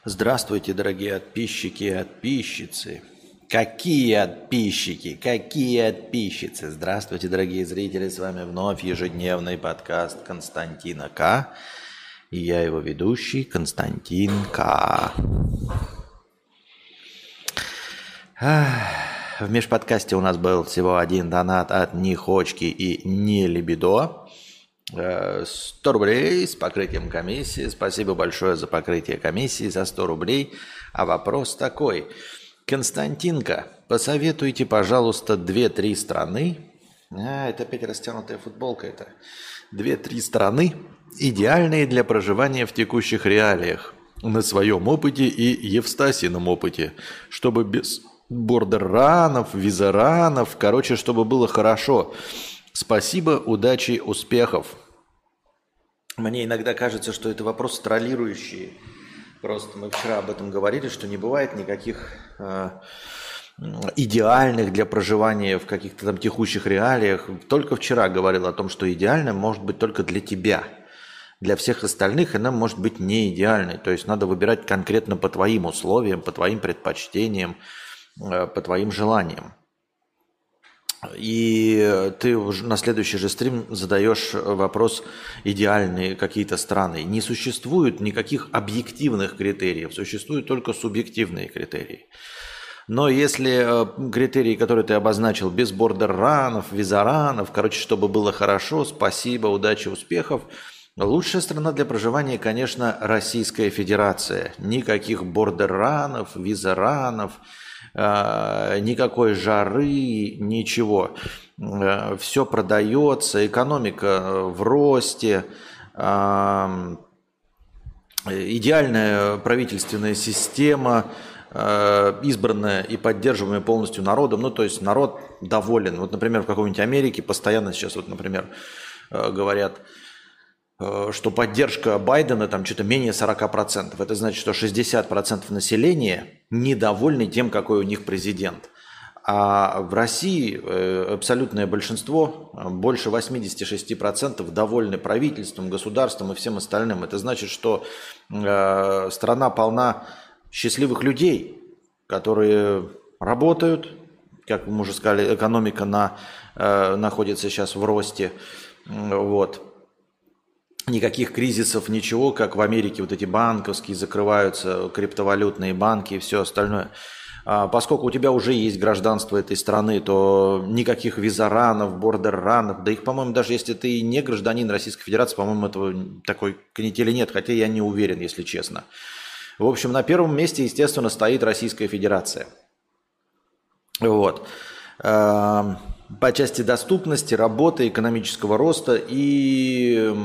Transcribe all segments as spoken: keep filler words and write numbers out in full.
Здравствуйте, дорогие подписчики и подписчицы. Какие подписчики, какие подписчицы. Здравствуйте, дорогие зрители. С вами вновь ежедневный подкаст Константина К. И я его ведущий Константин К. В межподкасте у нас был всего один донат от Нихочки и Не Либидо. сто рублей с покрытием комиссии. Спасибо большое за покрытие комиссии за сто рублей. А вопрос такой. Константинка, посоветуйте, пожалуйста, две-три страны. А, это опять растянутая футболка. Это две-три страны, идеальные для проживания в текущих реалиях. На своем опыте и Евстасином опыте. Чтобы без бордерранов, визаранов. Короче, чтобы было хорошо. Спасибо, удачи, успехов. Мне иногда кажется, что это вопрос троллирующий. Просто мы вчера об этом говорили, что не бывает никаких э, идеальных для проживания в каких-то там текущих реалиях. Только вчера говорил о том, что идеально может быть только для тебя. Для всех остальных она может быть не идеальной. То есть надо выбирать конкретно по твоим условиям, по твоим предпочтениям, э, по твоим желаниям. И ты уже на следующий же стрим задаешь вопрос идеальные какие-то страны. Не существует никаких объективных критериев, существуют только субъективные критерии. Но если критерии, которые ты обозначил, без бордерранов, визаранов, короче, чтобы было хорошо, спасибо, удачи, успехов, лучшая страна для проживания, конечно, Российская Федерация. Никаких бордерранов, визаранов, никакой жары, ничего. Все продается, экономика в росте, идеальная правительственная система, избранная и поддерживаемая полностью народом. Ну, то есть народ доволен. Вот, например, в какой-нибудь Америке постоянно сейчас, вот, например, говорят, что поддержка Байдена там что-то менее сорок процентов. Это значит, что шестьдесят процентов населения недовольны тем, какой у них президент. А в России абсолютное большинство, больше восемьдесят шесть процентов, довольны правительством, государством и всем остальным. Это значит, что страна полна счастливых людей, которые работают. Как мы уже сказали, экономика на, находится сейчас в росте. Вот. Никаких кризисов, ничего, как в Америке вот эти банковские закрываются, криптовалютные банки и все остальное. А поскольку у тебя уже есть гражданство этой страны, то никаких визаранов, бордерранов, да их, по-моему, даже если ты не гражданин Российской Федерации, по-моему, этого такой канители нет, хотя я не уверен, если честно. В общем, на первом месте, естественно, стоит Российская Федерация. Вот. По части доступности, работы, экономического роста и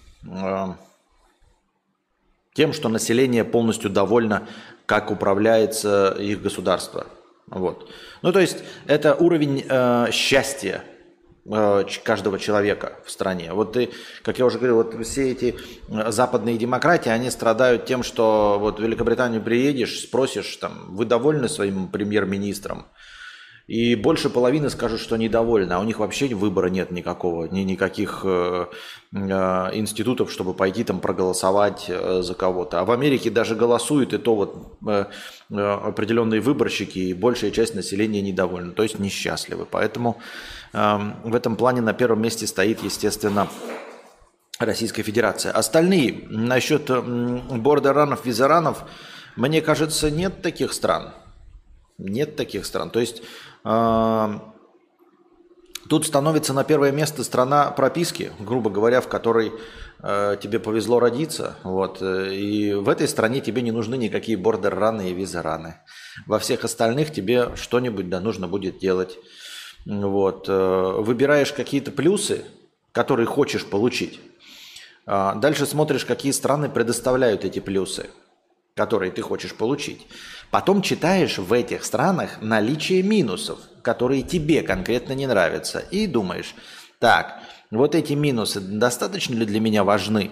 тем, что население полностью довольно, как управляется их государство. Вот. Ну, то есть это уровень э, счастья э, каждого человека в стране. Вот ты, как я уже говорил, вот все эти западные демократии, они страдают тем, что вот в Великобританию приедешь, спросишь, там, вы довольны своим премьер-министром? И больше половины скажут, что недовольны, а у них вообще выбора нет никакого, ни никаких э, э, институтов, чтобы пойти там проголосовать э, за кого-то. А в Америке даже голосуют, и то вот э, э, определенные выборщики, и большая часть населения недовольна, то есть несчастливы. Поэтому э, в этом плане на первом месте стоит, естественно, Российская Федерация. Остальные, насчет э, бордеранов, визаранов, мне кажется, нет таких стран. Нет таких стран. То есть э, тут становится на первое место страна прописки, грубо говоря, в которой э, тебе повезло родиться. Вот, и в этой стране тебе не нужны никакие бордер-раны и виза-раны. Во всех остальных тебе что-нибудь да нужно будет делать. Вот, э, выбираешь какие-то плюсы, которые хочешь получить. Э, дальше смотришь, какие страны предоставляют эти плюсы, которые ты хочешь получить. Потом читаешь в этих странах наличие минусов, которые тебе конкретно не нравятся. И думаешь, так, вот эти минусы достаточно ли для меня важны?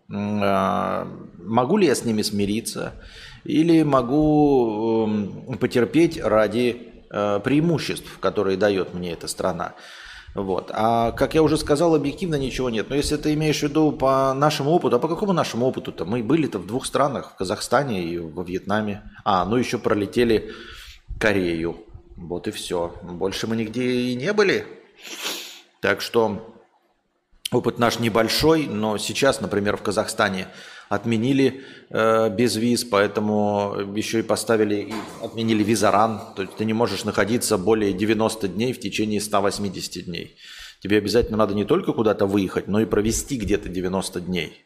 Могу ли я с ними смириться? Или могу потерпеть ради преимуществ, которые дает мне эта страна? Вот. А как я уже сказал, объективно ничего нет. Но если ты имеешь в виду по нашему опыту, а по какому нашему опыту-то? Мы были-то в двух странах, в Казахстане и во Вьетнаме. А, ну еще пролетели Корею. Вот и все. Больше мы нигде и не были. Так что опыт наш небольшой, но сейчас, например, в Казахстане отменили э, без виз, поэтому еще и поставили, и отменили визаран. То есть ты не можешь находиться более девяноста дней в течение ста восьмидесяти дней. Тебе обязательно надо не только куда-то выехать, но и провести где-то девяносто дней.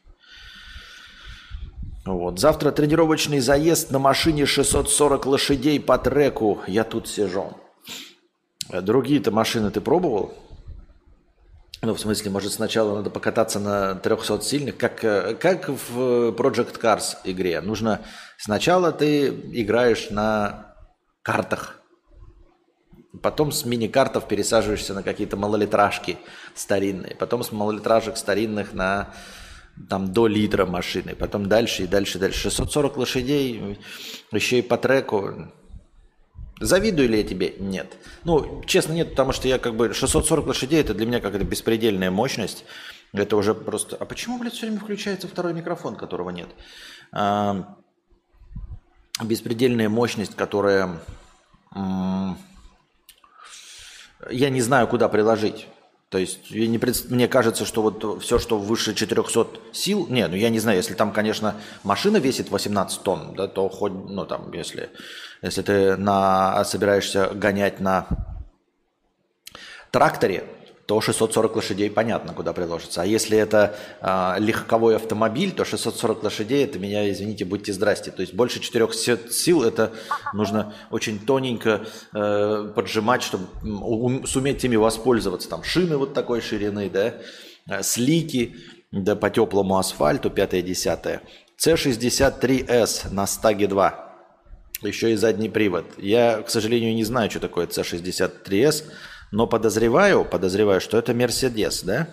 Вот. Завтра тренировочный заезд на машине шестьсот сорок лошадей по треку. Я тут сижу. Другие-то машины ты пробовал? Ну, в смысле, может, сначала надо покататься на трехсот сильных, как, как в Project Cars игре. Нужно сначала ты играешь на картах, потом с мини-картов пересаживаешься на какие-то малолитражки старинные, потом с малолитражек старинных на там, до литра машины, потом дальше и дальше, дальше. шестьсот сорок лошадей, еще и по треку. Завидую ли я тебе? Нет. Ну, честно, нет, потому что я как бы... шестьсот сорок лошадей – это для меня какая-то беспредельная мощность. Это уже просто... А почему, блядь, все время включается второй микрофон, которого нет? А... Беспредельная мощность, которая... М- Я не знаю, куда приложить. То есть я не пред... мне кажется, что вот все, что выше четырехсот сил... Не, ну я не знаю, если там, конечно, машина весит восемнадцать тонн, да, то хоть, ну там, если, если ты на... собираешься гонять на тракторе, то шестьсот сорок лошадей понятно, куда приложится. А если это э, легковой автомобиль, то шестьсот сорок лошадей, это меня, извините, будьте здрасте. То есть больше четырехсот сил это нужно очень тоненько э, поджимать, чтобы ум, суметь ими воспользоваться. Там шины вот такой ширины, да, э, слики, да, по теплому асфальту, пятое-десятое. С шестьдесят три эс на стаге два. Еще и задний привод. Я, к сожалению, не знаю, что такое С шестьдесят три эс, но подозреваю, подозреваю, что это Мерседес, да?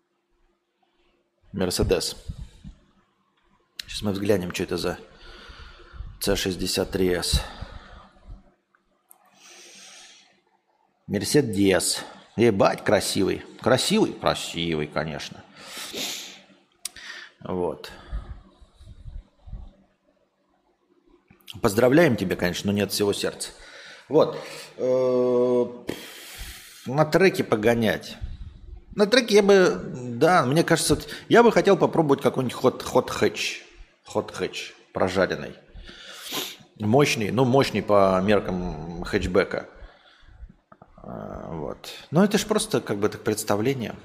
Мерседес. Сейчас мы взглянем, что это за С шестьдесят три эс. Мерседес. Ебать, красивый. Красивый? Красивый, конечно. Вот. Поздравляем тебя, конечно, но нет всего сердца. Вот. На треке погонять. На треке я бы, да, мне кажется, я бы хотел попробовать какой-нибудь хот, хот-хэтч. Хот-хэтч прожаренный. Мощный, ну мощный по меркам хэтчбека. Вот. Но это же просто как бы так представление.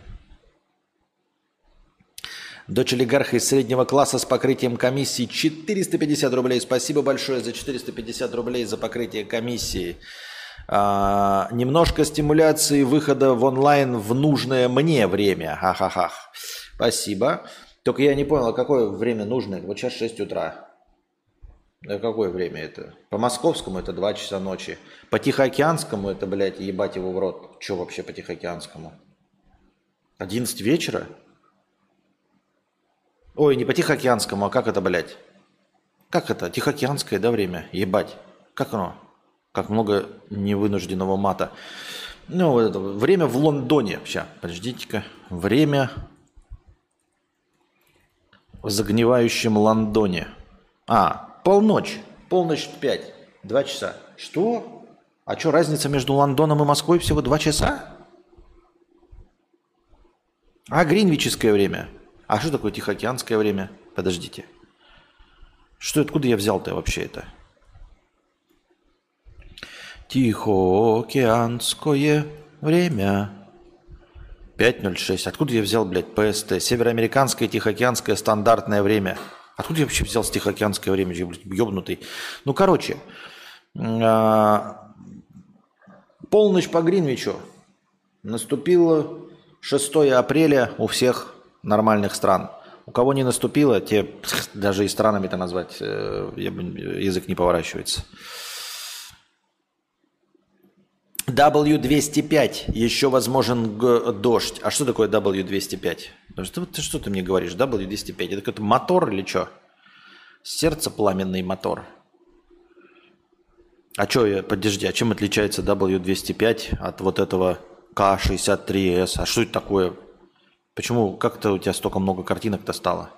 Дочь олигарха из среднего класса с покрытием комиссии четыреста пятьдесят рублей. Спасибо большое за четыреста пятьдесят рублей за покрытие комиссии. А, немножко стимуляции выхода в онлайн в нужное мне время. Ха-ха-ха. Спасибо. Только я не понял, а какое время нужное? Вот сейчас шесть утра. А какое время это? По московскому это два часа ночи. По тихоокеанскому это, блядь, ебать его в рот. Че вообще по тихоокеанскому? одиннадцать вечера? Ой, не по тихоокеанскому, а как это, блядь? Как это? Тихоокеанское, да, время? Ебать. Как оно? Как много невынужденного мата. Ну, вот это время в Лондоне. Сейчас, подождите-ка. Время в загнивающем Лондоне. А, полночь. Полночь пять. Два часа. Что? А что, разница между Лондоном и Москвой всего два часа? А гринвичское время? А что такое тихоокеанское время? Подождите. Что, откуда я взял-то вообще это? Тихоокеанское время. пять ноль шесть. Откуда я взял, блядь, ПСТ? Североамериканское тихоокеанское стандартное время. Откуда я вообще взял с тихоокеанское время? Я, блядь, ёбнутый. Ну, короче. Полночь по Гринвичу. Наступило шестое апреля у всех нормальных стран. У кого не наступило, те даже и странами-то назвать язык не поворачивается. дабл ю двести пять. Еще возможен дождь. А что такое дабл ю двести пять? Что, ты, что ты мне говоришь? дабл ю двести пять. Это какой-то мотор или что? Сердцепламенный мотор. А что, подожди, а чем отличается дабл ю двести пять от вот этого К шестьдесят три эс. А что это такое? Почему, как-то у тебя столько много картинок-то стало?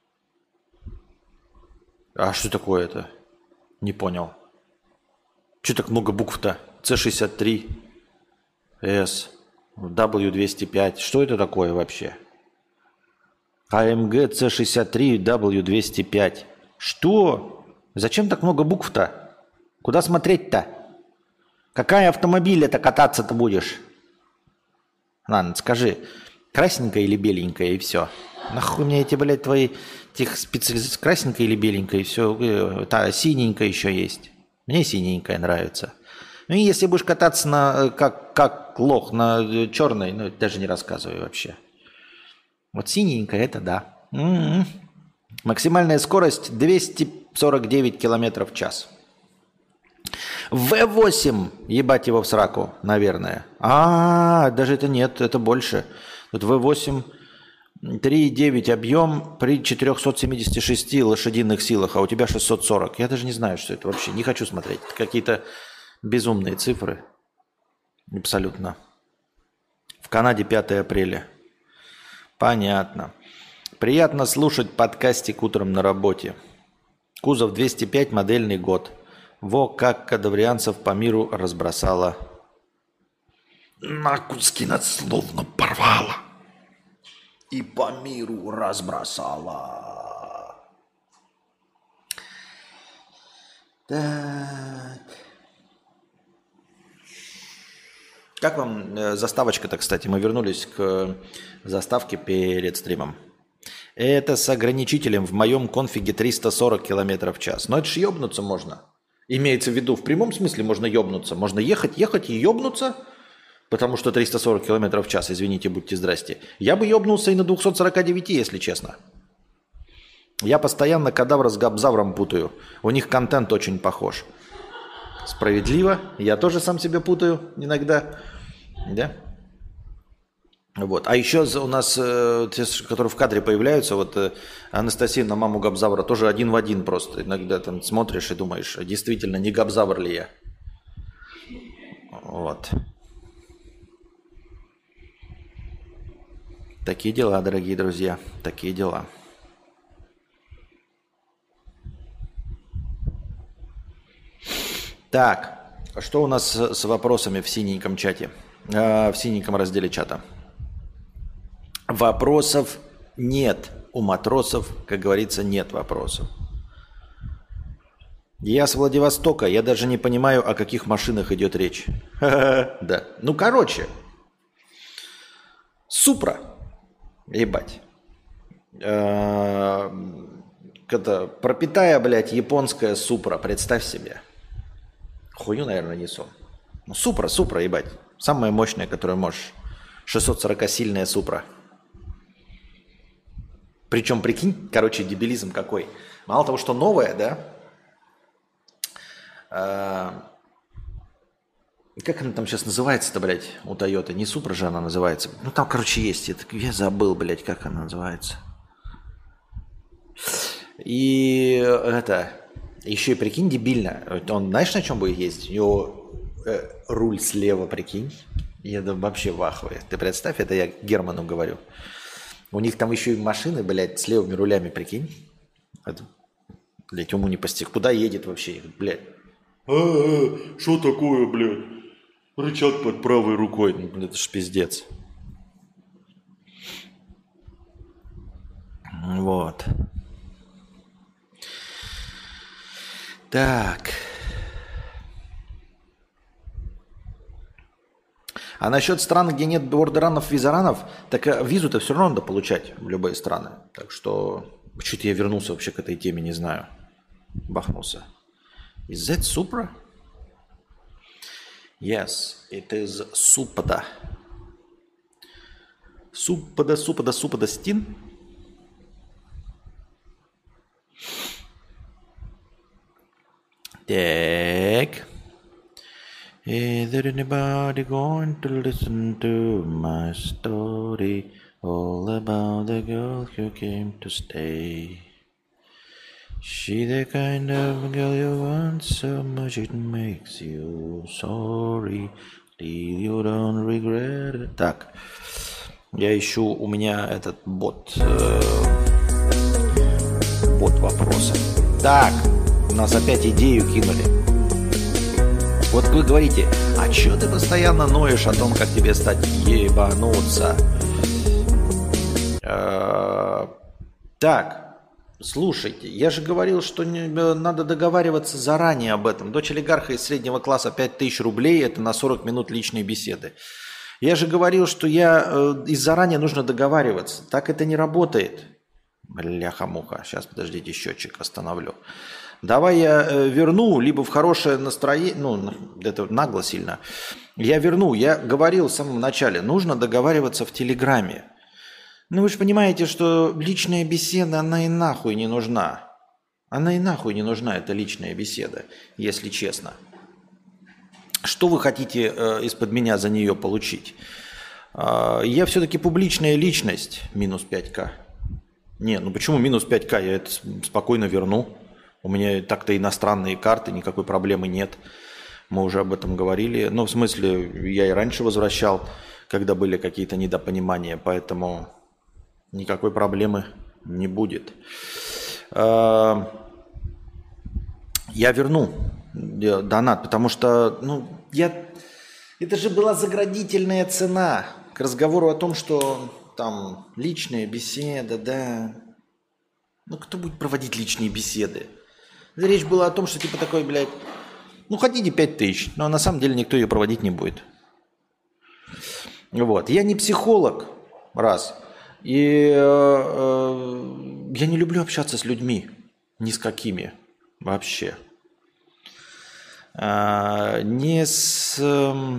А что такое это? Не понял. Что так много букв-то? С шестьдесят три эс, дабл ю двести пять. Что это такое вообще? а эм джи си шестьдесят три дабл ю двести пять. Что? Зачем так много букв-то? Куда смотреть-то? Какая автомобиль это кататься-то будешь? Ладно, скажи, красненькая или беленькая, и все. Нахуй мне эти, блядь, твои тех специализации, красненькая или беленькая, и все. Та, синенькая еще есть. Мне синенькая нравится. Ну и если будешь кататься на, как, как лох на черной, ну даже не рассказывай вообще. Вот синенькая это да. М-м-м. Максимальная скорость двести сорок девять километров в час. вэ восемь, ебать его в сраку, наверное. А, даже это нет, это больше. Тут вэ восемь три и девять объем при четырехстах семидесяти шести лошадиных силах, а у тебя шестьсот сорок. Я даже не знаю, что это вообще. Не хочу смотреть. Это какие-то безумные цифры. Абсолютно. В Канаде пятое апреля. Понятно. Приятно слушать подкастик утром на работе. Кузов двести пять, модельный год. Во как кадаврианцев по миру разбросала. На куски нас словно порвала. И по миру разбросала. Так. Как вам э, заставочка-то, кстати? Мы вернулись к заставке перед стримом. Это с ограничителем в моем конфиге триста сорок километров в час. Но это ж ёбнуться можно. Имеется в виду, в прямом смысле можно ёбнуться. Можно ехать, ехать и ёбнуться, потому что триста сорок километров в час, извините, будьте здрасте. Я бы ёбнулся и на двухсот сорока девяти, если честно. Я постоянно кадавра с габзавром путаю. У них контент очень похож. Справедливо. Я тоже сам себя путаю иногда. Да? Вот. А еще у нас, э, те, которые в кадре появляются, вот э, Анастасия на маму Габзавра тоже один в один просто. Иногда там смотришь и думаешь, действительно, не Габзавр ли я? Вот. Такие дела, дорогие друзья. Такие дела. Так, что у нас с, с вопросами в синеньком чате? Э, в синеньком разделе чата. Вопросов нет. У матросов, как говорится, нет вопросов. Я с Владивостока, я даже не понимаю, о каких машинах идет речь. Да. Ну, короче. Супра. Ебать. Это пропитая, блядь, японская Супра. Представь себе. Хую, наверное, несу. Ну, Супра, Супра, ебать. Самая мощная, которую можешь. шестьсот сорок-сильная Супра. Причем, прикинь, короче, дебилизм какой. Мало того, что новая, да? А, как она там сейчас называется-то, блядь, у Тойоты? Не Супра же она называется. Ну, там, короче, есть. Это, я забыл, блядь, как она называется. И это... Еще и, прикинь, дебильно. Он, знаешь, на чем будет ездить? У него э, руль слева, прикинь. Я да, вообще в ахуе. Ты представь, это я Герману говорю. У них там еще и машины, блядь, с левыми рулями, прикинь. Это, блядь, уму не постиг. Куда едет вообще, блядь? А, что такое, блядь? Рычаг под правой рукой. Ну, это ж пиздец. Вот. Так. А насчет стран, где нет бордеранов, визаранов, так визу-то все равно надо получать в любые страны. Так что чуть я вернулся вообще к этой теме, не знаю. Бахнулся. Is that Supra? Yes, it is Supra. Supra, Supra, Supra, Stin? Так. Is there anybody going to listen to my story? All about the girl who came to stay. She the kind of girl you want so much it makes you sorry. You don't regret it. Так, я ищу, у меня этот бот, э, бот вопроса. Так, у нас опять идею кинули. Вот вы говорите, а чё ты постоянно ноешь о том, как тебе стать ебануться? Э, так, слушайте, я же говорил, что не, надо договариваться заранее об этом. Дочь олигарха из среднего класса пять тысяч рублей, это на сорок минут личной беседы. Я же говорил, что я э, и заранее нужно договариваться. Так это не работает. Бляха-муха. Сейчас, подождите, счетчик остановлю. Давай я э, верну, либо в хорошее настроение, ну, это нагло сильно. Я верну. Я говорил в самом начале, нужно договариваться в Телеграме. Ну вы же понимаете, что личная беседа, она и нахуй не нужна. Она и нахуй не нужна, эта личная беседа, если честно. Что вы хотите э, из-под меня за нее получить? Э, я все-таки публичная личность, минус пять ка. Не, ну почему минус пять ка? Я это спокойно верну. У меня так-то иностранные карты, никакой проблемы нет. Мы уже об этом говорили. Ну, в смысле, я и раньше возвращал, когда были какие-то недопонимания, поэтому никакой проблемы не будет. Я верну донат, потому что, ну, я... это же была заградительная цена к разговору о том, что там личная беседа, да. Ну, кто будет проводить личные беседы? Речь была о том, что типа такой, блядь, ну, хотите пять тысяч, но на самом деле никто ее проводить не будет. Вот. Я не психолог, раз. И э, э, я не люблю общаться с людьми, ни с какими вообще. Э, не с... Э,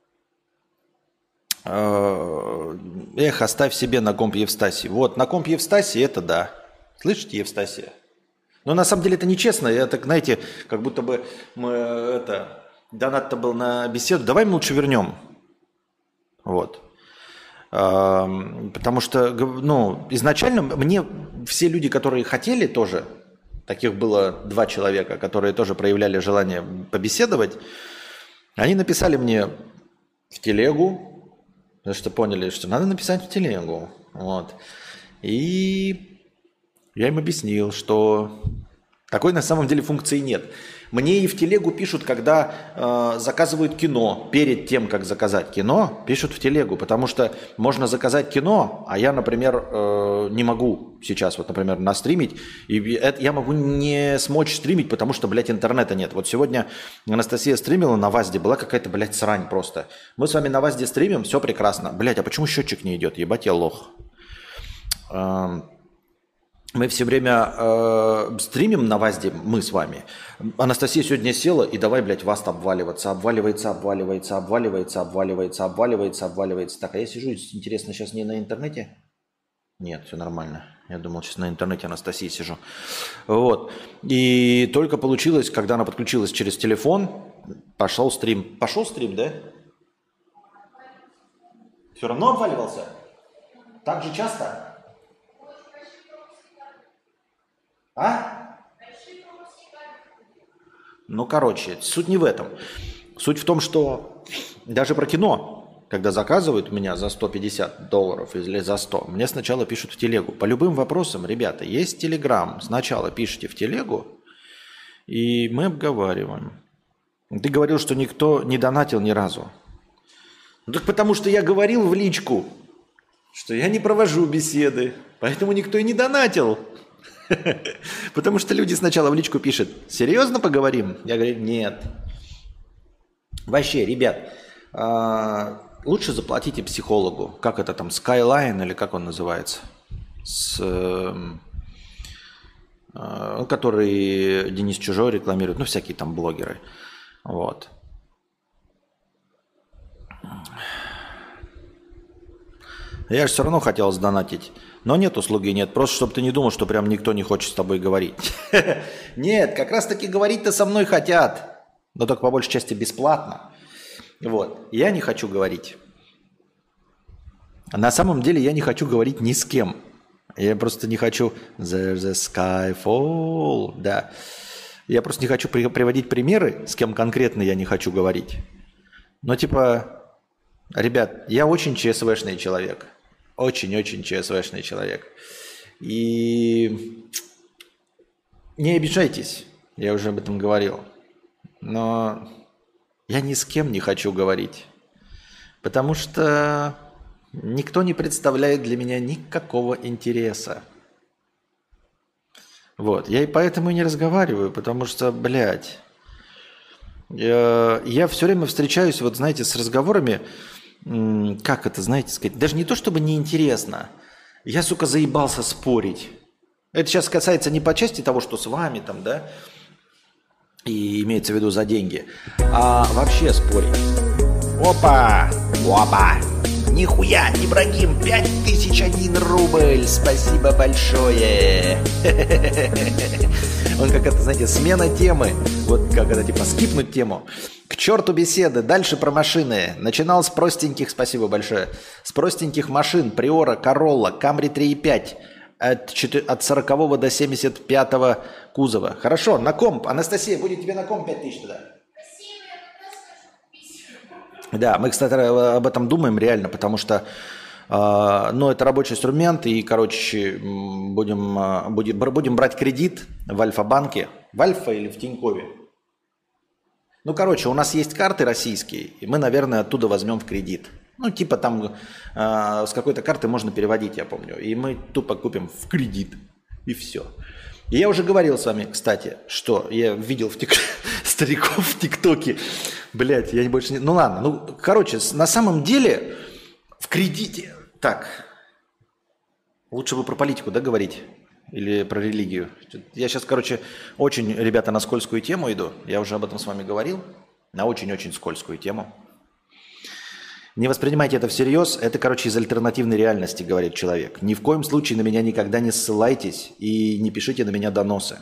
э, эх, оставь себе на комп Евстасии. Вот, на комп Евстасии это да. Слышите, Евстасия? Но на самом деле это нечестно. Я так, знаете, как будто бы мы это... Донат-то был на беседу. Давай мы лучше вернем. Вот. Потому что, ну, изначально мне все люди, которые хотели тоже, таких было два человека, которые тоже проявляли желание побеседовать, они написали мне в телегу, потому что поняли, что надо написать в телегу. Вот. И я им объяснил, что такой на самом деле функции нет. Мне и в телегу пишут, когда э, заказывают кино. Перед тем, как заказать кино, пишут в телегу. Потому что можно заказать кино, а я, например, э, не могу сейчас, вот, например, настримить. И это, я могу не смочь стримить, потому что, блядь, интернета нет. Вот сегодня Анастасия стримила на ВАЗде, была какая-то, блядь, срань просто. Мы с вами на ВАЗде стримим, все прекрасно. Блядь, а почему счетчик не идет? Ебать, я лох. Э, Мы все время э, стримим на ВАЗде, мы с вами. Анастасия сегодня села, и давай, блядь, ВАЗд обваливаться. Обваливается, обваливается, обваливается, обваливается, обваливается, обваливается. Так, а я сижу, интересно, сейчас не на интернете? Нет, все нормально. Я думал, сейчас на интернете Анастасии сижу. Вот. И только получилось, когда она подключилась через телефон, пошел стрим. Пошел стрим, да? Все равно обваливался? Так же часто? А? Ну, короче, суть не в этом. Суть в том, что даже про кино, когда заказывают у меня за сто пятьдесят долларов или за сто, мне сначала пишут в телегу. По любым вопросам, ребята, есть телеграм. Сначала пишите в телегу, и мы обговариваем. Ты говорил, что никто не донатил ни разу. Ну, так потому что я говорил в личку, что я не провожу беседы, поэтому никто и не донатил. Потому что люди сначала в личку пишут: серьезно поговорим? Я говорю: нет. Вообще, ребят, лучше заплатите психологу. Как это там, Skyline или как он называется? С, который Денис Чужой рекламирует. Ну, всякие там блогеры. Вот. Я же все равно хотел сдонатить. Но нет услуги, нет. Просто чтобы ты не думал, что прям никто не хочет с тобой говорить. Нет, как раз таки говорить-то со мной хотят. Но только по большей части бесплатно. Вот. Я не хочу говорить. На самом деле я не хочу говорить ни с кем. Я просто не хочу... There's a sky fall. Да. Я просто не хочу при- приводить примеры, с кем конкретно я не хочу говорить. Но типа, ребят, я очень ЧСВшный человек. Очень-очень ЧСВшный человек. И не обижайтесь, я уже об этом говорил. Но я ни с кем не хочу говорить. Потому что никто не представляет для меня никакого интереса. Вот. Я и поэтому и не разговариваю, потому что, блядь, я, я все время встречаюсь, вот знаете, с разговорами, как это, знаете, сказать, даже не то, чтобы неинтересно. Я, сука, заебался спорить. Это сейчас касается не по части того, что с вами там, да, и имеется в виду за деньги, а вообще спорить. Опа! Опа! Нихуя, Ибрагим, пять тысяч один рубль, спасибо большое. Он как это, знаете, смена темы, вот как это, типа, скипнуть тему. К черту беседы, дальше про машины. Начинал с простеньких, спасибо большое, с простеньких машин, Приора, Королла, Камри три и пять, от сорокового до семьдесят пятого кузова. Хорошо, на комп, Анастасия, будет тебе на комп пять тысяч туда. Да, мы, кстати, об этом думаем реально, потому что, э, ну, это рабочий инструмент, и, короче, будем, э, будем, будем брать кредит в Альфа-банке, в Альфа или в Тинькове. Ну, короче, у нас есть карты российские, и мы, наверное, оттуда возьмем в кредит. Ну, типа там э, с какой-то карты можно переводить, я помню, и мы тупо купим в кредит, и все. И я уже говорил с вами, кстати, что я видел в тик... стариков в ТикТоке. Блять, я больше не... Ну ладно, ну, короче, на самом деле в кредите... Так, лучше бы про политику, да, говорить? Или про религию? Я сейчас, короче, очень, ребята, на скользкую тему иду. Я уже об этом с вами говорил. На очень-очень скользкую тему. Не воспринимайте это всерьез. Это, короче, из альтернативной реальности, говорит человек. Ни в коем случае на меня никогда не ссылайтесь и не пишите на меня доносы.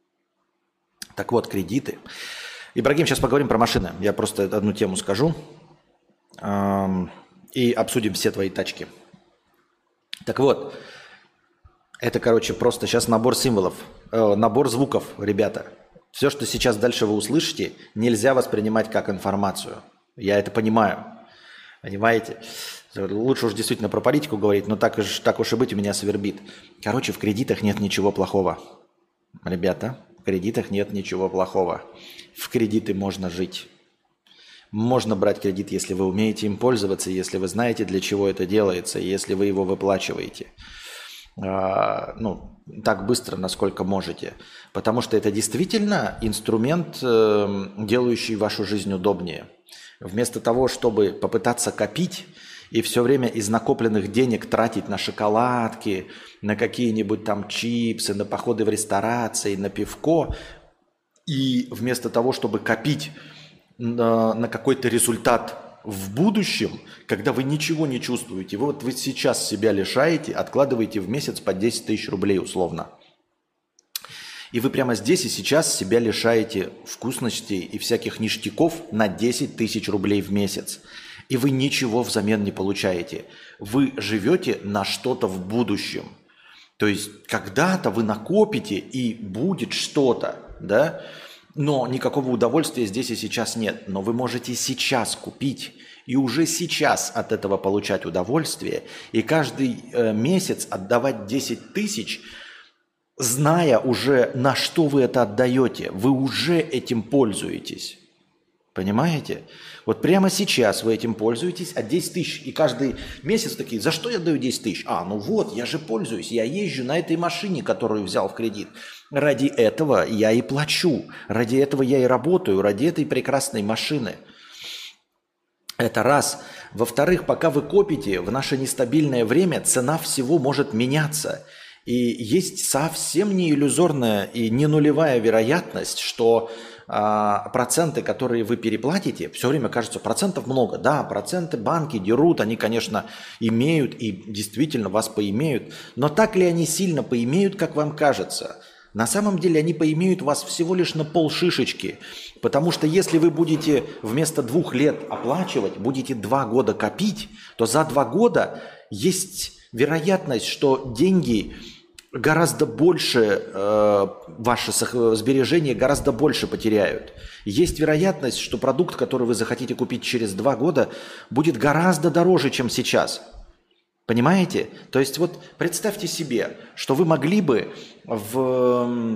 Так вот, кредиты. Ибрагим, сейчас поговорим про машины. Я просто одну тему скажу. Эм, и обсудим все твои тачки. Так вот, это, короче, просто сейчас набор символов, э, набор звуков, ребята. Все, что сейчас дальше вы услышите, нельзя воспринимать как информацию. Я это понимаю. Понимаете? Лучше уж действительно про политику говорить, но так уж, так уж и быть, у меня свербит. Короче, в кредитах нет ничего плохого. Ребята, в кредитах нет ничего плохого. В кредиты можно жить. Можно брать кредит, если вы умеете им пользоваться, если вы знаете, для чего это делается, если вы его выплачиваете. А, ну, так быстро, насколько можете. Потому что это действительно инструмент, э, делающий вашу жизнь удобнее. Вместо того, чтобы попытаться копить и все время из накопленных денег тратить на шоколадки, на какие-нибудь там чипсы, на походы в ресторации, на пивко, и вместо того, чтобы копить на, на какой-то результат в будущем, когда вы ничего не чувствуете, вы, вот вы сейчас себя лишаете, откладываете в месяц по десять тысяч рублей условно. И вы прямо здесь и сейчас себя лишаете вкусностей и всяких ништяков на десять тысяч рублей в месяц. И вы ничего взамен не получаете. Вы живете на что-то в будущем. То есть когда-то вы накопите и будет что-то, да? Но никакого удовольствия здесь и сейчас нет. Но вы можете сейчас купить и уже сейчас от этого получать удовольствие. И каждый э, месяц отдавать десять тысяч, зная уже, на что вы это отдаете. Вы уже этим пользуетесь. Понимаете? Вот прямо сейчас вы этим пользуетесь, а десять тысяч, и каждый месяц такие, за что я даю десять тысяч? А, ну вот, я же пользуюсь, я езжу на этой машине, которую взял в кредит. Ради этого я и плачу, ради этого я и работаю, ради этой прекрасной машины. Это раз. Во-вторых, пока вы копите, в наше нестабильное время цена всего может меняться. И есть совсем не иллюзорная и не нулевая вероятность, что а, проценты, которые вы переплатите, все время кажется, процентов много. Да, проценты банки дерут, они, конечно, имеют и действительно вас поимеют. Но так ли они сильно поимеют, как вам кажется? На самом деле они поимеют вас всего лишь на полшишечки. Потому что если вы будете вместо двух лет оплачивать, будете два года копить, то за два года есть вероятность, что деньги гораздо больше, э, ваши сбережения гораздо больше потеряют. Есть вероятность, что продукт, который вы захотите купить через два года, будет гораздо дороже, чем сейчас. Понимаете? То есть вот представьте себе, что вы могли бы в,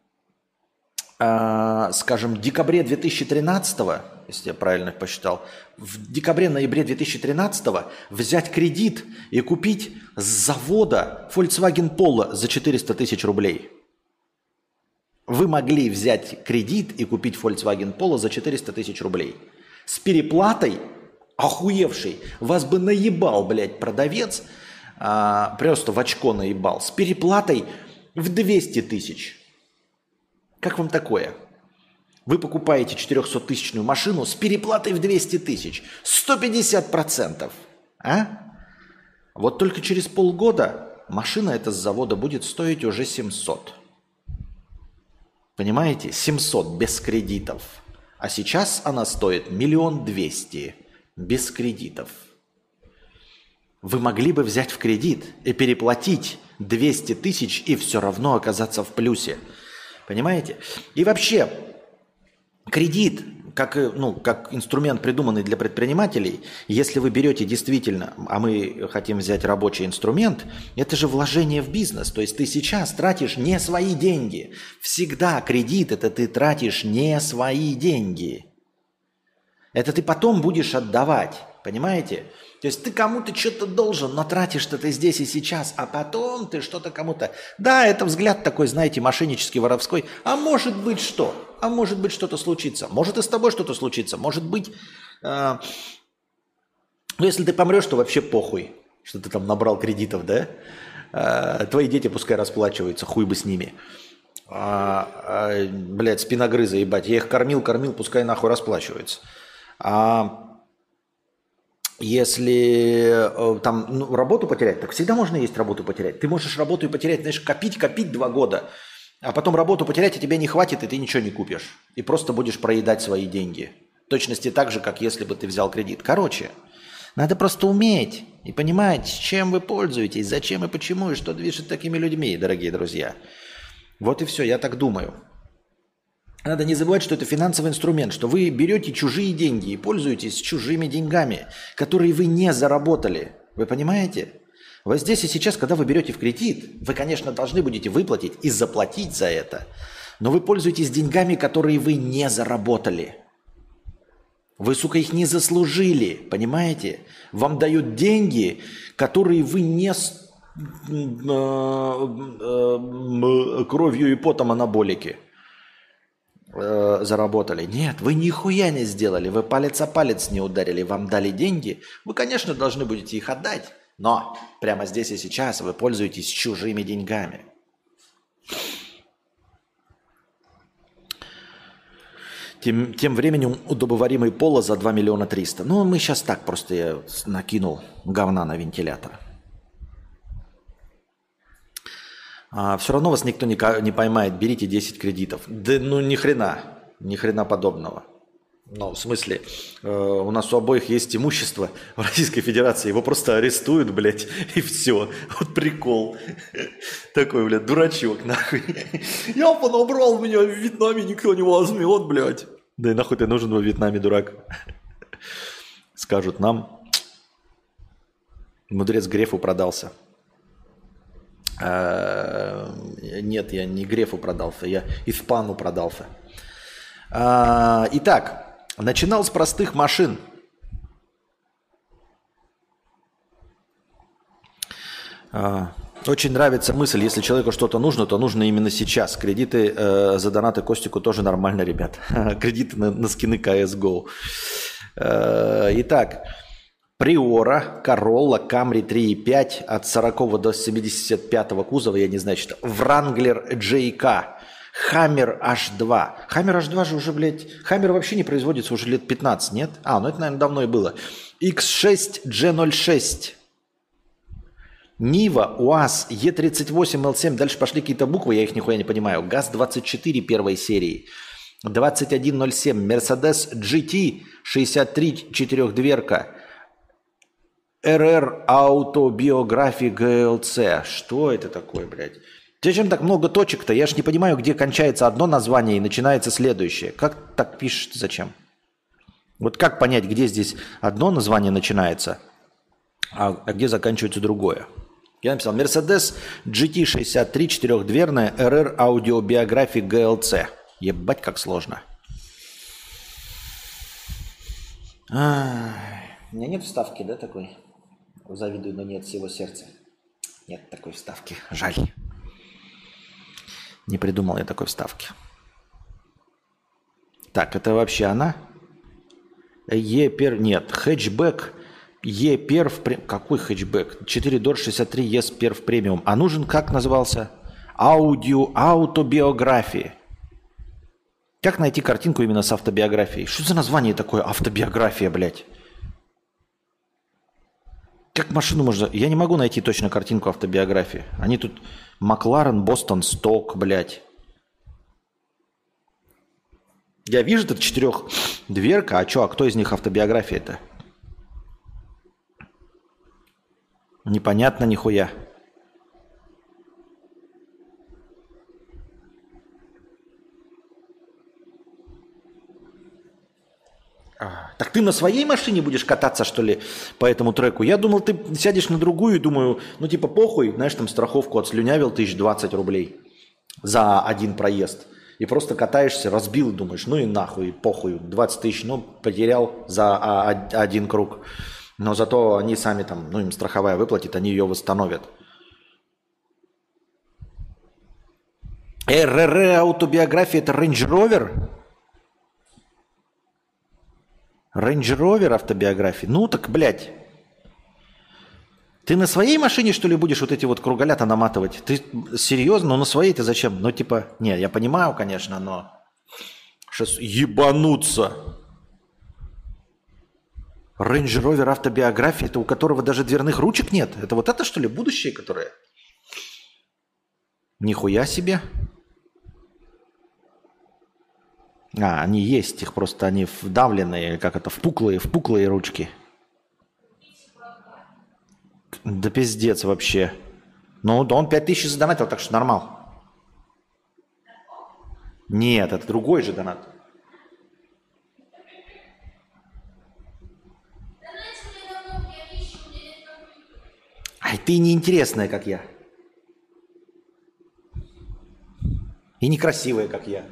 э, скажем, декабре две тысячи тринадцатого, если я правильно посчитал, в декабре-ноябре две тысячи тринадцатого взять кредит и купить с завода Volkswagen Polo за четыреста тысяч рублей. Вы могли взять кредит и купить Volkswagen Polo за четыреста тысяч рублей. С переплатой, охуевший, вас бы наебал, блядь, продавец, а, просто в очко наебал, с переплатой в двести тысяч. Как вам такое? Вы покупаете четырехсоттысячную машину с переплатой в двести тысяч. сто пятьдесят процентов. А? Вот только через полгода машина эта с завода будет стоить уже семьсот. Понимаете? семьсот без кредитов. А сейчас она стоит миллион двести без кредитов. Вы могли бы взять в кредит и переплатить двести тысяч и все равно оказаться в плюсе. Понимаете? И вообще... Кредит, как, ну, как инструмент, придуманный для предпринимателей, если вы берете действительно, а мы хотим взять рабочий инструмент, это же вложение в бизнес. То есть ты сейчас тратишь не свои деньги. Всегда кредит – это ты тратишь не свои деньги. Это ты потом будешь отдавать, понимаете? То есть ты кому-то что-то должен, но тратишь-то ты здесь и сейчас, а потом ты что-то кому-то... Да, это взгляд такой, знаете, мошеннический, воровской. А может быть что? А может быть что-то случится. Может и с тобой что-то случится. Может быть... Э... Ну, если ты помрешь, то вообще похуй, что ты там набрал кредитов, да? Э, твои дети пускай расплачиваются, хуй бы с ними. А, а, блядь, спиногрызы, ебать. Я их кормил, кормил, пускай нахуй расплачиваются. А... Если э, там ну, работу потерять, так всегда можно есть работу потерять. Ты можешь работу и потерять, знаешь, копить, копить два года, а потом работу потерять, и тебе не хватит, и ты ничего не купишь. И просто будешь проедать свои деньги. В точности так же, как если бы ты взял кредит. Короче, надо просто уметь и понимать, чем вы пользуетесь, зачем и почему, и что движет такими людьми, дорогие друзья. Вот и все, я так думаю. Надо не забывать, что это финансовый инструмент, что вы берете чужие деньги и пользуетесь чужими деньгами, которые вы не заработали. Вы понимаете? Вот здесь и сейчас, когда вы берете в кредит, вы, конечно, должны будете выплатить и заплатить за это, но вы пользуетесь деньгами, которые вы не заработали. Вы, сука, их не заслужили, понимаете? Вам дают деньги, которые вы не кровью и потом анаболики заработали. Нет, вы нихуя не сделали, вы палец о палец не ударили, вам дали деньги. Вы, конечно, должны будете их отдать, но прямо здесь и сейчас вы пользуетесь чужими деньгами. Тем, тем временем удобоваримый Polo за два миллиона триста. Ну, мы сейчас так просто я накинул говна на вентилятор. А, все равно вас никто не, не поймает, берите десять кредитов. Да ну ни хрена, ни хрена подобного. Ну, в смысле, э, у нас у обоих есть имущество в Российской Федерации, его просто арестуют, блядь, и все. Вот прикол. Такой, блядь, дурачок, нахуй. Я понабрал, меня в Вьетнаме никто не возьмет, блядь. Да и нахуй ты нужен во Вьетнаме, дурак. Скажут нам, мудрец Грефу продался. А, нет, я не Грефу продался, я Испану продался. А, итак, начинал с простых машин. А, очень нравится мысль, если человеку что-то нужно, то нужно именно сейчас. Кредиты э, за донаты Костику тоже нормально, ребят. Кредиты на, на скины си эс го. Э, итак. Приора, Королла, Камри три и пять от сорокового до семидесят пятого кузова, я не знаю, что. Вранглер джей кей, Хаммер эйч два. Хаммер эйч два же уже, блядь, Хаммер вообще не производится уже лет пятнадцать, нет? А, ну это, наверное, давно и было. икс шесть джи ноль шесть. Нива, УАЗ, Е тридцать восемь эл семь. Дальше пошли какие-то буквы, я их нихуя не понимаю. ГАЗ двадцать четыре первой серии. двадцать один ноль семь. Мерседес джи ти шестьдесят три четырехдверка. эр эр Autobiography джи эл си. Что это такое, блядь? Зачем так много точек-то? Я ж не понимаю, где кончается одно название и начинается следующее. Как так пишешь? Зачем? Вот как понять, где здесь одно название начинается, а, а где заканчивается другое? Я написал Mercedes джи ти шестьдесят три четырехдверная эр эр аудиобиография джи эл си. Ебать, как сложно. А, у меня нет вставки, да, такой? Завидую, но нет всего сердца. Нет такой вставки. Жаль. Не придумал я такой вставки. Так, это вообще она? Е-пер... Нет, хэтчбэк Е-перв... Какой хэтчбэк? четыре дор шестьдесят три Е-перв премиум. А нужен как назывался? Аудио... Аутобиографии. Как найти картинку именно с автобиографией? Что за название такое? Автобиография, блядь. Как машину можно... Я не могу найти точно картинку автобиографии. Они тут... Макларен, Бостон, Сток, блядь. Я вижу, это четырехдверка. А что, а кто из них автобиография-то? Непонятно нихуя. А, так ты на своей машине будешь кататься, что ли, по этому треку? Я думал, ты сядешь на другую и думаю, ну типа похуй, знаешь, там страховку отслюнявил тысяч двадцать рублей за один проезд. И просто катаешься, разбил, думаешь, ну и нахуй, похуй, двадцать тысяч, ну потерял за а, один круг. Но зато они сами там, ну им страховая выплатит, они ее восстановят. эр эр эр аутобиография, это Range Rover? Range Rover автобиографии? Ну так, блядь. Ты на своей машине, что ли, будешь вот эти вот круголята наматывать? Ты серьезно? Ну на своей-то зачем? Ну типа, не, я понимаю, конечно, но... Сейчас ебануться. Range Rover автобиография, это у которого даже дверных ручек нет? Это вот это, что ли, будущее, которое? Нихуя себе. А, они есть, их просто они вдавленные, как это, впуклые, впуклые ручки. Да пиздец вообще. Ну, да он пять тысяч задонатил, так что нормал. Нет, это другой же донат. Ай, ты неинтересная, как я. И некрасивая, как я.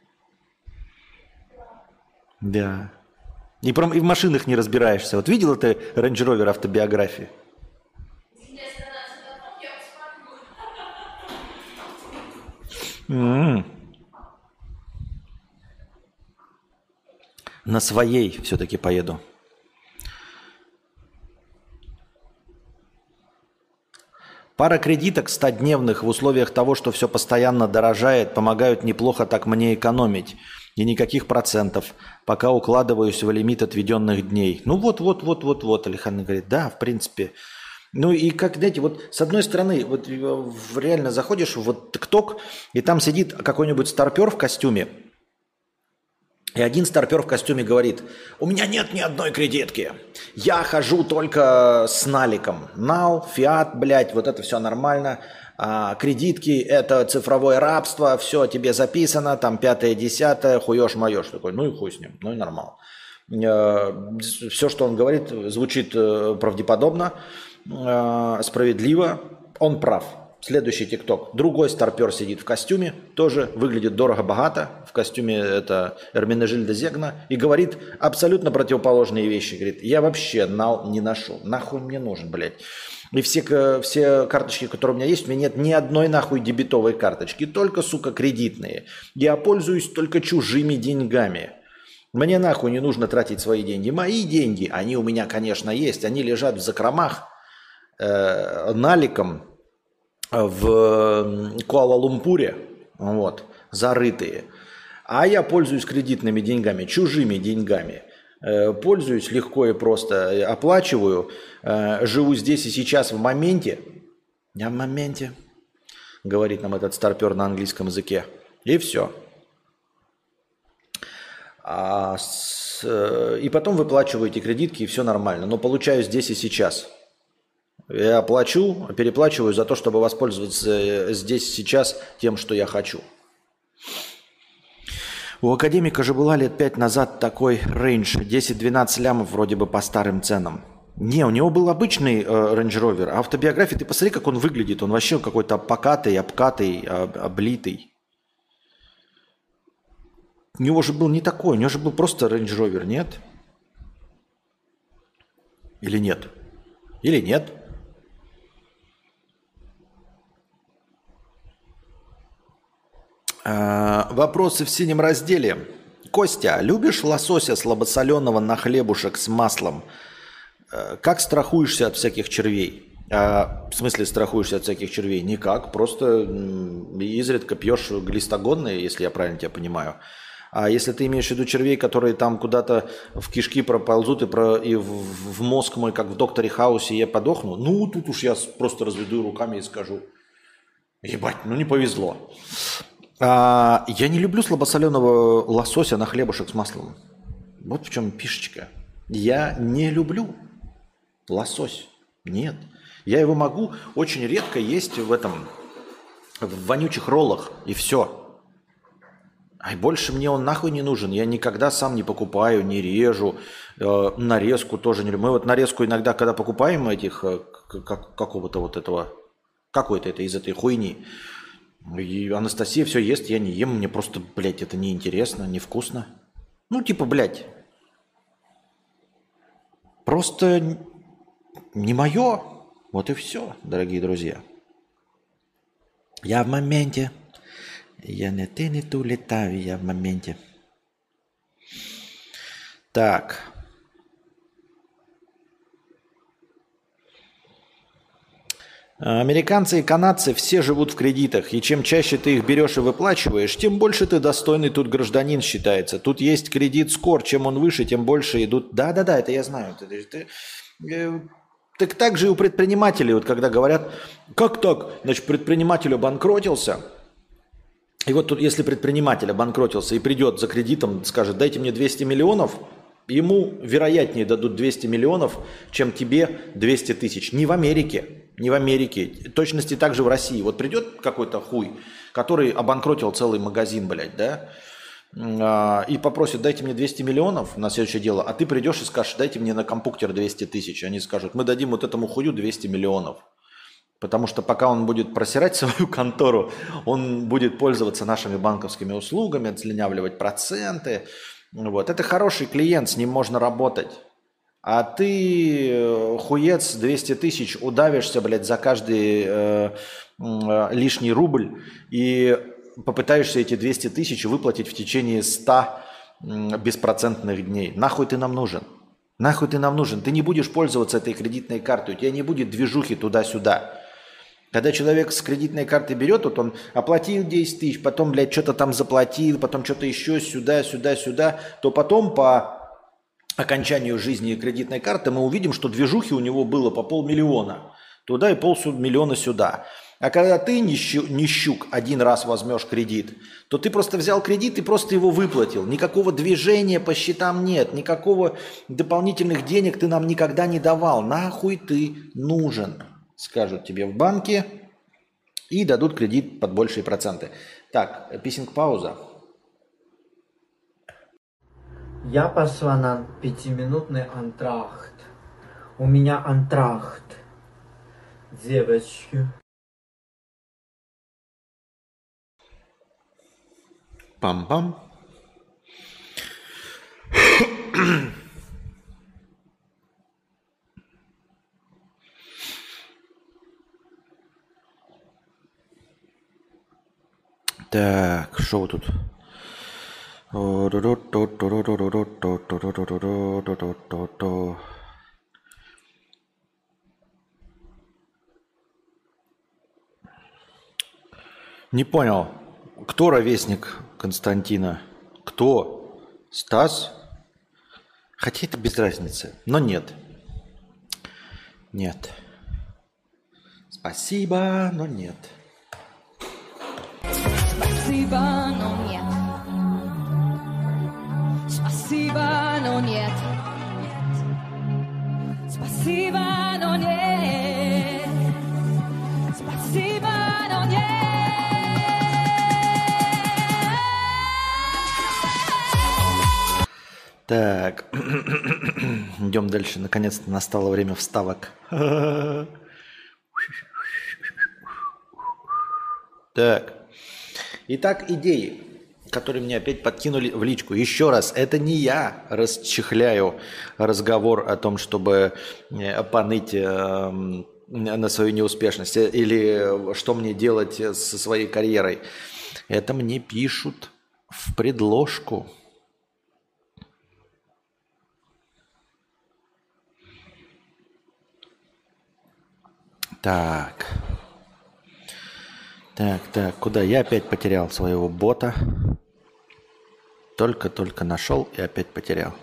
Да. И, про, и в машинах не разбираешься. Вот видел ты Range Rover автобиографии? М-м. На своей все-таки поеду. Пара кредиток стодневных в условиях того, что все постоянно дорожает, помогают неплохо так мне экономить. И никаких процентов, пока укладываюсь в лимит отведенных дней. Ну вот, вот, вот, вот, вот, Алихан говорит, да, в принципе. Ну и как, знаете, вот с одной стороны, вот реально заходишь в вот ТикТок, и там сидит какой-нибудь старпер в костюме, и один старпер в костюме говорит, у меня нет ни одной кредитки, я хожу только с наликом. Нал, фиат, блядь, вот это все нормально. А, кредитки – это цифровое рабство, все тебе записано, там пятое, десятое, хуешь-моешь. Такой, ну и хуй с ним, ну и нормал. Все, что он говорит, звучит правдеподобно, справедливо, он прав. Следующий ТикТок. Другой старпер сидит в костюме, тоже выглядит дорого-богато, в костюме это Эрменегильда Зегна, и говорит абсолютно противоположные вещи. Говорит, я вообще нал не ношу, нахуй мне нужен, блядь. И все, все карточки, которые у меня есть, у меня нет ни одной нахуй дебетовой карточки, только, сука, кредитные. Я пользуюсь только чужими деньгами. Мне нахуй не нужно тратить свои деньги. Мои деньги, они у меня, конечно, есть, они лежат в закромах э, наликом, в Куала-Лумпуре, вот, зарытые. А я пользуюсь кредитными деньгами, чужими деньгами. Э, пользуюсь легко и просто, оплачиваю, э, живу здесь и сейчас в моменте. Я в моменте, говорит нам этот старпер на английском языке. И все. А с, э, и потом выплачиваю эти кредитки, и все нормально. Но получаю здесь и сейчас. Я плачу, переплачиваю за то, чтобы воспользоваться здесь сейчас тем, что я хочу. У академика же была лет пять назад такой рейндж, десять-двенадцать лямов вроде бы по старым ценам. Не, у него был обычный э, Range Rover, а автобиография, ты посмотри, как он выглядит. Он вообще какой-то покатый, обкатый, об, облитый. У него же был не такой, у него же был просто Range Rover, нет? Или нет? Или нет? А, вопросы в синем разделе. Костя, любишь лосося слабосоленого на хлебушек с маслом? А, как страхуешься от всяких червей? А, в смысле страхуешься от всяких червей? Никак, просто м, изредка пьешь глистогонные, если я правильно тебя понимаю. А если ты имеешь в виду червей, которые там куда-то в кишки проползут и, про, и в, в мозг мой, как в Докторе Хаусе, я подохну, ну, тут уж я просто разведу руками и скажу, ебать, ну не повезло. А, я не люблю слабосоленого лосося на хлебушек с маслом. Вот в чем фишечка. Я не люблю лосось. Нет. Я его могу очень редко есть в этом, в вонючих роллах, и все. А больше мне он нахуй не нужен. Я никогда сам не покупаю, не режу. Э, нарезку тоже не люблю. Мы вот нарезку иногда, когда покупаем этих, э, как, какого-то вот этого, какой-то это из этой хуйни, и Анастасия все ест, я не ем. Мне просто, блядь, это неинтересно, невкусно. Ну, типа, блядь, просто не мое. Вот и все, дорогие друзья. Я в моменте. Я не ты, не ту летаю, я в моменте. Так. Американцы и канадцы все живут в кредитах, и чем чаще ты их берешь и выплачиваешь, тем больше ты достойный тут гражданин считается. Тут есть кредит-скор, чем он выше, тем больше идут... Да-да-да, это я знаю. Ты, ты, э, так, так же и у предпринимателей, вот когда говорят, как так, значит, предприниматель обанкротился... И вот тут, если предприниматель обанкротился и придет за кредитом, скажет, дайте мне двести миллионов, ему вероятнее дадут двести миллионов, чем тебе двести тысяч. Не в Америке, не в Америке. В точности также в России. Вот придет какой-то хуй, который обанкротил целый магазин, блядь, да, и попросит, дайте мне двести миллионов на следующее дело, а ты придешь и скажешь, дайте мне на компьютер двести тысяч. Они скажут, мы дадим вот этому хую двести миллионов. Потому что пока он будет просирать свою контору, он будет пользоваться нашими банковскими услугами, отслюнявливать проценты. Вот. Это хороший клиент, с ним можно работать. А ты, хуец, двести тысяч, удавишься, блядь, за каждый э, э, лишний рубль и попытаешься эти двести тысяч выплатить в течение ста э, беспроцентных дней. Нахуй ты нам нужен? Нахуй ты нам нужен? Ты не будешь пользоваться этой кредитной картой, у тебя не будет движухи туда-сюда. Когда человек с кредитной карты берет, вот он оплатил десять тысяч, потом, блядь, что-то там заплатил, потом что-то еще сюда, сюда, сюда, то потом по окончанию жизни кредитной карты мы увидим, что движухи у него было по полмиллиона. Туда и полмиллиона сюда. А когда ты, нищук, один раз возьмешь кредит, то ты просто взял кредит и просто его выплатил. Никакого движения по счетам нет, никакого дополнительных денег ты нам никогда не давал. Нахуй ты нужен? Скажут тебе в банке и дадут кредит под большие проценты. Так, писинг-пауза. Я пошла на пятиминутный антрахт. У меня антрахт. Девочки. Пам-пам. Так, что вы тут? Не понял, кто ровесник Константина? Кто? Стас? Хотя это без разницы, но нет. Нет. Спасибо, но нет. Спасибо, но нет. Спасибо, но нет. Спасибо, но нет. Так, идем дальше. Наконец-то настало время вставок. Так. Итак, идеи, которые мне опять подкинули в личку. Еще раз, это не я расчехляю разговор о том, чтобы поныть э, на свою неуспешность или что мне делать со своей карьерой. Это мне пишут в предложку. Так. Так, так, куда? Я опять потерял своего бота. Только-только нашел и опять потерял.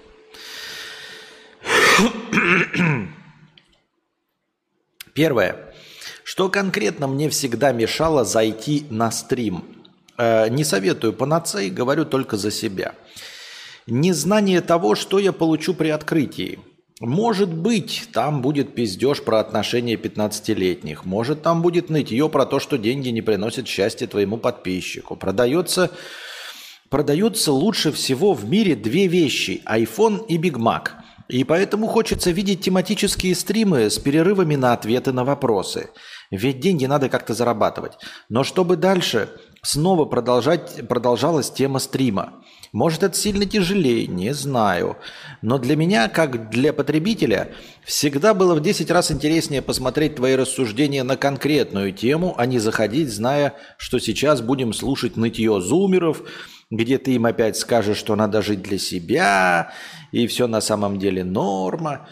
Первое. Что конкретно мне всегда мешало зайти на стрим? Э, не советую панацеи, говорю только за себя. Незнание того, что я получу при открытии. Может быть, там будет пиздеж про отношения пятнадцатилетних. Может, там будет нытье про то, что деньги не приносят счастья твоему подписчику. Продается, продается лучше всего в мире две вещи – iPhone и Big Mac. И поэтому хочется видеть тематические стримы с перерывами на ответы на вопросы. Ведь деньги надо как-то зарабатывать. Но чтобы дальше снова продолжать, продолжалась тема стрима. Может, это сильно тяжелее, не знаю. Но для меня, как для потребителя, всегда было в десять раз интереснее посмотреть твои рассуждения на конкретную тему, а не заходить, зная, что сейчас будем слушать нытье зумеров, где ты им опять скажешь, что надо жить для себя, и все на самом деле норма.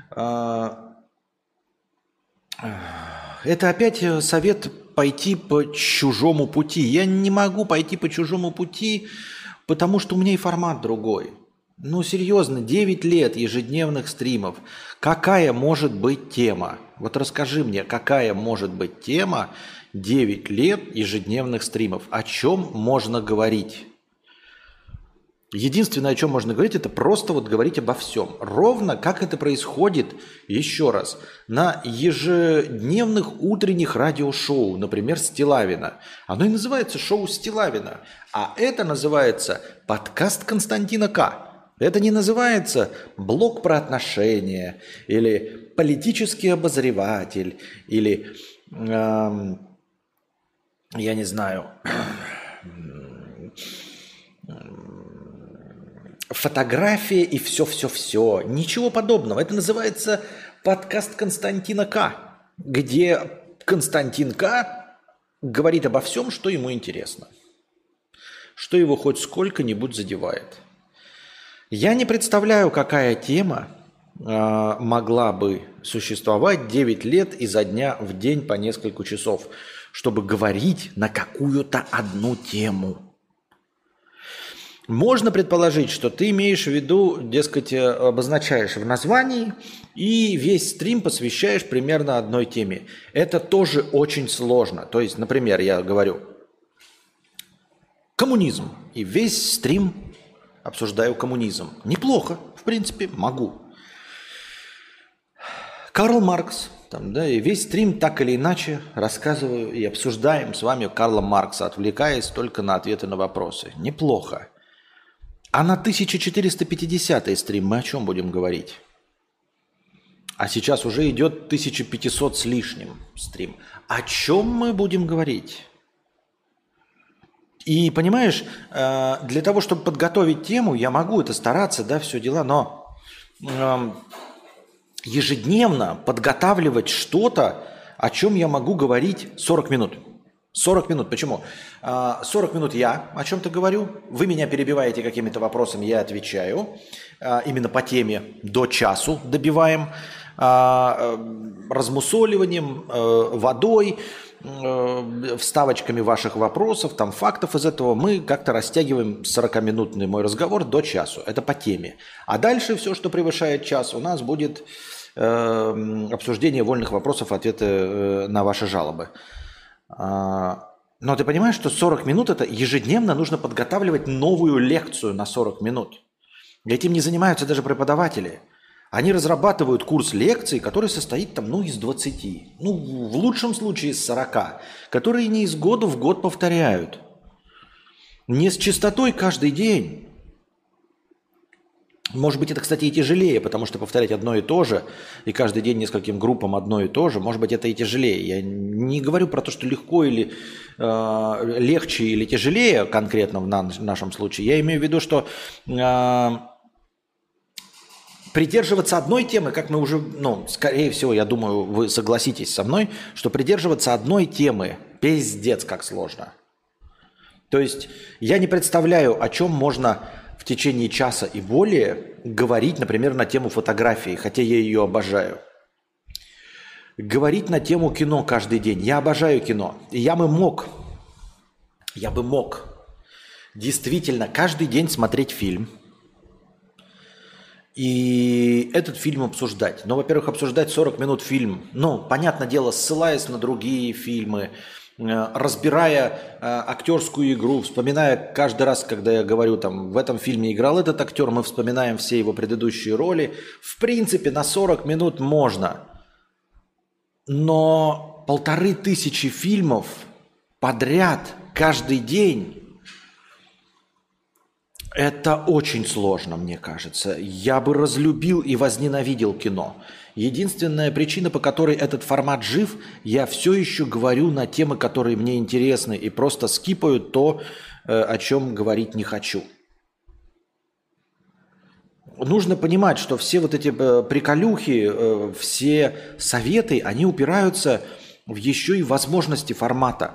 Это опять совет пойти по чужому пути. Я не могу пойти по чужому пути, потому что у меня и формат другой. Ну, серьезно, девять лет ежедневных стримов. Какая может быть тема? Вот расскажи мне, какая может быть тема девять лет ежедневных стримов? О чем можно говорить? Единственное, о чем можно говорить, это просто вот говорить обо всем. Ровно как это происходит, еще раз, на ежедневных утренних радиошоу, например, Стилавина. Оно и называется шоу Стилавина. А это называется подкаст Константина К. Это не называется блог про отношения, или политический обозреватель, или, эм, я не знаю... фотография и все-все-все. Ничего подобного. Это называется подкаст Константина К., где Константин К. говорит обо всем, что ему интересно. Что его хоть сколько-нибудь задевает. Я не представляю, какая тема э, могла бы существовать девять лет изо дня в день по несколько часов, чтобы говорить на какую-то одну тему. Можно предположить, что ты имеешь в виду, дескать, обозначаешь в названии и весь стрим посвящаешь примерно одной теме. Это тоже очень сложно. То есть, например, я говорю коммунизм, и весь стрим обсуждаю коммунизм. Неплохо, в принципе, могу. Карл Маркс, там, да, и весь стрим так или иначе рассказываю и обсуждаем с вами Карла Маркса, отвлекаясь только на ответы на вопросы. Неплохо. А на тысяча четыреста пятидесятый стрим мы о чем будем говорить? А сейчас уже идет тысяча пятьсот с лишним стрим. О чем мы будем говорить? И понимаешь, для того, чтобы подготовить тему, я могу это стараться, да, все дела, но ежедневно подготавливать что-то, о чем я могу говорить сорок минут. сорок минут. Почему? сорок минут я о чем-то говорю, вы меня перебиваете какими-то вопросами, я отвечаю. Именно по теме до часу добиваем. Размусоливанием, водой, вставочками ваших вопросов, там фактов из этого мы как-то растягиваем сорокаминутный мой разговор до часу. Это по теме. А дальше все, что превышает час, у нас будет э, обсуждение вольных вопросов, ответы э, на ваши жалобы. Но ты понимаешь, что сорок минут это ежедневно нужно подготавливать новую лекцию на сорок минут. Этим не занимаются даже преподаватели. Они разрабатывают курс лекций, который состоит там, ну, из двадцати, ну, в лучшем случае из сорока, которые не из года в год повторяют. Не с частотой каждый день. Может быть, это, кстати, и тяжелее, потому что повторять одно и то же, и каждый день нескольким группам одно и то же, может быть, это и тяжелее. Я не говорю про то, что легко или э, легче или тяжелее конкретно в нашем случае. Я имею в виду, что э, придерживаться одной темы, как мы уже, ну, скорее всего, я думаю, вы согласитесь со мной, что придерживаться одной темы пиздец как сложно. То есть я не представляю, о чем можно в течение часа и более говорить, например, на тему фотографии, хотя я ее обожаю. Говорить на тему кино каждый день. Я обожаю кино. И я бы мог, я бы мог действительно каждый день смотреть фильм и этот фильм обсуждать. Но, во-первых, обсуждать сорок минут фильм, ну, понятное дело, ссылаясь на другие фильмы, разбирая э, актерскую игру, вспоминая каждый раз, когда я говорю, там, в этом фильме играл этот актер, мы вспоминаем все его предыдущие роли. В принципе, на сорок минут можно. Но полторы тысячи фильмов подряд, каждый день, это очень сложно, мне кажется. Я бы разлюбил и возненавидел кино. Единственная причина, по которой этот формат жив, я все еще говорю на темы, которые мне интересны, и просто скипаю то, о чем говорить не хочу. Нужно понимать, что все вот эти приколюхи, все советы, они упираются в еще и возможности формата.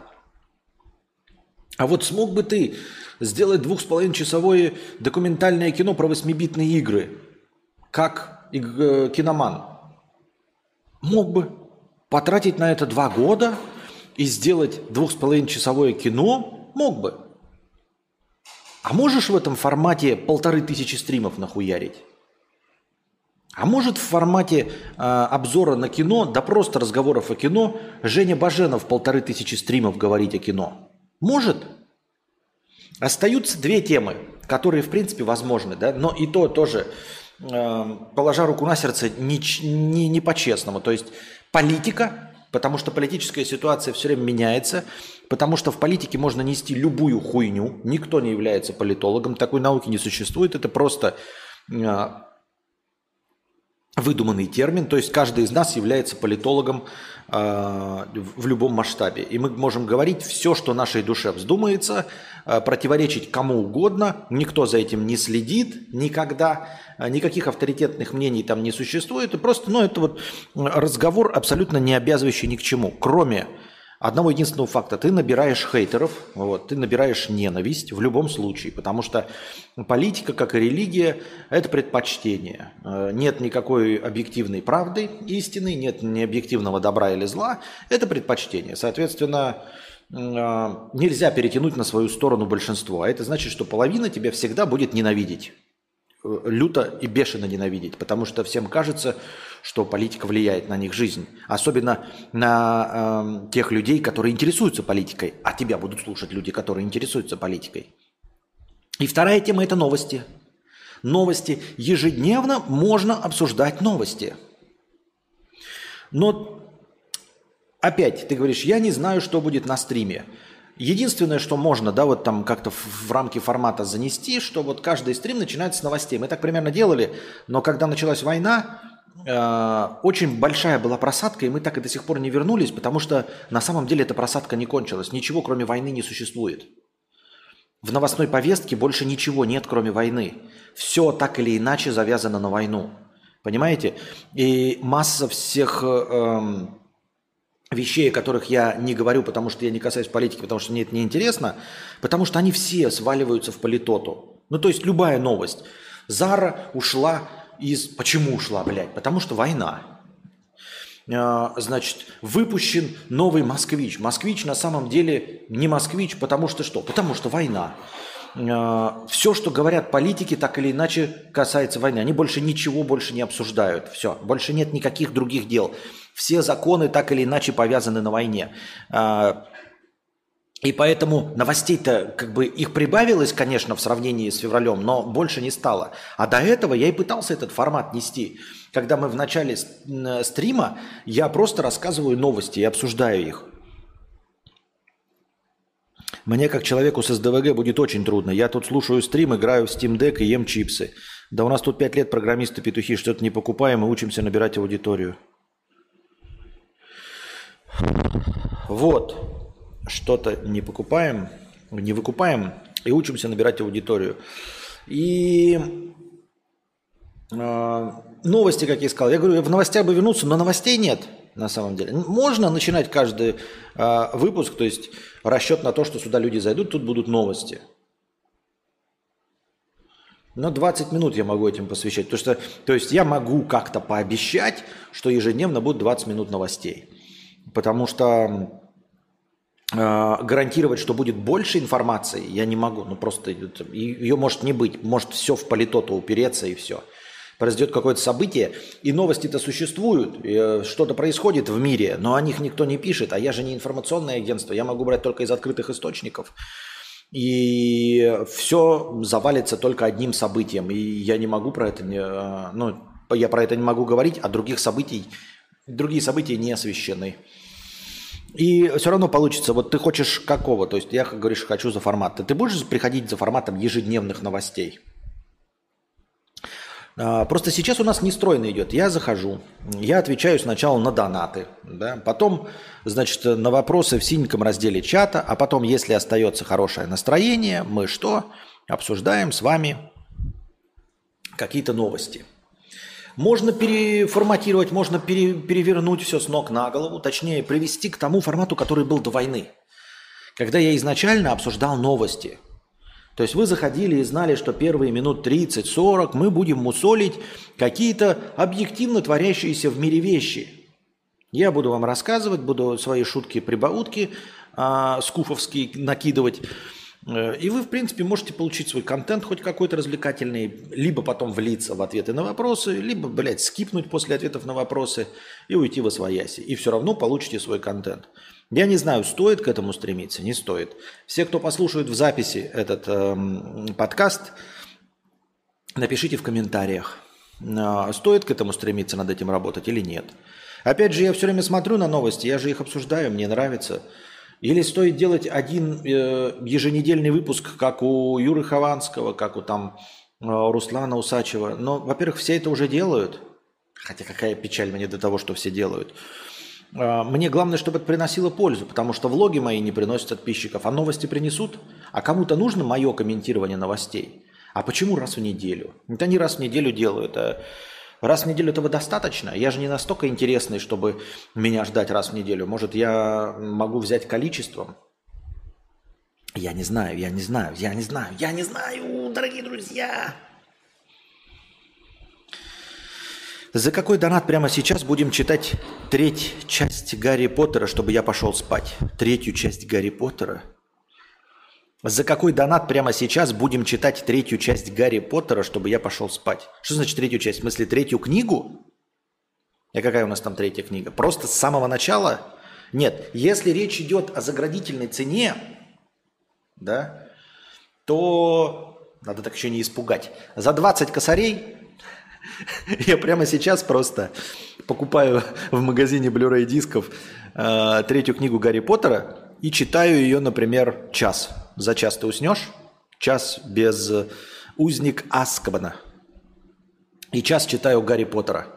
А вот смог бы ты сделать двух с половиной часовое документальное кино про восьмибитные игры, как киноман? Мог бы потратить на это два года и сделать двух с половиной часовое кино? Мог бы. А можешь в этом формате полторы тысячи стримов нахуярить? А может в формате э, обзора на кино, да просто разговоров о кино, Женя Баженов полторы тысячи стримов говорить о кино? Может. Остаются две темы, которые в принципе возможны, да, но и то тоже... положа руку на сердце, не, не, не по-честному. То есть политика, потому что политическая ситуация все время меняется, потому что в политике можно нести любую хуйню, никто не является политологом, такой науки не существует, это просто э, выдуманный термин, то есть каждый из нас является политологом э, в любом масштабе. И мы можем говорить все, что нашей душе вздумается, э, противоречить кому угодно, никто за этим не следит никогда, никаких авторитетных мнений там не существует. И просто, ну, это вот разговор абсолютно не обязывающий ни к чему. Кроме одного единственного факта. Ты набираешь хейтеров, вот, ты набираешь ненависть в любом случае. Потому что политика, как и религия, это предпочтение. Нет никакой объективной правды, истины, нет ни объективного добра или зла. Это предпочтение. Соответственно, нельзя перетянуть на свою сторону большинство. А это значит, что половина тебя всегда будет ненавидеть. Люто и бешено ненавидеть, потому что всем кажется, что политика влияет на них жизнь. Особенно на э, тех людей, которые интересуются политикой. А тебя будут слушать люди, которые интересуются политикой. И вторая тема – это новости. Новости. Ежедневно можно обсуждать новости. Но опять ты говоришь, я не знаю, что будет на стриме. Единственное, что можно, да, вот там как-то в, в рамки формата занести, что вот каждый стрим начинается с новостей. Мы так примерно делали, но когда началась война, э, очень большая была просадка, и мы так и до сих пор не вернулись, потому что на самом деле эта просадка не кончилась. Ничего, кроме войны, не существует. В новостной повестке больше ничего нет, кроме войны. Все так или иначе завязано на войну. Понимаете? И масса всех... Э, вещей, о которых я не говорю, потому что я не касаюсь политики, потому что мне это не интересно, потому что они все сваливаются в политоту. Ну, то есть любая новость. Зара ушла из... Почему ушла, блядь? Потому что война. Значит, выпущен новый «Москвич». «Москвич» на самом деле не «Москвич», потому что что? Потому что война. Все, что говорят политики, так или иначе касается войны. Они больше ничего больше не обсуждают. Все, больше нет никаких других дел. Все законы так или иначе повязаны на войне. И поэтому новостей-то как бы их прибавилось, конечно, в сравнении с февралем, но больше не стало. А до этого я и пытался этот формат нести. Когда мы в начале стрима, я просто рассказываю новости и обсуждаю их. Мне, как человеку с СДВГ, будет очень трудно. Я тут слушаю стрим, играю в Steam Deck и ем чипсы. Да у нас тут пять лет программисты-петухи, что-то не покупаем и учимся набирать аудиторию. Вот. Что-то не покупаем, не выкупаем и учимся набирать аудиторию. И э, новости, как я сказал. Я говорю, в новостях бы вернуться, но новостей нет на самом деле. Можно начинать каждый э, выпуск, то есть расчет на то, что сюда люди зайдут, тут будут новости. Но двадцать минут я могу этим посвящать. Потому что, то есть я могу как-то пообещать, что ежедневно будет двадцать минут новостей. Потому что э, гарантировать, что будет больше информации, я не могу. Ну просто ее может не быть. Может все в политоту упереться и все. Произойдет какое-то событие, и новости-то существуют, э, что-то происходит в мире, но о них никто не пишет. А я же не информационное агентство, я могу брать только из открытых источников. И все завалится только одним событием. И я не могу про это не, э, ну, я про это не могу говорить, а других событий, другие события не освещены. И все равно получится, вот ты хочешь какого, то есть я, как говоришь, хочу за формат. Ты будешь приходить за форматом ежедневных новостей? Просто сейчас у нас нестройно идет. Я захожу, я отвечаю сначала на донаты, да, потом, значит, на вопросы в синеньком разделе чата, а потом, если остается хорошее настроение, мы что? Обсуждаем с вами какие-то новости. Можно переформатировать, можно пере, перевернуть все с ног на голову, точнее, привести к тому формату, который был до войны, когда я изначально обсуждал новости. То есть вы заходили и знали, что первые минут тридцать-сорок мы будем мусолить какие-то объективно творящиеся в мире вещи. Я буду вам рассказывать, буду свои шутки-прибаутки а, скуфовские накидывать. И вы, в принципе, можете получить свой контент хоть какой-то развлекательный, либо потом влиться в ответы на вопросы, либо, блядь, скипнуть после ответов на вопросы и уйти во свояси. И все равно получите свой контент. Я не знаю, стоит к этому стремиться, не стоит. Все, кто послушает в записи этот эм, подкаст, напишите в комментариях, э, стоит к этому стремиться, над этим работать или нет. Опять же, я все время смотрю на новости, я же их обсуждаю, мне нравится. Или стоит делать один э, еженедельный выпуск, как у Юры Хованского, как у там э, Руслана Усачева. Но, во-первых, все это уже делают. Хотя какая печаль мне до того, что все делают. Э, мне главное, чтобы это приносило пользу, потому что влоги мои не приносят подписчиков, а новости принесут. А кому-то нужно мое комментирование новостей. А почему раз в неделю? Это они раз в неделю делают, а... Раз в неделю этого достаточно? Я же не настолько интересный, чтобы меня ждать раз в неделю. Может, я могу взять количеством? Я не знаю, я не знаю, я не знаю, я не знаю, дорогие друзья. За какой донат прямо сейчас будем читать третью часть Гарри Поттера, чтобы я пошел спать? Третью часть Гарри Поттера? За какой донат прямо сейчас будем читать третью часть Гарри Поттера, чтобы я пошел спать? Что значит третью часть? В смысле третью книгу? А какая у нас там третья книга? Просто с самого начала? Нет, если речь идет о заградительной цене, да, то надо так еще не испугать. За двадцать косарей я прямо сейчас просто покупаю в магазине Blu-ray дисков э, третью книгу Гарри Поттера и читаю ее, например, час. За час ты уснешь, час без узник Азкабана. И час читаю Гарри Поттера,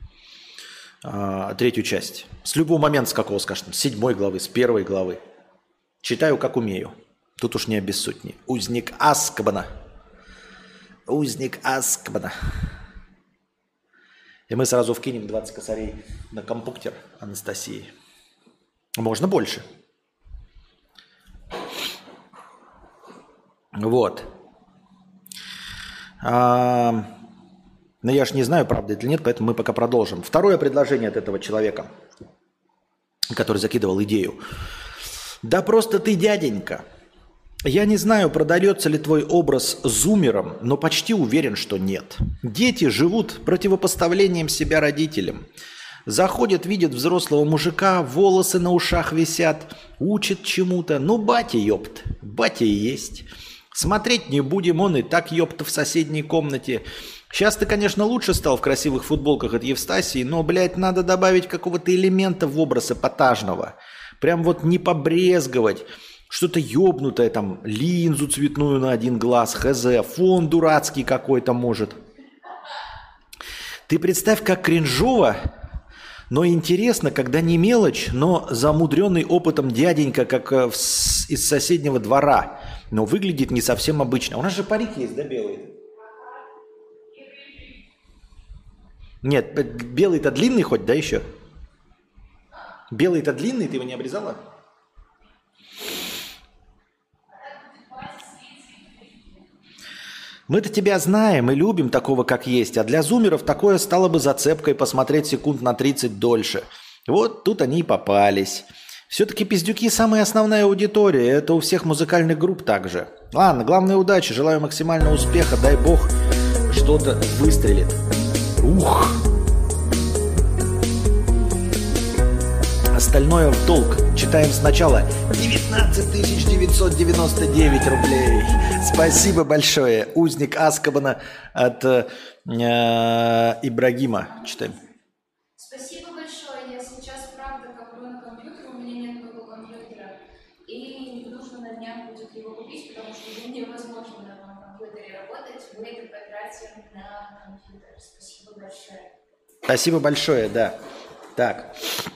э, третью часть. С любого момента, с какого, скажем, с седьмой главы, с первой главы. Читаю, как умею. Тут уж не обессудьте. Узник Азкабана. Узник Азкабана. И мы сразу вкинем двадцать косарей на компьютер Анастасии. Можно больше. Вот. А, но я ж не знаю, правда это или нет, поэтому мы пока продолжим. Второе предложение от этого человека, который закидывал идею. Да просто ты, дяденька. Я не знаю, продается ли твой образ зумером, но почти уверен, что нет. Дети живут противопоставлением себя родителям. Заходят, видят взрослого мужика, волосы на ушах висят, учат чему-то. Ну, батя, ёпт, батя и есть. Смотреть не будем, он и так, ёпта, в соседней комнате. Сейчас ты, конечно, лучше стал в красивых футболках от Евстасии, но, блядь, надо добавить какого-то элемента в образ эпатажного. Прям вот не побрезговать. Что-то ёбнутое, там, линзу цветную на один глаз, хз, фон дурацкий какой-то может. Ты представь, как кринжово, но интересно, когда не мелочь, но замудренный опытом дяденька, как э, в с- из соседнего двора, но выглядит не совсем обычно. У нас же парик есть, да, белый? Нет, п- белый-то длинный хоть, да, еще? Белый-то длинный, ты его не обрезала? Мы-то тебя знаем и любим такого, как есть, а для зумеров такое стало бы зацепкой посмотреть секунд на тридцать дольше. Вот тут они и попались. Все-таки пиздюки самая основная аудитория, это у всех музыкальных групп также. Ладно, главной удачи, желаю максимального успеха, дай бог что-то выстрелит. Ух! Остальное в долг. Читаем сначала. девятнадцать тысяч девятьсот девяносто девять рублей. Спасибо большое. Узник Аскабана от э, Ибрагима. Читаем. Спасибо большое. Я сейчас, правда, коплю на компьютер, у меня нет моего компьютера. И нужно на днях будет его купить, потому что уже невозможно на моем компьютере работать. Мы это потратим на компьютер. Спасибо большое. Спасибо большое, да. Так.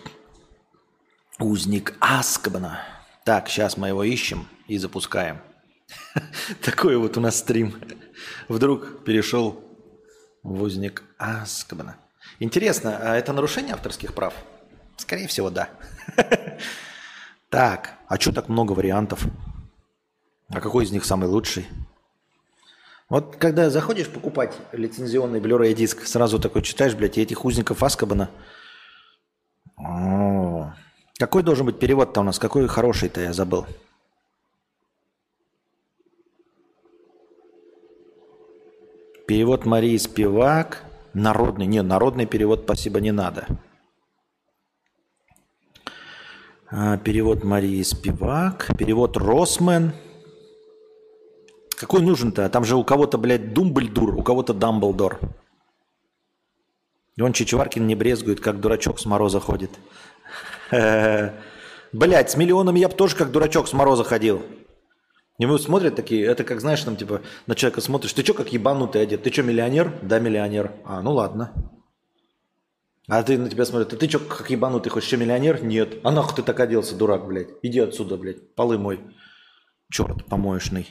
Узник Аскабана. Так, сейчас мы его ищем и запускаем. Такой вот у нас стрим. Вдруг перешел в узник Аскабана. Интересно, а это нарушение авторских прав? Скорее всего, да. Так, а что так много вариантов? А какой из них самый лучший? Вот когда заходишь покупать лицензионный Blu-ray диск, сразу такой читаешь, блядь, и этих узников Аскабана. О, какой должен быть перевод-то у нас? Какой хороший-то, я забыл. Перевод Марии Спивак. Народный. Не, народный перевод, спасибо, не надо. А, перевод Марии Спивак. Перевод Росмен. Какой нужен-то? Там же у кого-то, блядь, Думблдур, у кого-то Дамблдор. И он Чичваркин не брезгует, как дурачок с мороза ходит. Блядь, с миллионами я бы тоже как дурачок с мороза ходил. И вы смотрят такие, это как, знаешь, там типа на человека смотришь, ты что как ебанутый одет? Ты что, миллионер? Да, миллионер. А, ну ладно. А ты на тебя смотрят, а ты что как ебанутый, хочешь что, миллионер? Нет. А нахуй ты так оделся, дурак, блядь? Иди отсюда, блядь, полы мой. Черт помоечный.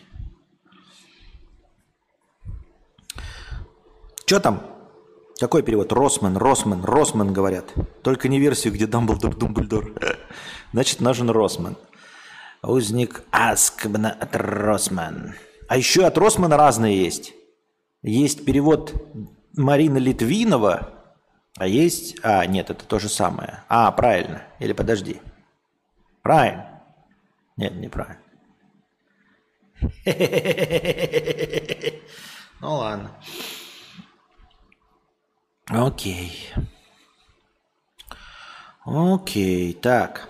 Что там? Какой перевод? Росмен, Росмен, Росмен говорят. Только не версию, где Дамблдор, Думблдор. Значит, нужен Росмен. Узник Аскабана от Росман. А еще от Росмана разные есть. Есть перевод Марины Литвинова, а есть... А, нет, это то же самое. А, правильно. Или подожди. Правильно. Нет, неправильно. Ну ладно. Окей. Окей, так.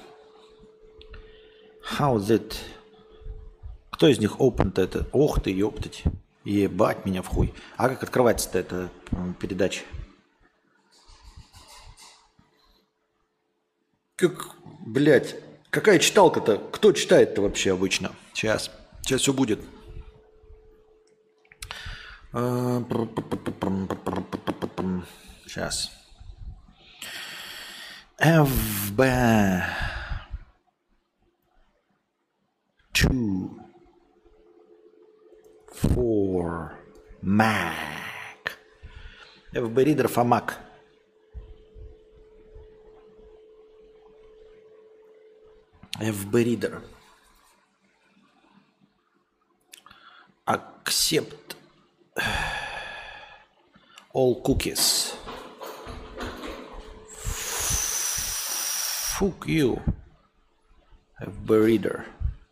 How is it? Кто из них open-то это? Ох ты, ёптать. Ебать меня в хуй. А как открывается-то эта передача? Как, блядь, какая читалка-то? Кто читает-то вообще обычно? Сейчас. Сейчас все будет. Сейчас. эф би two for Mac. эф би Reader for Mac. эф би Reader. Accept all cookies. Fuck you. эф би Reader.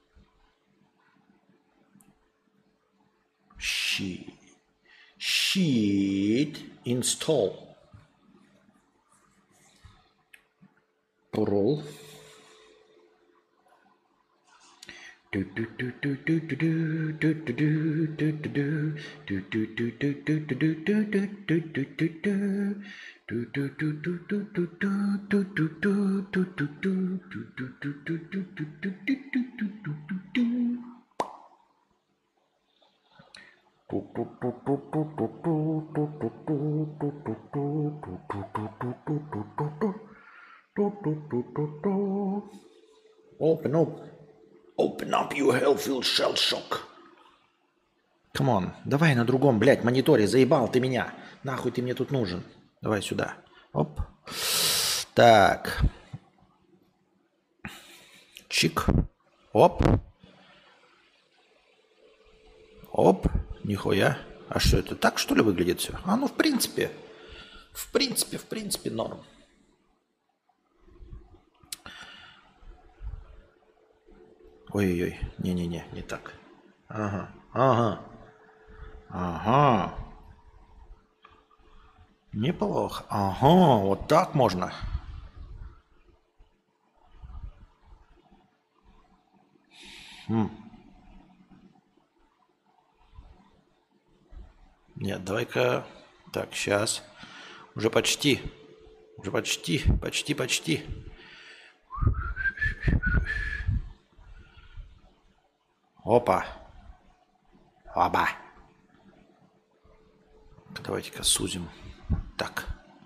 Sheet. Sheet install. Parole. Open up your hell-filled shell shock. Come on, давай на другом, блядь, мониторе. Заебал ты меня. Нахуй ты мне тут нужен. Давай сюда. Оп. Так. Чик. Оп. Оп. Нихуя. А что это? Так что ли выглядит все? А ну в принципе. В принципе, в принципе норм. Ой-ой-ой. Не-не-не, не так. Ага. Ага. Ага. Неплохо. Ага, вот так можно. Хм. Нет, давай-ка... Так, сейчас. Уже почти. Уже почти, почти, почти. Опа. Опа. Давайте-ка сузим. Так.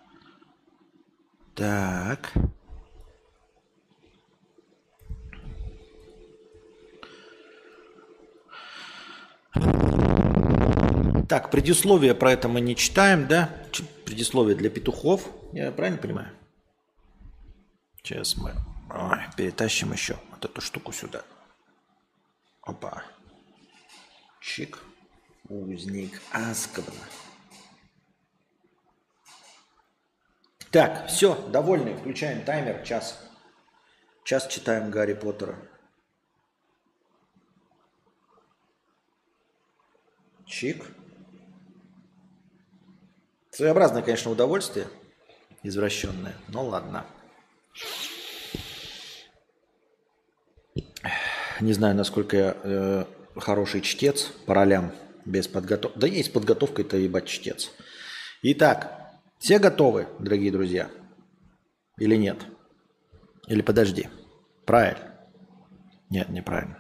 Так. Так, предисловие про это мы не читаем, да? Предисловие для петухов. Я правильно понимаю? Сейчас мы Ой, перетащим еще вот эту штуку сюда. Опа. Чик. Узник Азкабана. Так, все, довольны. Включаем таймер. Час. Час читаем Гарри Поттера. Чик. Своеобразное, конечно, удовольствие. Извращенное. Но ладно. Не знаю, насколько я э, хороший чтец по ролям без подготовки. Да есть подготовка, это ебать чтец. Итак, все готовы, дорогие друзья? Или нет? Или подожди. Правильно? Нет, неправильно.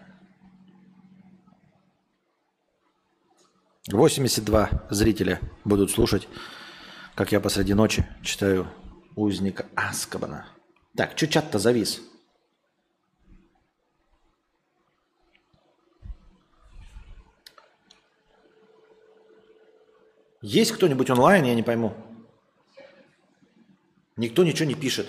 восемьдесят два зрителя будут слушать, как я посреди ночи читаю «Узника Азкабана». Так, что чат-то завис? Есть кто-нибудь онлайн? Я не пойму. Никто ничего не пишет.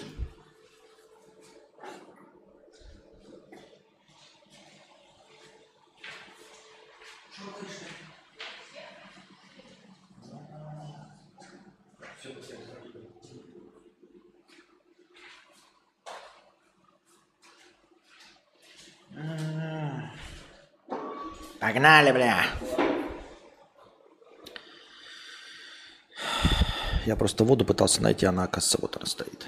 Погнали, бля. Я просто воду пытался найти, она, оказывается, вот она стоит.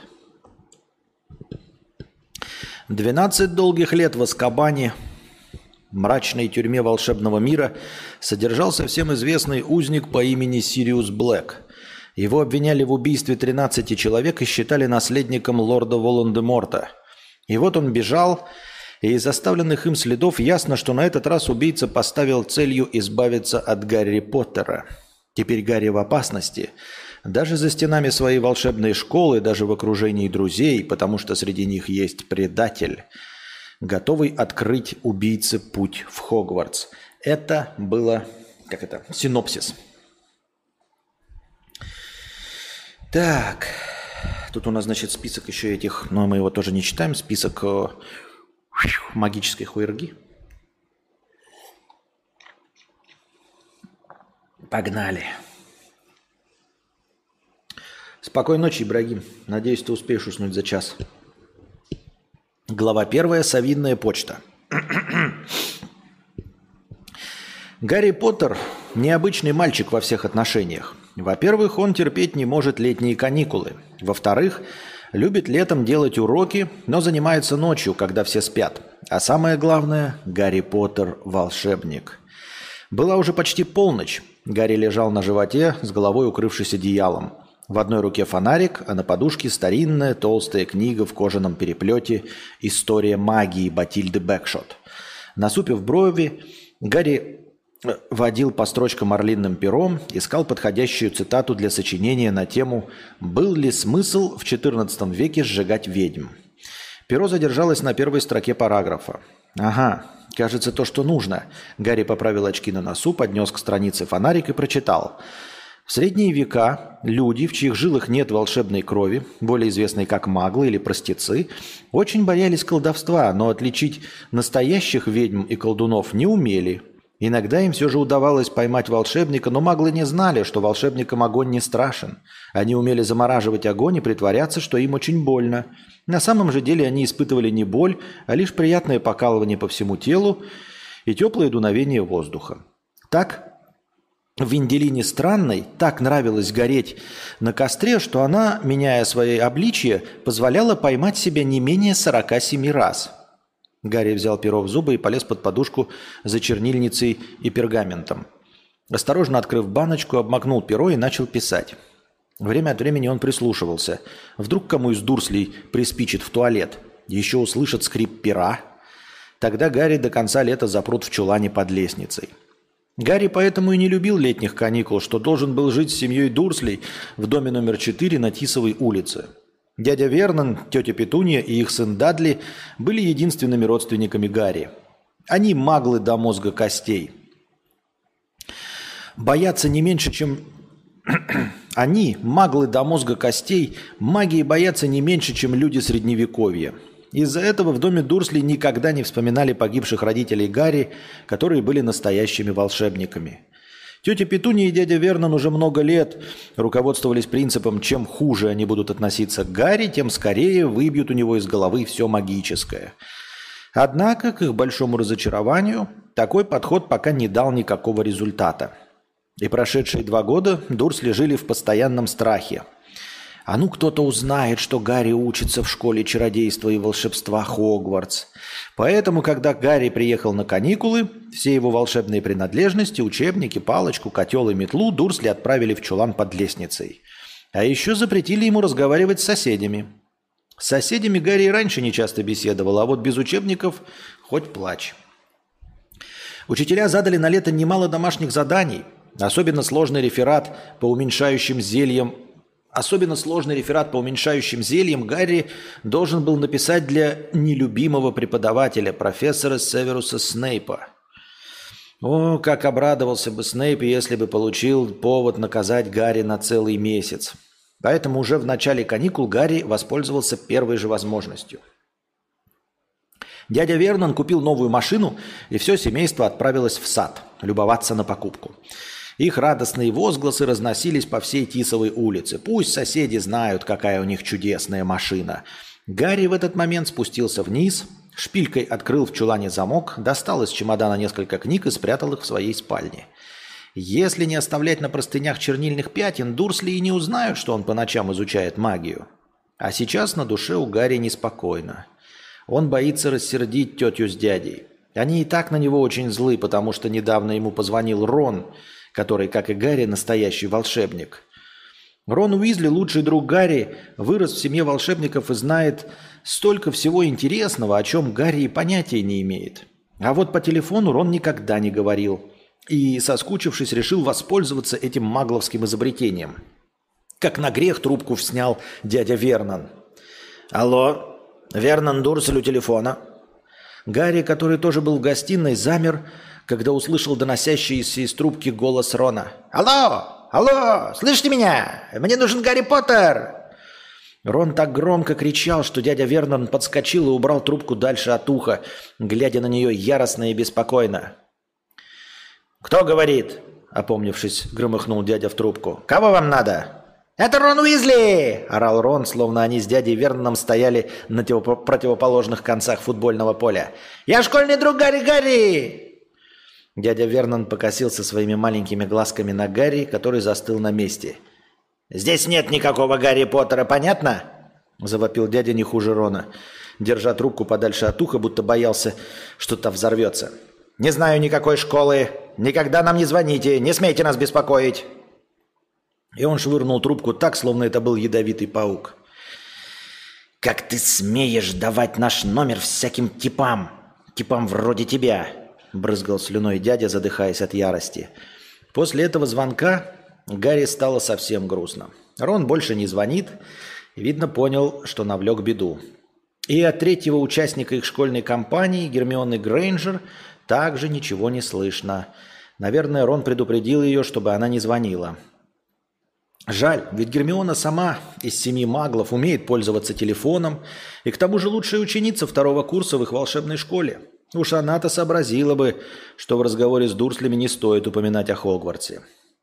двенадцать долгих лет в Азкабане, мрачной тюрьме волшебного мира, содержался всем известный узник по имени Сириус Блэк. Его обвиняли в убийстве тринадцати человек и считали наследником лорда Волан-де-Морта. И вот он бежал, и из оставленных им следов ясно, что на этот раз убийца поставил целью избавиться от Гарри Поттера. Теперь Гарри в опасности. Даже за стенами своей волшебной школы, даже в окружении друзей, потому что среди них есть предатель, готовый открыть убийце путь в Хогвартс. Это было, как это, синопсис. Так, тут у нас, значит, список еще этих, но мы его тоже не читаем, список э, магической хуерги. Погнали. Спокойной ночи, Ибрагим. Надеюсь, ты успеешь уснуть за час. Глава первая. Совинная почта. Гарри Поттер – необычный мальчик во всех отношениях. Во-первых, он терпеть не может летние каникулы. Во-вторых, любит летом делать уроки, но занимается ночью, когда все спят. А самое главное – Гарри Поттер – волшебник. Была уже почти полночь. Гарри лежал на животе, с головой укрывшись одеялом. В одной руке фонарик, а на подушке старинная толстая книга в кожаном переплете «История магии» Батильды Бэкшот. Насупив брови, Гарри водил по строчкам орлиным пером, искал подходящую цитату для сочинения на тему «Был ли смысл в четырнадцатом веке сжигать ведьм?». Перо задержалось на первой строке параграфа. Ага, Кажется, то, что нужно. Гарри поправил очки на носу, поднес к странице фонарик и прочитал. В средние века люди, в чьих жилах нет волшебной крови, более известные как маглы или простецы, очень боялись колдовства, но отличить настоящих ведьм и колдунов не умели. Иногда им все же удавалось поймать волшебника, но маглы не знали, что волшебникам огонь не страшен. Они умели замораживать огонь и притворяться, что им очень больно. На самом же деле они испытывали не боль, а лишь приятное покалывание по всему телу и теплое дуновение воздуха. Так, Венделине Странной так нравилось гореть на костре, что она, меняя свои обличья, позволяла поймать себя не менее сорока семи раз. Гарри взял перо в зубы и полез под подушку за чернильницей и пергаментом. Осторожно открыв баночку, обмакнул перо и начал писать. Время от времени он прислушивался. Вдруг кому из Дурслей приспичит в туалет. Еще услышат скрип пера. Тогда Гарри до конца лета запрут в чулане под лестницей. Гарри поэтому и не любил летних каникул, что должен был жить с семьей Дурслей в доме номер четыре на Тисовой улице. Дядя Вернон, тетя Петунья и их сын Дадли были единственными родственниками Гарри. Они маглы до мозга костей. Боятся не меньше, чем... Они, маглы до мозга костей, магии боятся не меньше, чем люди Средневековья. Из-за этого в доме Дурсли никогда не вспоминали погибших родителей Гарри, которые были настоящими волшебниками. Тетя Петунья и дядя Вернон уже много лет руководствовались принципом, чем хуже они будут относиться к Гарри, тем скорее выбьют у него из головы все магическое. Однако, к их большому разочарованию, такой подход пока не дал никакого результата. И прошедшие два года Дурсли жили в постоянном страхе. А ну кто-то узнает, что Гарри учится в школе чародейства и волшебства Хогвартс. Поэтому, когда Гарри приехал на каникулы, все его волшебные принадлежности, учебники, палочку, котел и метлу Дурсли отправили в чулан под лестницей. А еще запретили ему разговаривать с соседями. С соседями Гарри и раньше не часто беседовал, а вот без учебников хоть плачь. Учителя задали на лето немало домашних заданий, особенно сложный реферат по уменьшающим зельям Особенно сложный реферат по уменьшающим зельям Гарри должен был написать для нелюбимого преподавателя, профессора Северуса Снейпа. О, как обрадовался бы Снейп, если бы получил повод наказать Гарри на целый месяц. Поэтому уже в начале каникул Гарри воспользовался первой же возможностью. Дядя Вернон купил новую машину, и все семейство отправилось в сад любоваться на покупку. Их радостные возгласы разносились по всей Тисовой улице. Пусть соседи знают, какая у них чудесная машина. Гарри в этот момент спустился вниз, шпилькой открыл в чулане замок, достал из чемодана несколько книг и спрятал их в своей спальне. Если не оставлять на простынях чернильных пятен, Дурсли и не узнают, что он по ночам изучает магию. А сейчас на душе у Гарри неспокойно. Он боится рассердить тетю с дядей. Они и так на него очень злы, потому что недавно ему позвонил Рон, который, как и Гарри, настоящий волшебник. Рон Уизли, лучший друг Гарри, вырос в семье волшебников и знает столько всего интересного, о чем Гарри и понятия не имеет. А вот по телефону Рон никогда не говорил. И, соскучившись, решил воспользоваться этим магловским изобретением. Как на грех трубку снял дядя Вернон. «Алло, Вернон Дурсль у телефона». Гарри, который тоже был в гостиной, замер, когда услышал доносящийся из трубки голос Рона. «Алло! Алло! Слышите меня? Мне нужен Гарри Поттер!» Рон так громко кричал, что дядя Вернон подскочил и убрал трубку дальше от уха, глядя на нее яростно и беспокойно. «Кто говорит?» – опомнившись, громыхнул дядя в трубку. «Кого вам надо?» «Это Рон Уизли!» – орал Рон, словно они с дядей Верноном стояли на противоположных концах футбольного поля. «Я школьный друг Гарри Гарри!» Дядя Вернон покосился своими маленькими глазками на Гарри, который застыл на месте. «Здесь нет никакого Гарри Поттера, понятно?» – завопил дядя не хуже Рона, держа трубку подальше от уха, будто боялся, что та взорвется. «Не знаю никакой школы. Никогда нам не звоните. Не смейте нас беспокоить». И он швырнул трубку так, словно это был ядовитый паук. «Как ты смеешь давать наш номер всяким типам? Типам вроде тебя?» Брызгал слюной дядя, задыхаясь от ярости. После этого звонка Гарри стало совсем грустно. Рон больше не звонит, и, видно, понял, что навлек беду. И от третьего участника их школьной компании, Гермионы Грейнджер, также ничего не слышно. Наверное, Рон предупредил ее, чтобы она не звонила. Жаль, ведь Гермиона сама из семи маглов умеет пользоваться телефоном и к тому же лучшая ученица второго курса в их волшебной школе. Уж она-то сообразила бы, что в разговоре с Дурслями не стоит упоминать о Хогвартсе.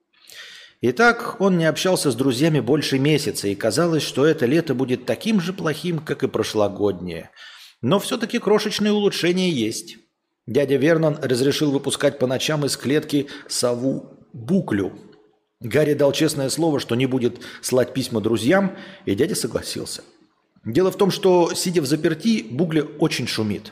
Итак, он не общался с друзьями больше месяца, и казалось, что это лето будет таким же плохим, как и прошлогоднее. Но все-таки крошечные улучшения есть. Дядя Вернон разрешил выпускать по ночам из клетки сову Буклю. Гарри дал честное слово, что не будет слать письма друзьям, и дядя согласился. Дело в том, что, сидя в заперти, Букля очень шумит.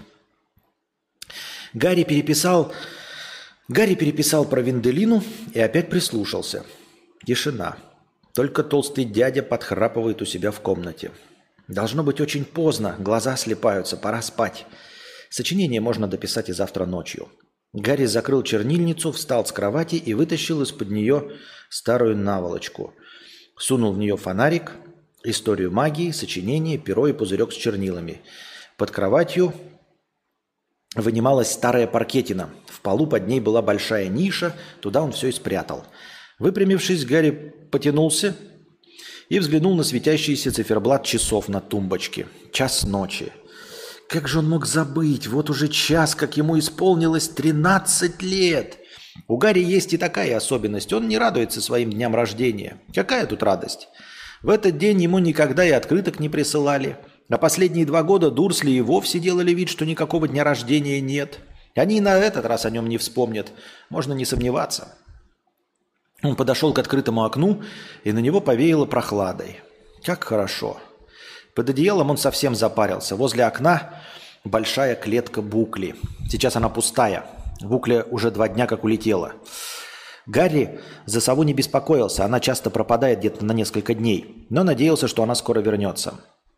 Гарри переписал, Гарри переписал про Венделину и опять прислушался. Тишина. Только толстый дядя подхрапывает у себя в комнате. Должно быть очень поздно, глаза слипаются, пора спать. Сочинение можно дописать и завтра ночью. Гарри закрыл чернильницу, встал с кровати и вытащил из-под нее старую наволочку. Сунул в нее фонарик, историю магии, сочинение, перо и пузырек с чернилами. Под кроватью вынималась старая паркетина. В полу под ней была большая ниша, туда он все и спрятал. Выпрямившись, Гарри потянулся и взглянул на светящийся циферблат часов на тумбочке. Час ночи. Как же он мог забыть? Вот уже час, как ему исполнилось тринадцать лет. У Гарри есть и такая особенность. Он не радуется своим дням рождения. Какая тут радость? В этот день ему никогда и открыток не присылали. А последние два года Дурсли и вовсе делали вид, что никакого дня рождения нет. Они и на этот раз о нем не вспомнят. Можно не сомневаться. Он подошел к открытому окну, и на него повеяло прохладой. Как хорошо. Под одеялом он совсем запарился. Возле окна большая клетка Букли. Сейчас она пустая. Букля уже два дня как улетела. Гарри за сову не беспокоился. Она часто пропадает где-то на несколько дней. Но надеялся, что она скоро вернется.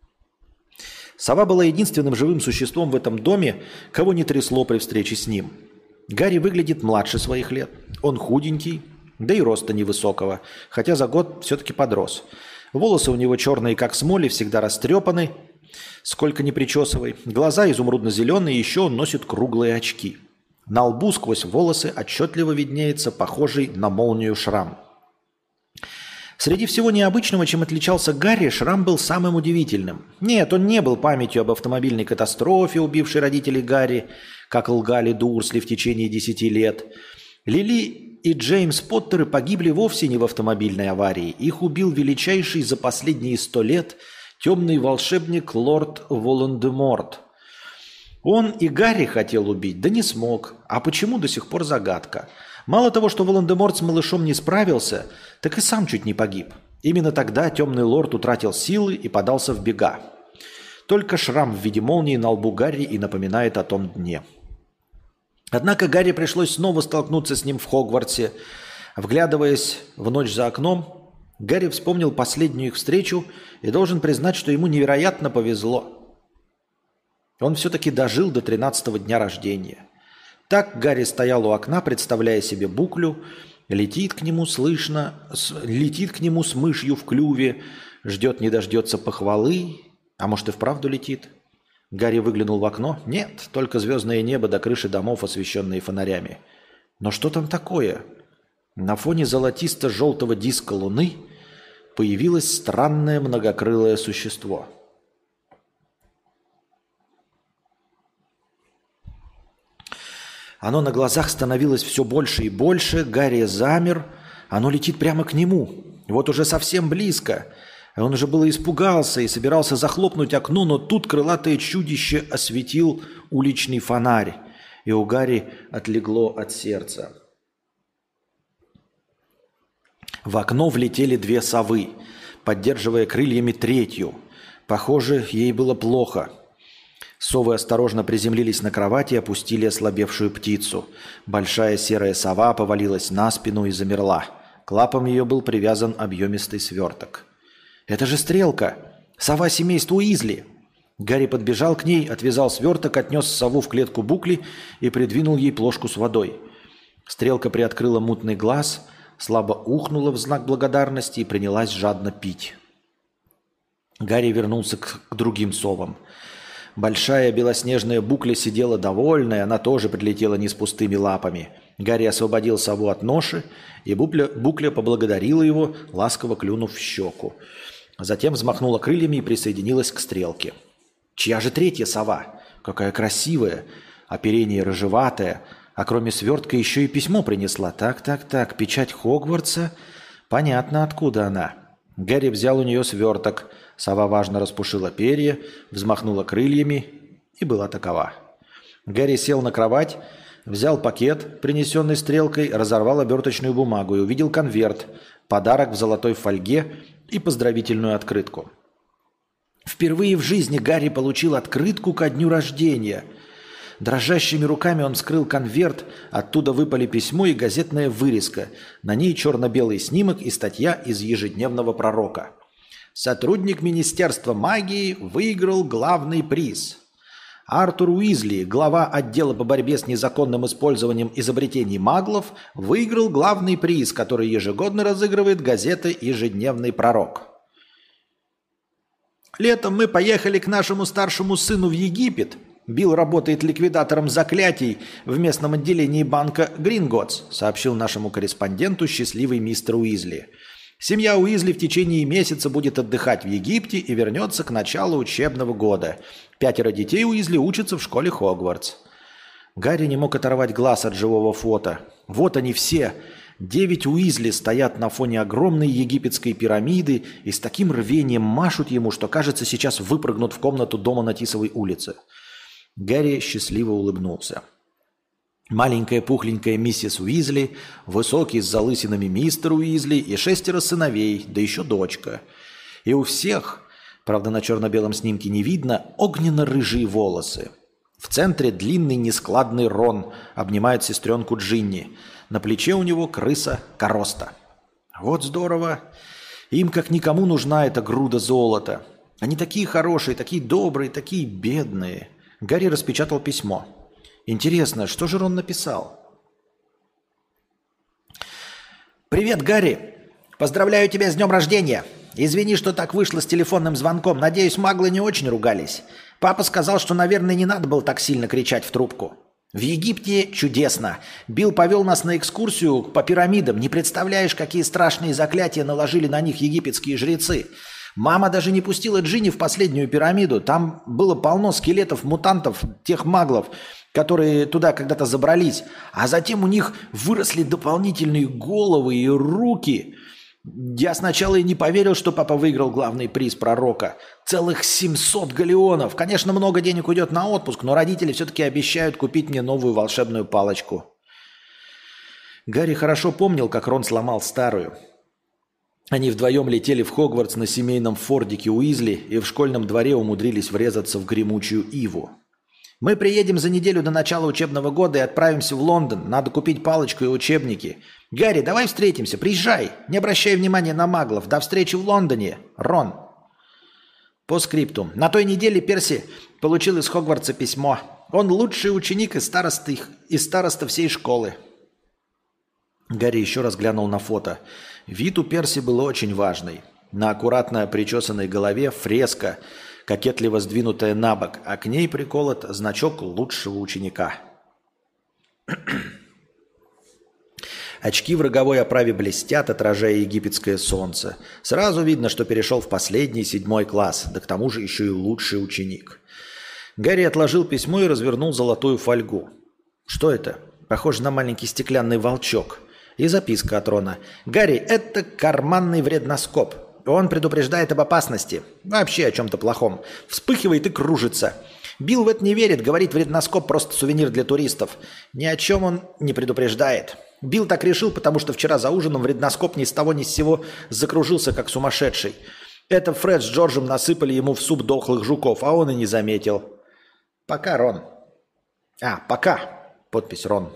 Сова была единственным живым существом в этом доме, кого не трясло при встрече с ним. Гарри выглядит младше своих лет. Он худенький, да и роста невысокого, хотя за год все-таки подрос. Волосы у него черные, как смоль, всегда растрепаны, сколько ни причесывай. Глаза изумрудно-зеленые, еще он носит круглые очки. На лбу сквозь волосы отчетливо виднеется похожий на молнию шрам. Среди всего необычного, чем отличался Гарри, шрам был самым удивительным. Нет, он не был памятью об автомобильной катастрофе, убившей родителей Гарри, как лгали Дурсли в течение десяти лет. Лили и Джеймс Поттеры погибли вовсе не в автомобильной аварии. Их убил величайший за последние сто лет темный волшебник лорд Волан-де-Морт. Он и Гарри хотел убить, да не смог. А почему, до сих пор загадка. Мало того, что Волан-де-Морт с малышом не справился, так и сам чуть не погиб. Именно тогда темный лорд утратил силы и подался в бега. Только шрам в виде молнии на лбу Гарри и напоминает о том дне. Однако Гарри пришлось снова столкнуться с ним в Хогвартсе. Вглядываясь в ночь за окном, Гарри вспомнил последнюю их встречу и должен признать, что ему невероятно повезло. Он все-таки дожил до тринадцатого дня рождения. Так Гарри стоял у окна, представляя себе Буклю, летит к нему слышно, с, летит к нему с мышью в клюве, ждет не дождется похвалы, а может и вправду летит. Гарри выглянул в окно. Нет, только звездное небо до крыши домов, освещенные фонарями. Но что там такое? На фоне золотисто-желтого диска луны появилось странное многокрылое существо. Оно на глазах становилось все больше и больше. Гарри замер. Оно летит прямо к нему. Вот уже совсем близко. Он уже было испугался и собирался захлопнуть окно, но тут крылатое чудище осветил уличный фонарь, и у Гарри отлегло от сердца. В окно влетели две совы, поддерживая крыльями третью. Похоже, ей было плохо. Совы осторожно приземлились на кровать и опустили ослабевшую птицу. Большая серая сова повалилась на спину и замерла. К лапам ее был привязан объемистый сверток. «Это же Стрелка! Сова семейства Уизли!» Гарри подбежал к ней, отвязал сверток, отнес сову в клетку Букли и придвинул ей плошку с водой. Стрелка приоткрыла мутный глаз, слабо ухнула в знак благодарности и принялась жадно пить. Гарри вернулся к, к другим совам. Большая белоснежная Букля сидела довольная, она тоже прилетела не с пустыми лапами. Гарри освободил сову от ноши, и Букля, Букля поблагодарила его, ласково клюнув в щеку. Затем взмахнула крыльями и присоединилась к стрелке. Чья же третья сова? Какая красивая, оперение рыжеватое, а кроме свертка еще и письмо принесла. Так-так-так, печать Хогвартса. Понятно, откуда она. Гарри взял у нее сверток. Сова важно распушила перья, взмахнула крыльями и была такова. Гарри сел на кровать, взял пакет, принесенный стрелкой, разорвал оберточную бумагу и увидел конверт, подарок в золотой фольге и поздравительную открытку. Впервые в жизни Гарри получил открытку ко дню рождения. Дрожащими руками он вскрыл конверт, оттуда выпали письмо и газетная вырезка. На ней черно-белый снимок и статья из ежедневного пророка. Сотрудник Министерства магии выиграл главный приз. Артур Уизли, глава отдела по борьбе с незаконным использованием изобретений маглов, выиграл главный приз, который ежегодно разыгрывает газета «Ежедневный пророк». Летом мы поехали к нашему старшему сыну в Египет. Билл работает ликвидатором заклятий в местном отделении банка Гринготс, сообщил нашему корреспонденту счастливый мистер Уизли. Семья Уизли в течение месяца будет отдыхать в Египте и вернется к началу учебного года. Пятеро детей Уизли учатся в школе Хогвартс. Гарри не мог оторвать глаз от живого фото. Вот они все. Девять Уизли стоят на фоне огромной египетской пирамиды и с таким рвением машут ему, что, кажется, сейчас выпрыгнут в комнату дома на Тисовой улице. Гарри счастливо улыбнулся. Маленькая пухленькая миссис Уизли, высокий с залысинами мистер Уизли и шестеро сыновей, да еще дочка. И у всех, правда на черно-белом снимке не видно, огненно-рыжие волосы. В центре длинный нескладный Рон обнимает сестренку Джинни. На плече у него крыса Короста. Вот здорово. Им как никому нужна эта груда золота. Они такие хорошие, такие добрые, такие бедные. Гарри распечатал письмо. Интересно, что же Рон написал? «Привет, Гарри! Поздравляю тебя с днем рождения! Извини, что так вышло с телефонным звонком. Надеюсь, маглы не очень ругались. Папа сказал, что, наверное, не надо было так сильно кричать в трубку. В Египте чудесно. Билл повел нас на экскурсию по пирамидам. Не представляешь, какие страшные заклятия наложили на них египетские жрецы. Мама даже не пустила Джинни в последнюю пирамиду. Там было полно скелетов, мутантов, тех маглов, которые туда когда-то забрались. А затем у них выросли дополнительные головы и руки. Я сначала и не поверил, что папа выиграл главный приз пророка. Целых семьсот галеонов. Конечно, много денег уйдет на отпуск, но родители все-таки обещают купить мне новую волшебную палочку». Гарри хорошо помнил, как Рон сломал старую. Они вдвоем летели в Хогвартс на семейном фордике Уизли и в школьном дворе умудрились врезаться в гремучую иву. «Мы приедем за неделю до начала учебного года и отправимся в Лондон. Надо купить палочку и учебники. Гарри, давай встретимся, приезжай. Не обращай внимания на маглов. До встречи в Лондоне. Рон». По скрипту. На той неделе Перси получил из Хогвартса письмо. Он лучший ученик из староста, из староста всей школы. Гарри еще раз глянул на фото. Вид у Перси был очень важный. На аккуратно причесанной голове фреска, кокетливо сдвинутая на бок, а к ней приколот значок лучшего ученика. Очки в роговой оправе блестят, отражая египетское солнце. Сразу видно, что перешел в последний седьмой класс, да к тому же еще и лучший ученик. Гарри отложил письмо и развернул золотую фольгу. Что это? Похоже на маленький стеклянный волчок. И записка от Рона. «Гарри, это карманный вредноскоп. Он предупреждает об опасности. Вообще о чем-то плохом. Вспыхивает и кружится. Билл в это не верит, говорит, вредноскоп просто сувенир для туристов. Ни о чем он не предупреждает. Билл так решил, потому что вчера за ужином вредноскоп ни с того ни с сего закружился, как сумасшедший. Это Фред с Джорджем насыпали ему в суп дохлых жуков, а он и не заметил. Пока, Рон». А, пока. Подпись Рон.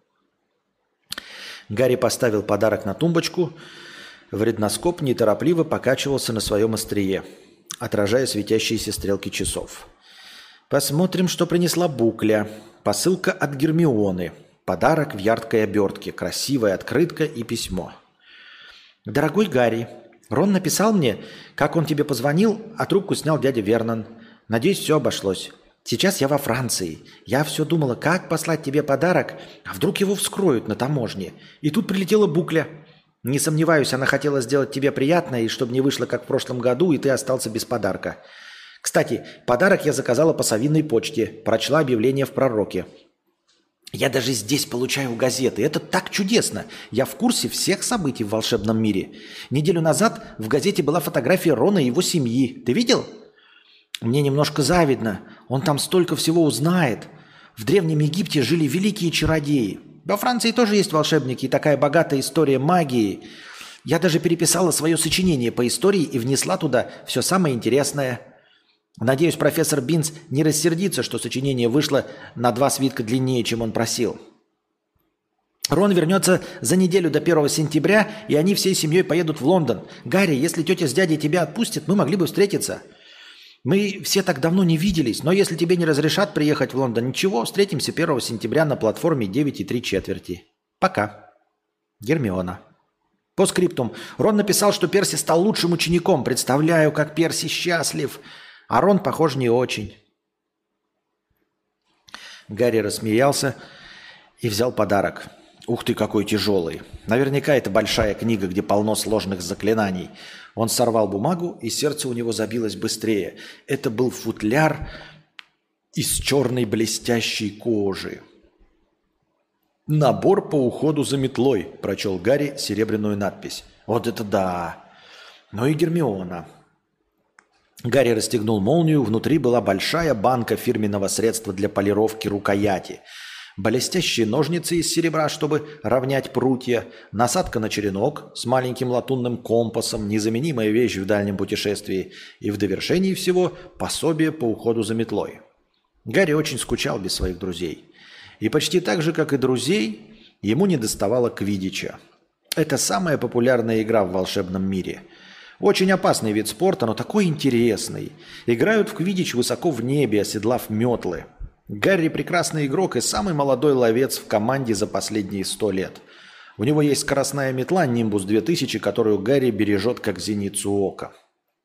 Гарри поставил подарок на тумбочку. Вредноскоп неторопливо покачивался на своем острие, отражая светящиеся стрелки часов. Посмотрим, что принесла Букля. Посылка от Гермионы. Подарок в яркой обертке, красивая открытка и письмо. «Дорогой Гарри, Рон написал мне, как он тебе позвонил, а трубку снял дядя Вернон. Надеюсь, все обошлось. Сейчас я во Франции. Я все думала, как послать тебе подарок, а вдруг его вскроют на таможне. И тут прилетела Букля. Не сомневаюсь, она хотела сделать тебе приятное, и чтобы не вышло, как в прошлом году, и ты остался без подарка. Кстати, подарок я заказала по совиной почте. Прочла объявление в пророке. Я даже здесь получаю газеты. Это так чудесно. Я в курсе всех событий в волшебном мире. Неделю назад в газете была фотография Рона и его семьи. Ты видел? Мне немножко завидно. Он там столько всего узнает. В Древнем Египте жили великие чародеи. Во Франции тоже есть волшебники и такая богатая история магии. Я даже переписала свое сочинение по истории и внесла туда все самое интересное. Надеюсь, профессор Бинс не рассердится, что сочинение вышло на два свитка длиннее, чем он просил. Рон вернется за неделю до первого сентября, и они всей семьей поедут в Лондон. Гарри, если тетя с дядей тебя отпустят, мы могли бы встретиться. Мы все так давно не виделись, но если тебе не разрешат приехать в Лондон, ничего, встретимся первого сентября на платформе девять и три четверти. Пока. Гермиона. По скриптум. Рон написал, что Перси стал лучшим учеником. Представляю, как Перси счастлив. А Рон, похоже, не очень. Гарри рассмеялся и взял подарок. Ух ты, какой тяжелый. Наверняка это большая книга, где полно сложных заклинаний. Он сорвал бумагу, и сердце у него забилось быстрее. Это был футляр из черной блестящей кожи. «Набор по уходу за метлой», – прочел Гарри серебряную надпись. Вот это да! Ну и Гермиона. Гарри расстегнул молнию, внутри была большая банка фирменного средства для полировки рукояти. Блестящие ножницы из серебра, чтобы равнять прутья, насадка на черенок с маленьким латунным компасом, незаменимая вещь в дальнем путешествии, и в довершении всего пособие по уходу за метлой. Гарри очень скучал без своих друзей. И почти так же, как и друзей, ему недоставало квиддича. Это самая популярная игра в волшебном мире. Очень опасный вид спорта, но такой интересный. Играют в квиддич высоко в небе, оседлав метлы. Гарри прекрасный игрок и самый молодой ловец в команде за последние сто лет. У него есть скоростная метла Нимбус две тысячи, которую Гарри бережет как зеницу ока.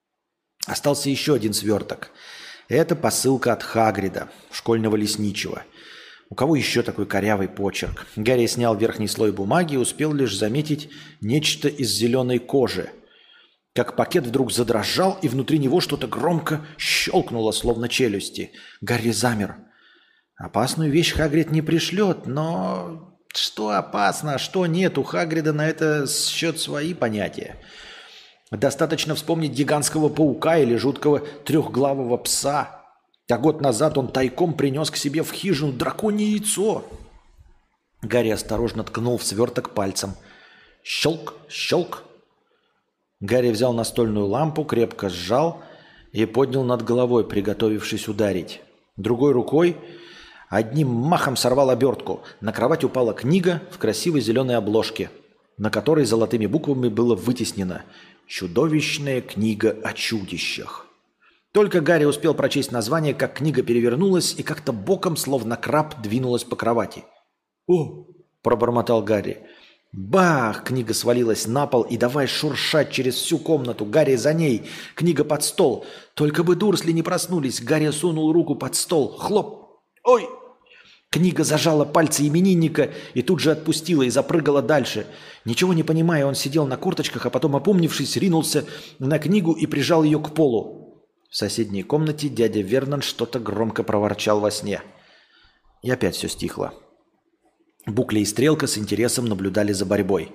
Остался еще один сверток. Это посылка от Хагрида, школьного лесничего. У кого еще такой корявый почерк? Гарри снял верхний слой бумаги и успел лишь заметить нечто из зеленой кожи. Как пакет вдруг задрожал, и внутри него что-то громко щелкнуло, словно челюсти. Гарри замер. Опасную вещь Хагрид не пришлет, но что опасно, а что нет, у Хагрида на это счет свои понятия. Достаточно вспомнить гигантского паука или жуткого трехглавого пса. А год назад он тайком принес к себе в хижину драконье яйцо. Гарри осторожно ткнул в сверток пальцем. Щелк, щелк. Гарри взял настольную лампу, крепко сжал и поднял над головой, приготовившись ударить. Другой рукой одним махом сорвал обертку. На кровать упала книга в красивой зеленой обложке, на которой золотыми буквами было вытеснено «Чудовищная книга о чудищах». Только Гарри успел прочесть название, как книга перевернулась и как-то боком, словно краб, двинулась по кровати. «О!» – пробормотал Гарри. Бах! Книга свалилась на пол и давай шуршать через всю комнату. Гарри за ней. Книга под стол. Только бы Дурсли не проснулись. Гарри сунул руку под стол. Хлоп! Ой! Книга зажала пальцы именинника и тут же отпустила и запрыгала дальше. Ничего не понимая, он сидел на корточках, а потом, опомнившись, ринулся на книгу и прижал ее к полу. В соседней комнате дядя Вернон что-то громко проворчал во сне. И опять все стихло. Букля и Стрелка с интересом наблюдали за борьбой.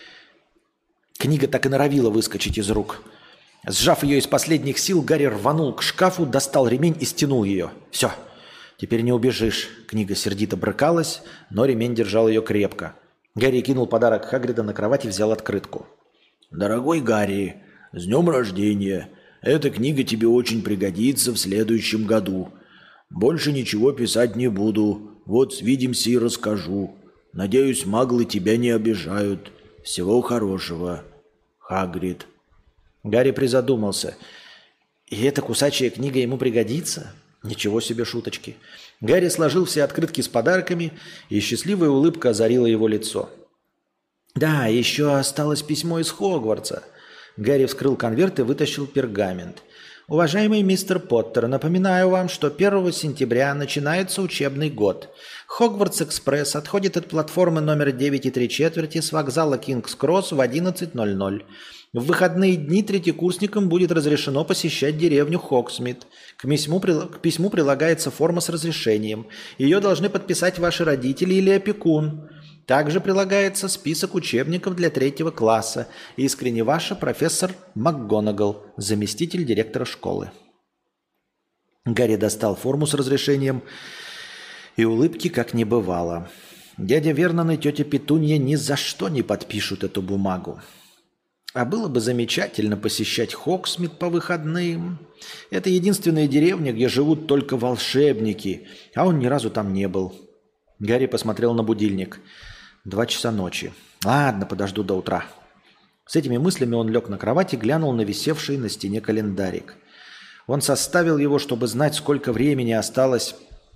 Книга так и норовила выскочить из рук. Сжав ее из последних сил, Гарри рванул к шкафу, достал ремень и стянул ее. «Все, теперь не убежишь». Книга сердито брыкалась, но ремень держал ее крепко. Гарри кинул подарок Хагрида на кровать и взял открытку. «Дорогой Гарри, с днем рождения! Эта книга тебе очень пригодится в следующем году. Больше ничего писать не буду. Вот свидимся и расскажу. Надеюсь, маглы тебя не обижают. Всего хорошего. Хагрид». Гарри призадумался. И эта кусачая книга ему пригодится? Ничего себе шуточки. Гарри сложил все открытки с подарками, и счастливая улыбка озарила его лицо. Да, еще осталось письмо из Хогвартса. Гарри вскрыл конверт и вытащил пергамент. Уважаемый мистер Поттер, напоминаю вам, что первого сентября начинается учебный год. Хогвартс-экспресс отходит от платформы номер девять и три четверти с вокзала Кингс-Кросс в одиннадцать ноль ноль. В выходные дни третьекурсникам будет разрешено посещать деревню Хогсмит. К письму, к письму прилагается форма с разрешением. Ее должны подписать ваши родители или опекун. Также прилагается список учебников для третьего класса. Искренне ваша профессор МакГонагал, заместитель директора школы. Гарри достал форму с разрешением, и улыбки как не бывало. Дядя Вернон и тетя Петунья ни за что не подпишут эту бумагу. А было бы замечательно посещать Хогсмит по выходным. Это единственная деревня, где живут только волшебники, а он ни разу там не был. Гарри посмотрел на будильник. Два часа ночи. Ладно, подожду до утра. С этими мыслями он лег на кровать и глянул на висевший на стене календарик. Он составил его, чтобы знать, сколько времени осталось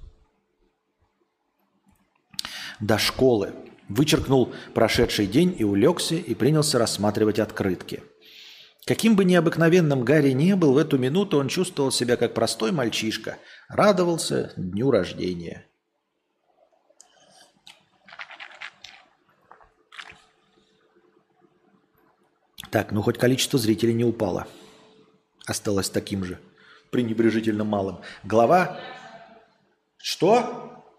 до школы. Вычеркнул прошедший день и улегся, и принялся рассматривать открытки. Каким бы необыкновенным Гарри не был, в эту минуту он чувствовал себя как простой мальчишка. Радовался дню рождения. Так, ну хоть количество зрителей не упало. Осталось таким же, пренебрежительно малым. Глава... Что?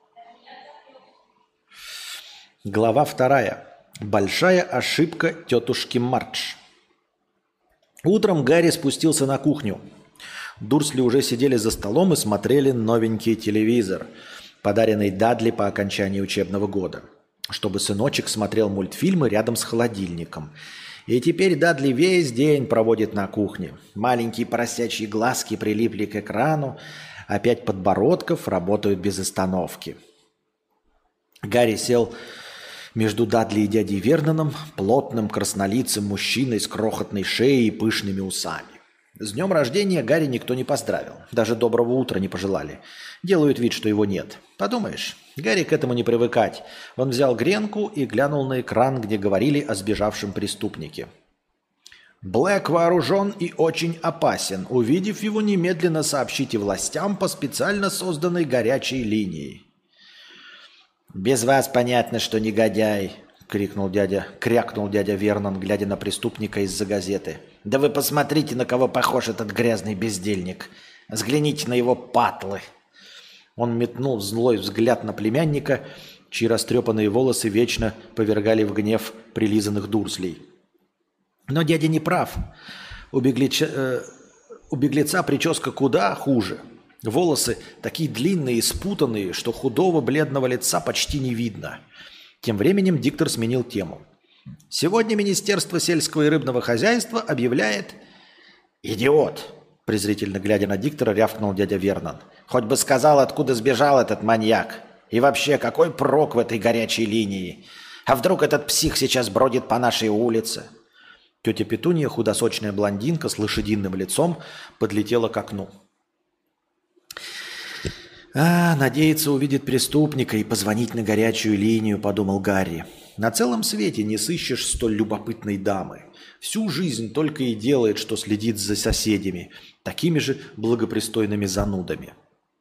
Глава вторая. Большая ошибка тетушки Мардж. Утром Гарри спустился на кухню. Дурсли уже сидели за столом и смотрели новенький телевизор, подаренный Дадли по окончании учебного года, чтобы сыночек смотрел мультфильмы рядом с холодильником. И теперь Дадли весь день проводит на кухне. Маленькие поросячьи глазки прилипли к экрану, а пять подбородков работают без остановки. Гарри сел между Дадли и дядей Верноном, плотным краснолицым мужчиной с крохотной шеей и пышными усами. С днем рождения Гарри никто не поздравил, даже доброго утра не пожелали. Делают вид, что его нет. Подумаешь, Гарри к этому не привыкать. Он взял гренку и глянул на экран, где говорили о сбежавшем преступнике. Блэк вооружен и очень опасен. Увидев его, немедленно сообщите властям по специально созданной горячей линии. «Без вас понятно, что негодяй», — крикнул дядя, крякнул дядя Вернон, глядя на преступника из-за газеты. «Да вы посмотрите, на кого похож этот грязный бездельник. Взгляните на его патлы». Он метнул злой взгляд на племянника, чьи растрепанные волосы вечно повергали в гнев прилизанных дурслей. Но дядя не прав. У, беглеча, э, у беглеца прическа куда хуже. Волосы такие длинные и спутанные, что худого бледного лица почти не видно. Тем временем диктор сменил тему. Сегодня Министерство сельского и рыбного хозяйства объявляет... «Идиот!» – презрительно глядя на диктора, рявкнул дядя Вернон. «Хоть бы сказал, откуда сбежал этот маньяк. И вообще, какой прок в этой горячей линии? А вдруг этот псих сейчас бродит по нашей улице?» Тетя Петунья, худосочная блондинка с лошадиным лицом, подлетела к окну. «А, надеется увидеть преступника и позвонить на горячую линию», – подумал Гарри. «На целом свете не сыщешь столь любопытной дамы. Всю жизнь только и делает, что следит за соседями, такими же благопристойными занудами».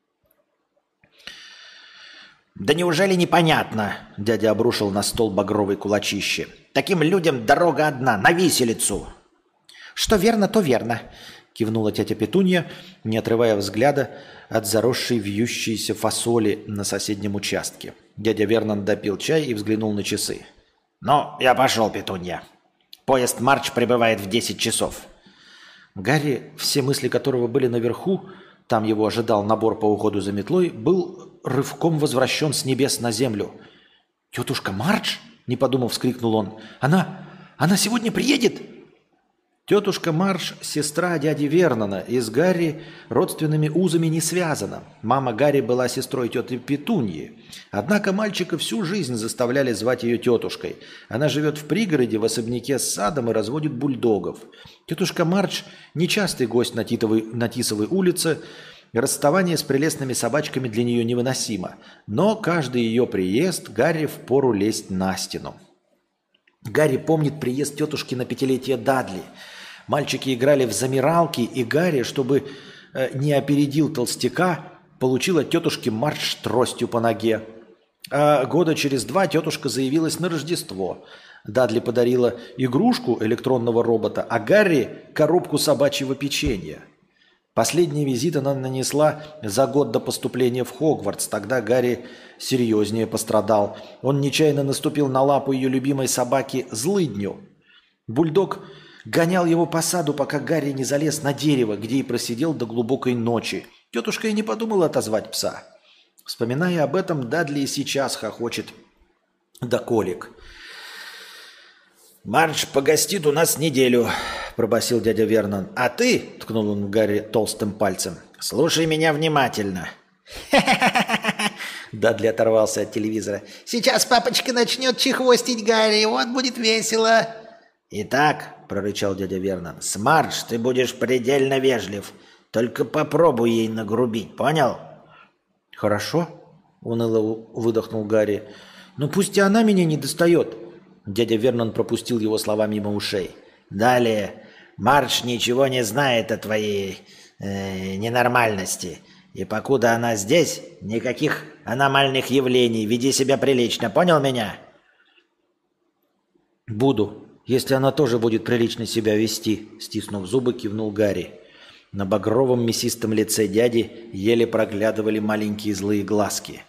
«Да неужели непонятно?» – дядя обрушил на стол багровый кулачище. «Таким людям дорога одна, на виселицу!» «Что верно, то верно», – кивнула тетя Петунья, не отрывая взгляда от заросшей вьющейся фасоли на соседнем участке. Дядя Вернон допил чай и взглянул на часы. «Ну, я пошел, Петунья. Поезд Мардж прибывает в десять часов». Гарри, все мысли которого были наверху, там его ожидал набор по уходу за метлой, был рывком возвращен с небес на землю. «Тетушка Мардж?» – не подумав, вскрикнул он. «Она... она сегодня приедет?» Тетушка Мардж – сестра дяди Вернона, и с Гарри родственными узами не связана. Мама Гарри была сестрой тети Петуньи. Однако мальчика всю жизнь заставляли звать ее тетушкой. Она живет в пригороде в особняке с садом и разводит бульдогов. Тетушка Мардж – нечастый гость на, Титовой, на Тисовой улице. Расставание с прелестными собачками для нее невыносимо. Но каждый ее приезд Гарри впору лезть на стену. Гарри помнит приезд тетушки на пятилетие Дадли. Мальчики играли в замиралки, и Гарри, чтобы э, не опередил толстяка, получил от тетушки Мардж тростью по ноге. А года через два тетушка заявилась на Рождество. Дадли подарила игрушку электронного робота, а Гарри – коробку собачьего печенья. Последний визит она нанесла за год до поступления в Хогвартс. Тогда Гарри серьезнее пострадал. Он нечаянно наступил на лапу ее любимой собаки Злыдню. Бульдог гонял его по саду, пока Гарри не залез на дерево, где и просидел до глубокой ночи. Тетушка и не подумала отозвать пса. Вспоминая об этом, Дадли и сейчас хохочет до колик. «Мардж погостит у нас неделю», – пробасил дядя Вернон. «А ты», – ткнул он в Гарри толстым пальцем, – «слушай меня внимательно». Дадли оторвался от телевизора. «Сейчас папочка начнет чехвостить Гарри, вот будет весело». «Итак», – прорычал дядя Вернон, – «с Мардж ты будешь предельно вежлив. Только попробуй ей нагрубить, понял?» «Хорошо», – уныло выдохнул Гарри. «Но пусть и она меня не достает». Дядя Вернон пропустил его слова мимо ушей. «Далее. Мардж ничего не знает о твоей э, ненормальности. И покуда она здесь, никаких аномальных явлений. Веди себя прилично. Понял меня?» «Буду, если она тоже будет прилично себя вести», – стиснув зубы, кивнул Гарри. На багровом мясистом лице дяди еле проглядывали маленькие злые глазки.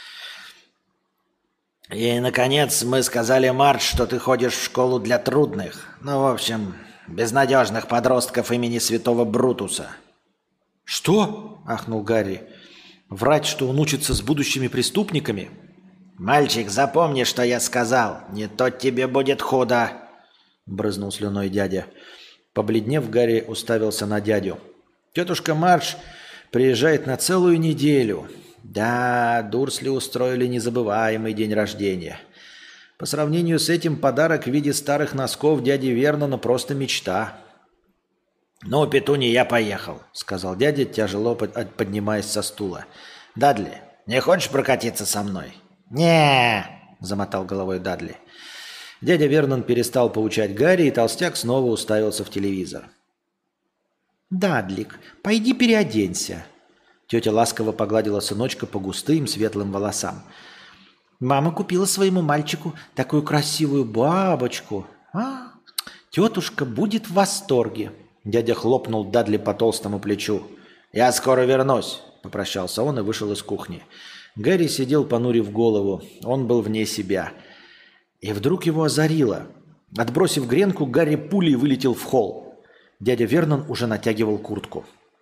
«И, наконец, мы сказали Мардж, что ты ходишь в школу для трудных, ну, в общем, безнадежных подростков имени святого Брутуса». «Что?» – ахнул Гарри. «Врать, что он учится с будущими преступниками?» «Мальчик, запомни, что я сказал, не то тебе будет худо», – брызнул слюной дядя. Побледнев, Гарри уставился на дядю. «Тетушка Мардж приезжает на целую неделю». Да, Дурсли устроили незабываемый день рождения. По сравнению с этим подарок в виде старых носков дяди Вернона просто мечта. «Ну, Петуни, я поехал», — сказал дядя, тяжело поднимаясь со стула. «Дадли, не хочешь прокатиться со мной?» «Не-е-е», замотал головой Дадли. Дядя Вернон перестал поучать Гарри, и толстяк снова уставился в телевизор. «Дадлик, пойди переоденься». Тетя ласково погладила сыночка по густым светлым волосам. «Мама купила своему мальчику такую красивую бабочку. А, тетушка будет в восторге». Дядя хлопнул Дадли по толстому плечу. «Я скоро вернусь», – попрощался он и вышел из кухни. Гарри сидел, понурив голову. Он был вне себя. И вдруг его озарило. Отбросив гренку, Гарри пулей вылетел в холл. Дядя Вернон уже натягивал куртку.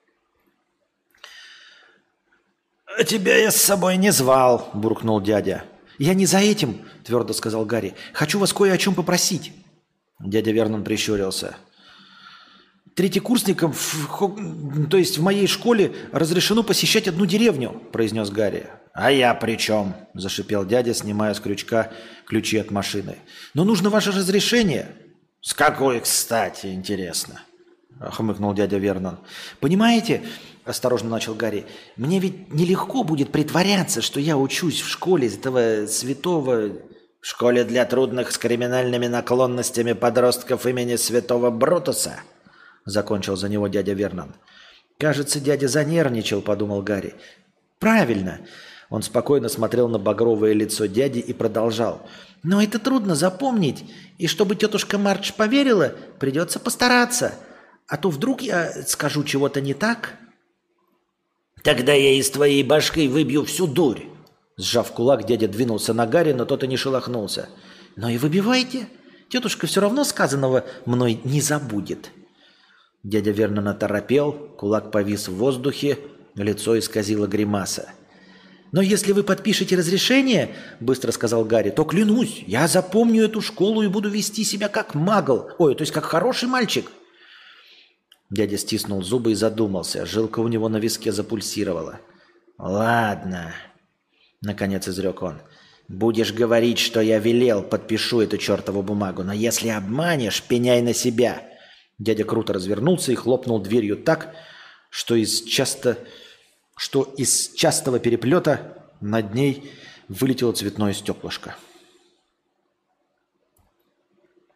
«А тебя я с собой не звал», – буркнул дядя. «Я не за этим», – твердо сказал Гарри. «Хочу вас кое о чем попросить». Дядя Вернон прищурился. «Третьекурсникам, в, то есть в моей школе, разрешено посещать одну деревню», – произнес Гарри. «А я при чем?» – зашипел дядя, снимая с крючка ключи от машины. «Но нужно ваше разрешение». «С какой, кстати, интересно?» – хмыкнул дядя Вернон. «Понимаете, – осторожно начал Гарри, – мне ведь нелегко будет притворяться, что я учусь в школе этого святого...» «В школе для трудных с криминальными наклонностями подростков имени святого Брутуса?» – закончил за него дядя Вернон. «Кажется, дядя занервничал», – подумал Гарри. «Правильно». Он спокойно смотрел на багровое лицо дяди и продолжал. «Но это трудно запомнить, и чтобы тетушка Мардж поверила, придется постараться. А то вдруг я скажу чего-то не так?» «Тогда я из твоей башки выбью всю дурь!» Сжав кулак, дядя двинулся на Гарри, но тот и не шелохнулся. «Но и выбивайте. Тетушка все равно сказанного мной не забудет». Дядя Вернон оторопел, кулак повис в воздухе, лицо исказило гримаса. «Но если вы подпишете разрешение, — быстро сказал Гарри, — то, клянусь, я запомню эту школу и буду вести себя как магл, ой, то есть как хороший мальчик». Дядя стиснул зубы и задумался, жилка у него на виске запульсировала. «Ладно», — наконец изрек он, — «будешь говорить, что я велел, подпишу эту чертову бумагу, но если обманешь, пеняй на себя». Дядя круто развернулся и хлопнул дверью так, что из часто... что из частого переплета над ней вылетело цветное стеклышко.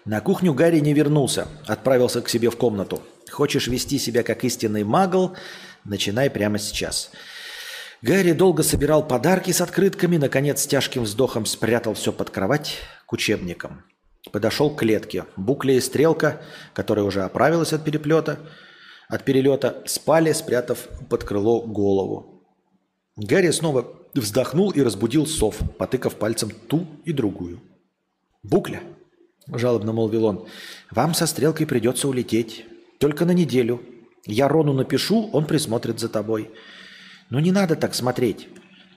На кухню Гарри не вернулся, отправился к себе в комнату. Хочешь вести себя как истинный магл? Начинай прямо сейчас. Гарри долго собирал подарки с открытками, наконец с тяжким вздохом спрятал все под кровать к учебникам. Подошел к клетке. Букля и Стрелка, которая уже оправилась от переплета, от перелета, спали, спрятав под крыло голову. Гарри снова вздохнул и разбудил сов, потыкав пальцем ту и другую. «Букля», — жалобно молвил он, — «вам со Стрелкой придется улететь. Только на неделю. Я Рону напишу, он присмотрит за тобой. Но не надо так смотреть».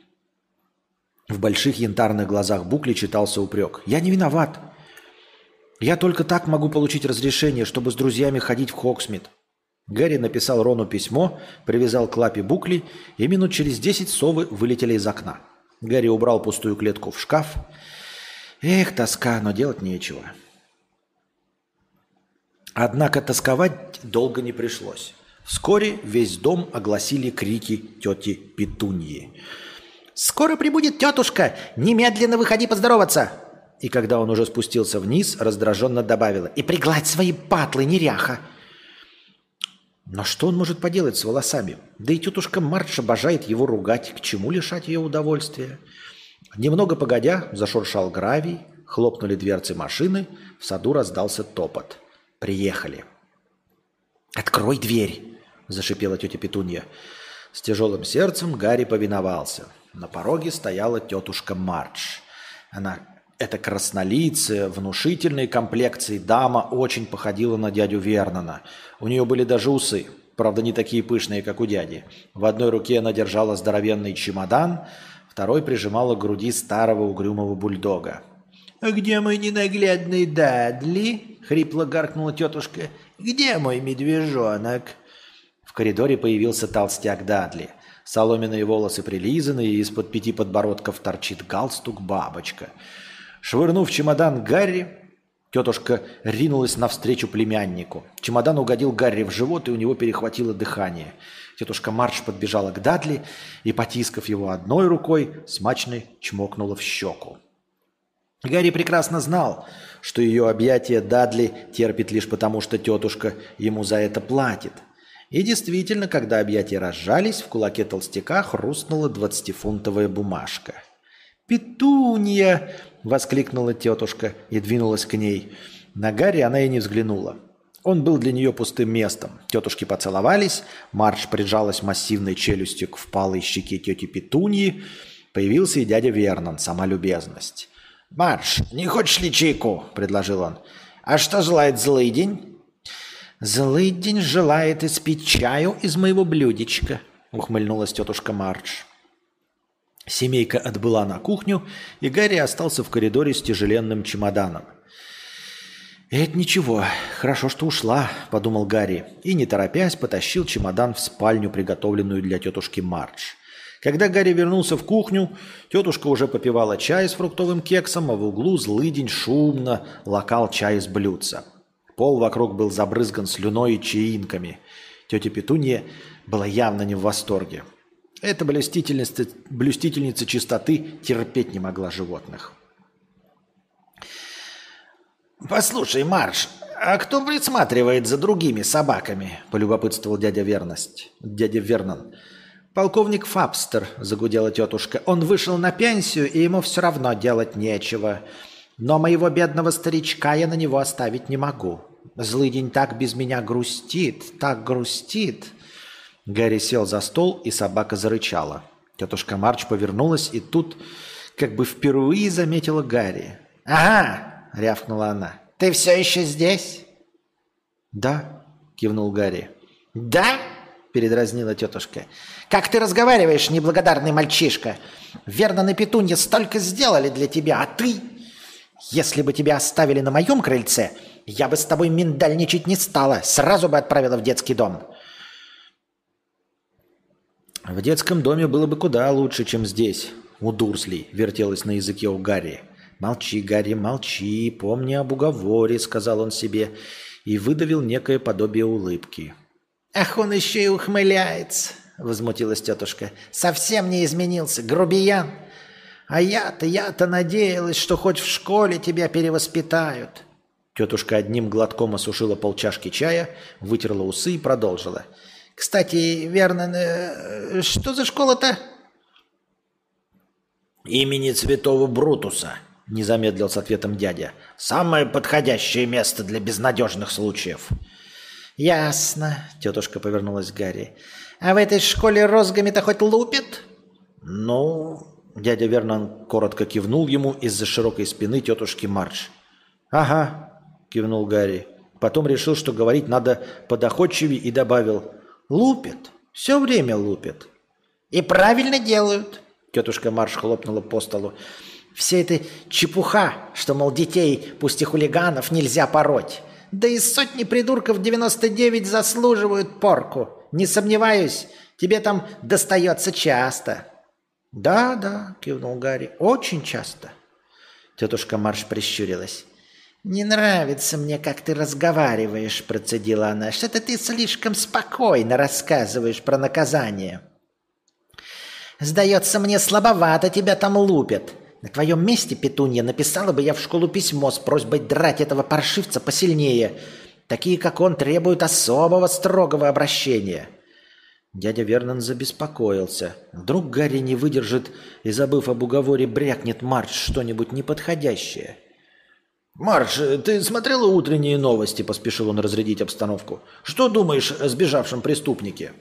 В больших янтарных глазах Букли читался упрек. «Я не виноват. Я только так могу получить разрешение, чтобы с друзьями ходить в Хоксмит». Гарри написал Рону письмо, привязал к лапе Букли, и минут через десять совы вылетели из окна. Гарри убрал пустую клетку в шкаф. Эх, тоска, но делать нечего. Однако тосковать долго не пришлось. Вскоре весь дом огласили крики тети Петуньи. «Скоро прибудет тетушка! Немедленно выходи поздороваться!» И когда он уже спустился вниз, раздраженно добавила: «И пригладь свои патлы, неряха!» Но что он может поделать с волосами? Да и тетушка Мардж обожает его ругать. К чему лишать ее удовольствия? Немного погодя, зашуршал гравий, хлопнули дверцы машины, в саду раздался топот. Приехали. «Открой дверь!» – зашипела тетя Петунья. С тяжелым сердцем Гарри повиновался. На пороге стояла тетушка Мардж. Она, эта краснолицая, внушительной комплекции дама, очень походила на дядю Вернона. У нее были даже усы, правда не такие пышные, как у дяди. В одной руке она держала здоровенный чемодан, второй прижимала к груди старого угрюмого бульдога. «А где мой ненаглядный Дадли?» — хрипло гаркнула тетушка. «Где мой медвежонок?» В коридоре появился толстяк Дадли. Соломенные волосы прилизаны, и из-под пяти подбородков торчит галстук-бабочка. Швырнув чемодан Гарри, тетушка ринулась навстречу племяннику. Чемодан угодил Гарри в живот, и у него перехватило дыхание. Тетушка Мардж подбежала к Дадли и, потискав его одной рукой, смачно чмокнула в щеку. Гарри прекрасно знал, что ее объятия Дадли терпит лишь потому, что тетушка ему за это платит. И действительно, когда объятия разжались, в кулаке толстяка хрустнула двадцатифунтовая бумажка. «Петунья!» — воскликнула тетушка и двинулась к ней. На Гарри она и не взглянула. Он был для нее пустым местом. Тетушки поцеловались, Мардж прижалась массивной челюстью к впалой щеке тети Петуньи. Появился и дядя Вернон, сама любезность. «Мардж, не хочешь ли чайку?» – предложил он. «А что желает злый день?» «Злый день желает испить чаю из моего блюдечка», – ухмыльнулась тетушка Мардж. Семейка отбыла на кухню, и Гарри остался в коридоре с тяжеленным чемоданом. «Это ничего, хорошо, что ушла», – подумал Гарри, и, не торопясь, потащил чемодан в спальню, приготовленную для тетушки Мардж. Когда Гарри вернулся в кухню, тетушка уже попивала чай с фруктовым кексом, а в углу злыдень шумно лакал чай из блюдца. Пол вокруг был забрызган слюной и чаинками. Тетя Петунья была явно не в восторге. Эта блюстительница, блюстительница чистоты терпеть не могла животных. «Послушай, Мардж, а кто присматривает за другими собаками?» – полюбопытствовал дядя Верность, дядя Вернон. «Полковник Фабстер», – загудела тетушка. «Он вышел на пенсию, и ему все равно делать нечего. Но моего бедного старичка я на него оставить не могу. Злыдень так без меня грустит, так грустит». Гарри сел за стол, и собака зарычала. Тетушка Мардж повернулась, и тут как бы впервые заметила Гарри. «Ага!» – рявкнула она. «Ты все еще здесь?» «Да», – кивнул Гарри. «Да?» – передразнила тетушка. «Как ты разговариваешь, неблагодарный мальчишка? Вернон и Петунья столько сделали для тебя, а ты... Если бы тебя оставили на моем крыльце, я бы с тобой миндальничать не стала, сразу бы отправила в детский дом». «В детском доме было бы куда лучше, чем здесь, у Дурслей», – вертелось на языке у Гарри. «Молчи, Гарри, молчи, помни об уговоре», – сказал он себе, и выдавил некое подобие улыбки. «Ах, он еще и ухмыляется», – возмутилась тетушка. «Совсем не изменился, грубиян. А я-то, я-то надеялась, что хоть в школе тебя перевоспитают». Тетушка одним глотком осушила полчашки чая, вытерла усы и продолжила. «Кстати, Вернон, э, что за школа-то?» «Имени святого Брутуса», — не замедлил с ответом дядя. «Самое подходящее место для безнадежных случаев». «Ясно», — тетушка повернулась к Гарри. «А в этой школе розгами-то хоть лупят?» «Ну...» — дядя Вернон коротко кивнул ему из-за широкой спины тетушки Мардж. «Ага», — кивнул Гарри. Потом решил, что говорить надо подоходчивее, и добавил. «Лупят. Все время лупят». «И правильно делают», — тетушка Мардж хлопнула по столу. «Все это чепуха, что, мол, детей, пусть и хулиганов, нельзя пороть. Да и сотни придурков девяносто девять заслуживают порку. Не сомневаюсь, тебе там достается часто». «Да, да», — кивнул Гарри, — «очень часто». Тетушка Мардж прищурилась. «Не нравится мне, как ты разговариваешь», — процедила она. «Что-то ты слишком спокойно рассказываешь про наказание. Сдается мне, слабовато тебя там лупят. На твоем месте, Петунья, написала бы я в школу письмо с просьбой драть этого паршивца посильнее. Такие, как он, требуют особого строгого обращения». Дядя Вернон забеспокоился. Вдруг Гарри не выдержит и, забыв об уговоре, брякнет Мардж что-нибудь неподходящее. «Мардж, ты смотрела утренние новости?» – поспешил он разрядить обстановку. «Что думаешь о сбежавшем преступнике?»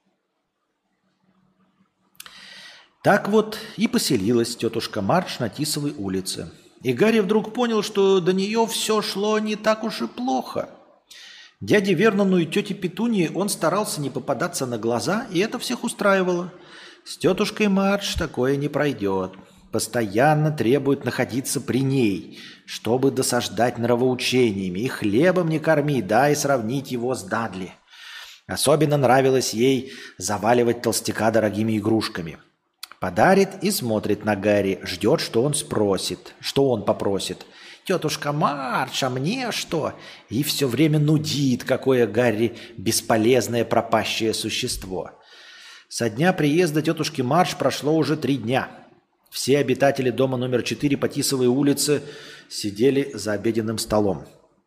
Так вот и поселилась тетушка Мардж на Тисовой улице. И Гарри вдруг понял, что до нее все шло не так уж и плохо. Дяде Вернону и тете Петуньи он старался не попадаться на глаза, и это всех устраивало. С тетушкой Мардж такое не пройдет. Постоянно требует находиться при ней, чтобы досаждать нравоучениями. И хлебом не корми, да и сравнить его с Дадли. Особенно нравилось ей заваливать толстяка дорогими игрушками. Подарит и смотрит на Гарри, ждет, что он спросит, что он попросит. «Тетушка Мардж, а мне что?» И все время нудит, какое Гарри бесполезное пропащее существо. Со дня приезда тетушки Мардж прошло уже три дня. Все обитатели дома номер четыре по Тисовой улице сидели за обеденным столом.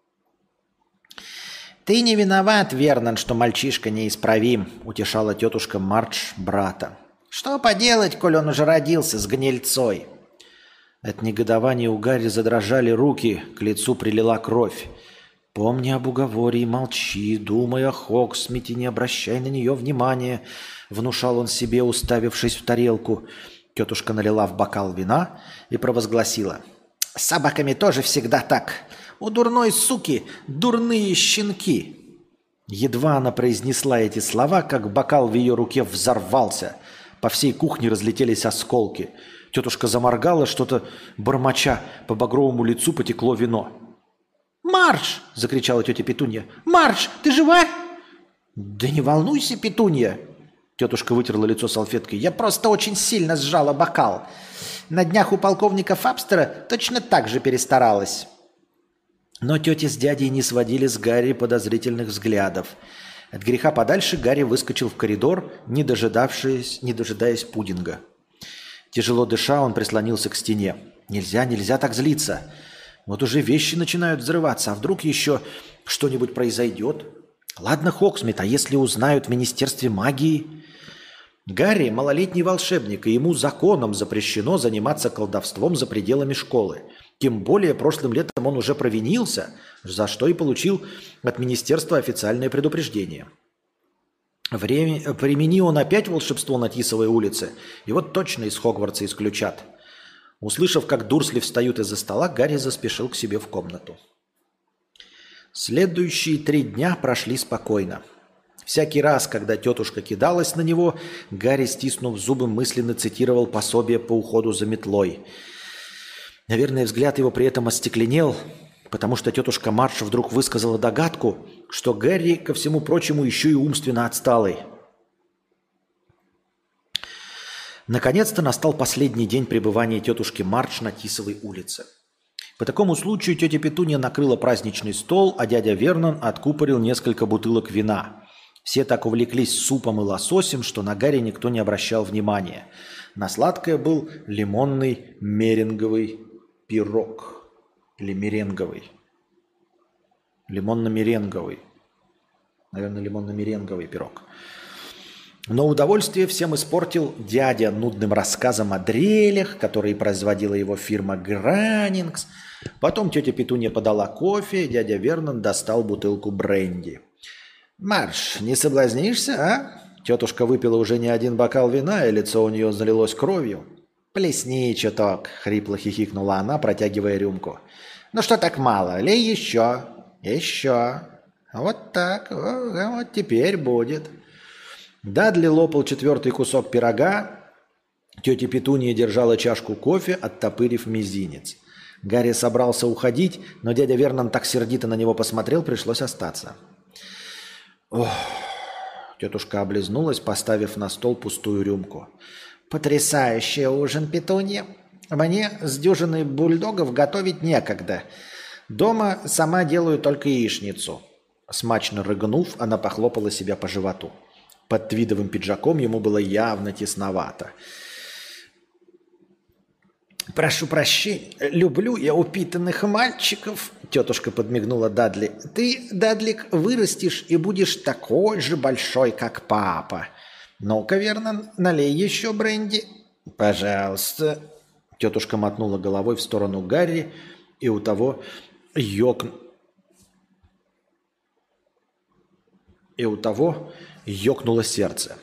«Ты не виноват, Вернон, что мальчишка неисправим», — утешала тетушка Мардж брата. «Что поделать, коль он уже родился с гнильцой?» От негодования у Гарри задрожали руки, к лицу прилила кровь. «Помни об уговоре и молчи, думай о Хоксмите, не обращай на нее внимания», — внушал он себе, уставившись в тарелку. Тетушка налила в бокал вина и провозгласила. «С собаками тоже всегда так. У дурной суки дурные щенки». Едва она произнесла эти слова, как бокал в ее руке взорвался. По всей кухне разлетелись осколки. Тетушка заморгала, что-то бормоча, по багровому лицу потекло вино. «Мардж!» – закричала тетя Петунья. «Мардж, ты жива?» «Да не волнуйся, Петунья!» Тетушка вытерла лицо салфеткой. «Я просто очень сильно сжала бокал. На днях у полковника Фабстера точно так же перестаралась». Но тети с дядей не сводили с Гарри подозрительных взглядов. От греха подальше Гарри выскочил в коридор, не дожидавшись, не дожидаясь пудинга. Тяжело дыша, он прислонился к стене. «Нельзя, нельзя так злиться. Вот уже вещи начинают взрываться, а вдруг еще что-нибудь произойдет? Ладно, Хоксмит, а если узнают в Министерстве магии?» Гарри – малолетний волшебник, и ему законом запрещено заниматься колдовством за пределами школы. Тем более прошлым летом он уже провинился, за что и получил от министерства официальное предупреждение. Время... Примени он опять волшебство на Тисовой улице, и вот точно из Хогвартса исключат. Услышав, как Дурсли встают из-за стола, Гарри заспешил к себе в комнату. Следующие три дня прошли спокойно. Всякий раз, когда тетушка кидалась на него, Гарри, стиснув зубы, мысленно цитировал пособие по уходу за метлой. Наверное, взгляд его при этом остекленел, потому что тетушка Мардж вдруг высказала догадку, что Гарри, ко всему прочему, еще и умственно отсталый. Наконец-то настал последний день пребывания тетушки Мардж на Тисовой улице. По такому случаю тетя Петунья накрыла праздничный стол, а дядя Вернон откупорил несколько бутылок вина. Все так увлеклись супом и лососем, что на Гарри никто не обращал внимания. На сладкое был лимонный меренговый пирог. Или меренговый. Лимонно-меренговый. Наверное, лимонно-меренговый пирог. Но удовольствие всем испортил дядя нудным рассказом о дрелях, которые производила его фирма Гранингс. Потом тетя Петунья подала кофе, дядя Вернон достал бутылку бренди. «Марш, не соблазнишься, а?» Тетушка выпила уже не один бокал вина, и лицо у нее залилось кровью. «Плесни чуток», — хрипло хихикнула она, протягивая рюмку. «Ну что так мало? Лей еще, еще. Вот так, вот теперь будет». Дадли лопал четвертый кусок пирога. Тетя Петунья держала чашку кофе, оттопырив мизинец. Гарри собрался уходить, но дядя Вернон так сердито на него посмотрел, пришлось остаться. Ох, тетушка облизнулась, поставив на стол пустую рюмку. «Потрясающий ужин, Петунья. Мне с дюжиной бульдогов готовить некогда. Дома сама делаю только яичницу». Смачно рыгнув, она похлопала себя по животу. Под твидовым пиджаком ему было явно тесновато. «Прошу прощения, люблю я упитанных мальчиков», — тетушка подмигнула Дадли. «Ты, Дадлик, вырастешь и будешь такой же большой, как папа. Ну-ка, Вернон, налей еще бренди». «Пожалуйста». Тетушка мотнула головой в сторону Гарри, и у того ёк... И у того ёкнуло сердце.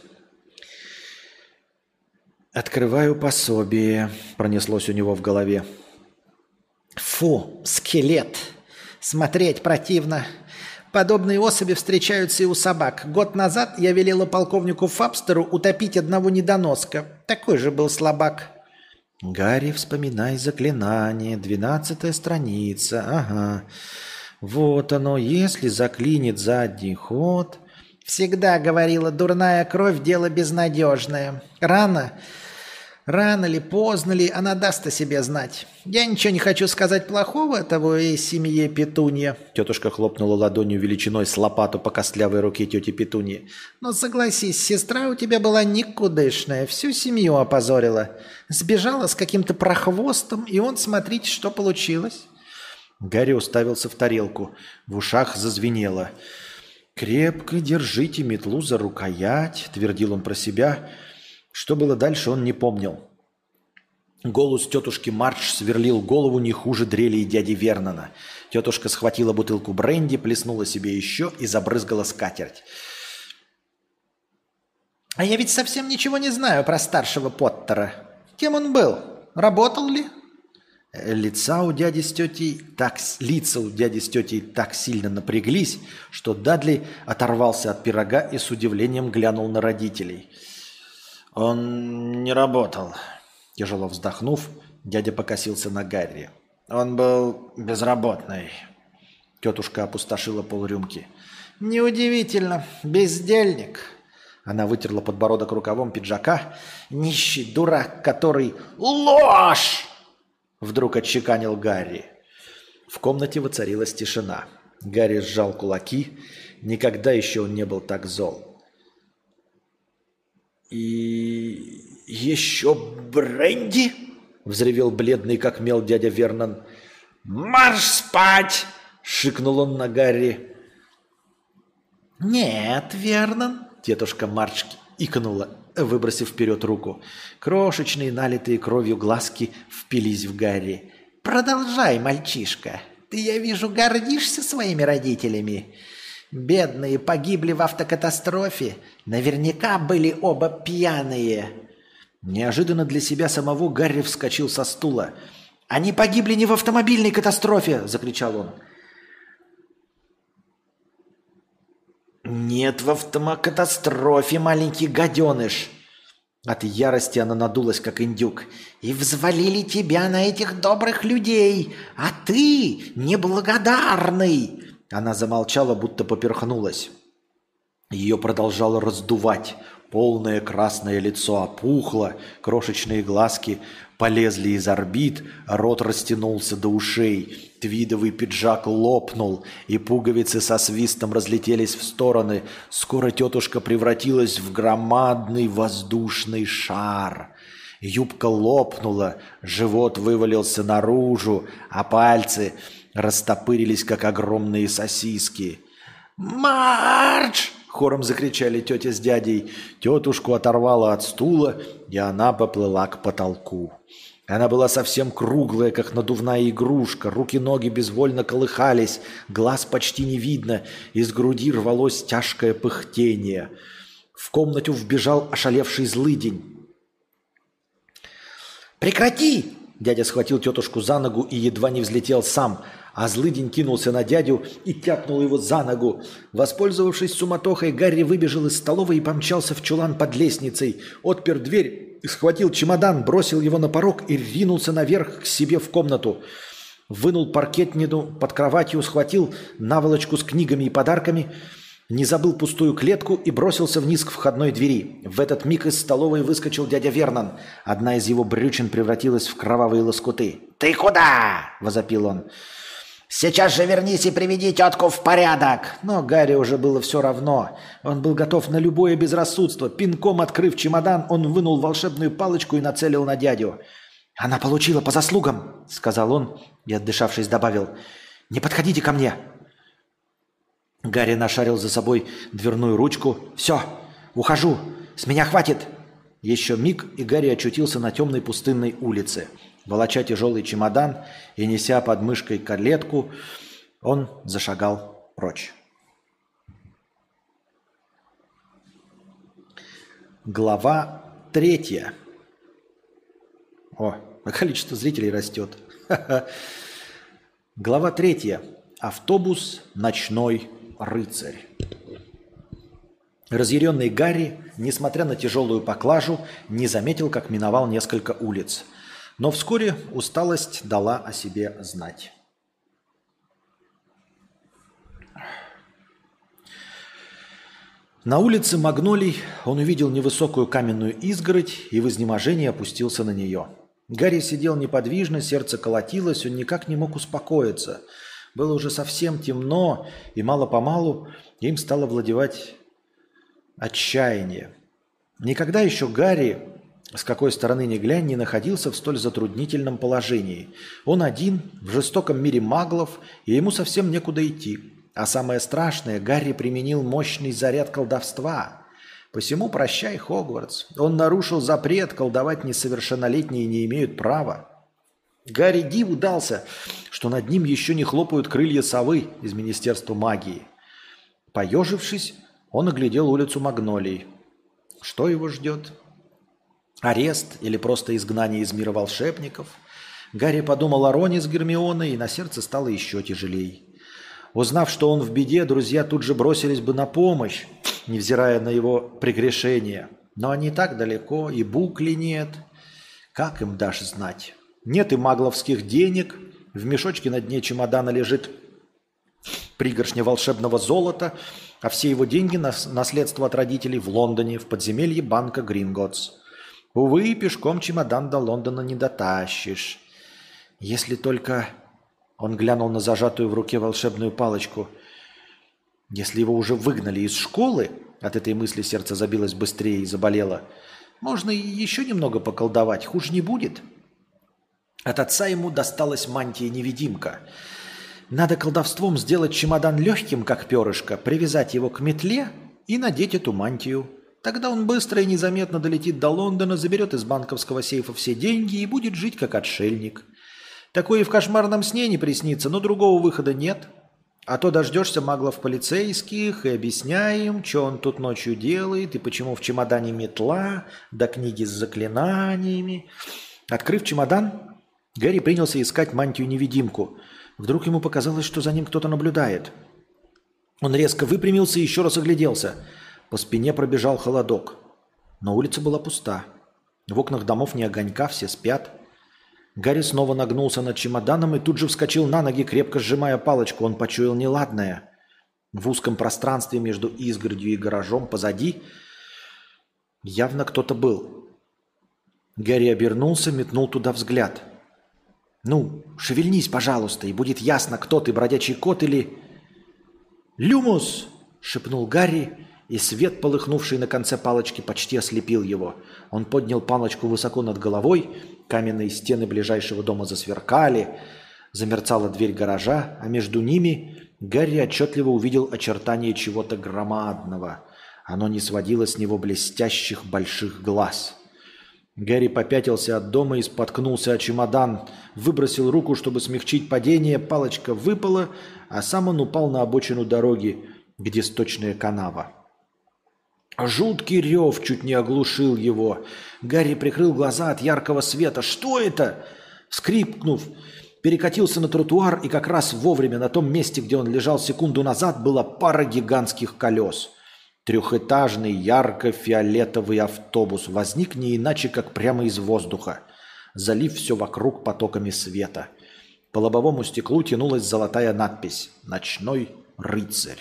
«Открываю пособие», — пронеслось у него в голове. «Фу, скелет! Смотреть противно. Подобные особи встречаются и у собак. Год назад я велела полковнику Фабстеру утопить одного недоноска. Такой же был слабак». «Гарри, вспоминай заклинание. Двенадцатая страница. Ага. Вот оно. Если заклинит задний ход...» «Всегда говорила, дурная кровь – дело безнадежное. Рано, рано ли, поздно ли, она даст о себе знать. Я ничего не хочу сказать плохого о того и семье Петунья». Тетушка хлопнула ладонью величиной с лопату по костлявой руке тети Петуньи. «Но согласись, сестра у тебя была никудышная, всю семью опозорила. Сбежала с каким-то прохвостом, и он, смотрите, что получилось». Гарри уставился в тарелку. В ушах зазвенело. «Крепко держите метлу за рукоять», — твердил он про себя. Что было дальше, он не помнил. Голос тетушки Мардж сверлил голову не хуже дрели и дяди Вернона. Тетушка схватила бутылку бренди, плеснула себе еще и забрызгала скатерть. «А я ведь совсем ничего не знаю про старшего Поттера. Кем он был? Работал ли?» Лица у дяди с тетей так, лица у дяди с тетей так сильно напряглись, что Дадли оторвался от пирога и с удивлением глянул на родителей. «Он не работал». Тяжело вздохнув, дядя покосился на Гарри. «Он был безработный». Тетушка опустошила полрюмки. «Неудивительно, бездельник». Она вытерла подбородок рукавом пиджака. «Нищий дурак, который...» «Ложь!» Вдруг отчеканил Гарри. В комнате воцарилась тишина. Гарри сжал кулаки. Никогда еще он не был так зол. «И еще бренди?» — взревел бледный, как мел дядя Вернон. «Марш спать!» — шикнул он на Гарри. «Нет, Вернон!» — тетушка Мардж икнула, выбросив вперед руку. Крошечные, налитые кровью глазки впились в Гарри. «Продолжай, мальчишка. Ты, я вижу, гордишься своими родителями. Бедные погибли в автокатастрофе. Наверняка были оба пьяные». Неожиданно для себя самого Гарри вскочил со стула. «Они погибли не в автомобильной катастрофе!» – закричал он. «Нет, в автокатастрофе, маленький гаденыш!» От ярости она надулась, как индюк. «И взвалили тебя на этих добрых людей, а ты неблагодарный!» Она замолчала, будто поперхнулась. Ее продолжало раздувать. Полное красное лицо опухло, крошечные глазки полезли из орбит, рот растянулся до ушей, твидовый пиджак лопнул, и пуговицы со свистом разлетелись в стороны. Скоро тетушка превратилась в громадный воздушный шар. Юбка лопнула, живот вывалился наружу, а пальцы растопырились, как огромные сосиски. «Марш!» – хором закричали тетя с дядей. Тетушку оторвало от стула, и она поплыла к потолку. Она была совсем круглая, как надувная игрушка, руки-ноги безвольно колыхались, глаз почти не видно, из груди рвалось тяжкое пыхтение. В комнату вбежал ошалевший злыдень. «Прекрати!» – дядя схватил тетушку за ногу и едва не взлетел сам, а злыдень кинулся на дядю и тяпнул его за ногу. Воспользовавшись суматохой, Гарри выбежал из столовой и помчался в чулан под лестницей, отпер дверь, схватил чемодан, бросил его на порог и ринулся наверх к себе в комнату. Вынул паркетнину под кроватью, схватил наволочку с книгами и подарками, не забыл пустую клетку и бросился вниз к входной двери. В этот миг из столовой выскочил дядя Вернон. Одна из его брючин превратилась в кровавые лоскуты. «Ты куда?» – возопил он. «Сейчас же вернись и приведи тетку в порядок!» Но Гарри уже было все равно. Он был готов на любое безрассудство. Пинком открыв чемодан, он вынул волшебную палочку и нацелил на дядю. «Она получила по заслугам!» – сказал он и, отдышавшись, добавил. «Не подходите ко мне!» Гарри нашарил за собой дверную ручку. «Все, ухожу! С меня хватит!» Еще миг, и Гарри очутился на темной пустынной улице. Волоча тяжелый чемодан и неся под мышкой котлетку, он зашагал прочь. Глава третья. О, количество зрителей растет. Глава третья. Автобус «Ночной рыцарь». Разъяренный Гарри, несмотря на тяжелую поклажу, не заметил, как миновал несколько улиц. Но вскоре усталость дала о себе знать. На улице Магнолий он увидел невысокую каменную изгородь и в изнеможении опустился на нее. Гарри сидел неподвижно, сердце колотилось, он никак не мог успокоиться. Было уже совсем темно, и мало-помалу им стало владевать отчаяние. Никогда еще Гарри, с какой стороны ни глянь, не находился в столь затруднительном положении. Он один, в жестоком мире маглов, и ему совсем некуда идти. А самое страшное, Гарри применил мощный заряд колдовства. Посему прощай, Хогвартс. Он нарушил запрет, колдовать несовершеннолетние не имеют права. Гарри диву дался, что над ним еще не хлопают крылья совы из Министерства магии. Поежившись, он оглядел улицу Магнолий. Что его ждет? Арест или просто изгнание из мира волшебников? Гарри подумал о Роне с Гермионой, и на сердце стало еще тяжелей. Узнав, что он в беде, друзья тут же бросились бы на помощь, невзирая на его прегрешения. Но они так далеко, и букли нет. Как им дашь знать? Нет и магловских денег. В мешочке на дне чемодана лежит пригоршня волшебного золота, а все его деньги на наследство от родителей в Лондоне, в подземелье банка Гринготтс. Увы, пешком чемодан до Лондона не дотащишь. Если только... Он глянул на зажатую в руке волшебную палочку. Если его уже выгнали из школы, от этой мысли сердце забилось быстрее и заболело, можно еще немного поколдовать, хуже не будет. От отца ему досталась мантия-невидимка. Надо колдовством сделать чемодан легким, как перышко, привязать его к метле и надеть эту мантию. Тогда он быстро и незаметно долетит до Лондона, заберет из банковского сейфа все деньги и будет жить как отшельник. Такое и в кошмарном сне не приснится, но другого выхода нет. А то дождешься маглов полицейских и объясняй им, что он тут ночью делает и почему в чемодане метла, да книги с заклинаниями. Открыв чемодан, Гарри принялся искать мантию-невидимку. Вдруг ему показалось, что за ним кто-то наблюдает. Он резко выпрямился и еще раз огляделся. По спине пробежал холодок. Но улица была пуста. В окнах домов ни огонька, все спят. Гарри снова нагнулся над чемоданом и тут же вскочил на ноги, крепко сжимая палочку. Он почуял неладное. В узком пространстве между изгородью и гаражом позади явно кто-то был. Гарри обернулся, метнул туда взгляд. «Ну, шевельнись, пожалуйста, и будет ясно, кто ты, бродячий кот или...» «Люмус!» — шепнул Гарри, и свет, полыхнувший на конце палочки, почти ослепил его. Он поднял палочку высоко над головой, каменные стены ближайшего дома засверкали, Замерцала дверь гаража, а между ними Гарри отчетливо увидел очертания чего-то громадного. Оно не сводило с него блестящих больших глаз. Гарри попятился от дома и споткнулся о чемодан, выбросил руку, чтобы смягчить падение, палочка выпала, а сам он упал на обочину дороги, где сточная канава. Жуткий рев чуть не оглушил его. Гарри прикрыл глаза от яркого света. «Что это?» Вскрикнув, перекатился на тротуар, и как раз вовремя на том месте, где он лежал секунду назад, была пара гигантских колес. Трехэтажный ярко-фиолетовый автобус возник не иначе, как прямо из воздуха, залив все вокруг потоками света. По лобовому стеклу тянулась золотая надпись «Ночной рыцарь».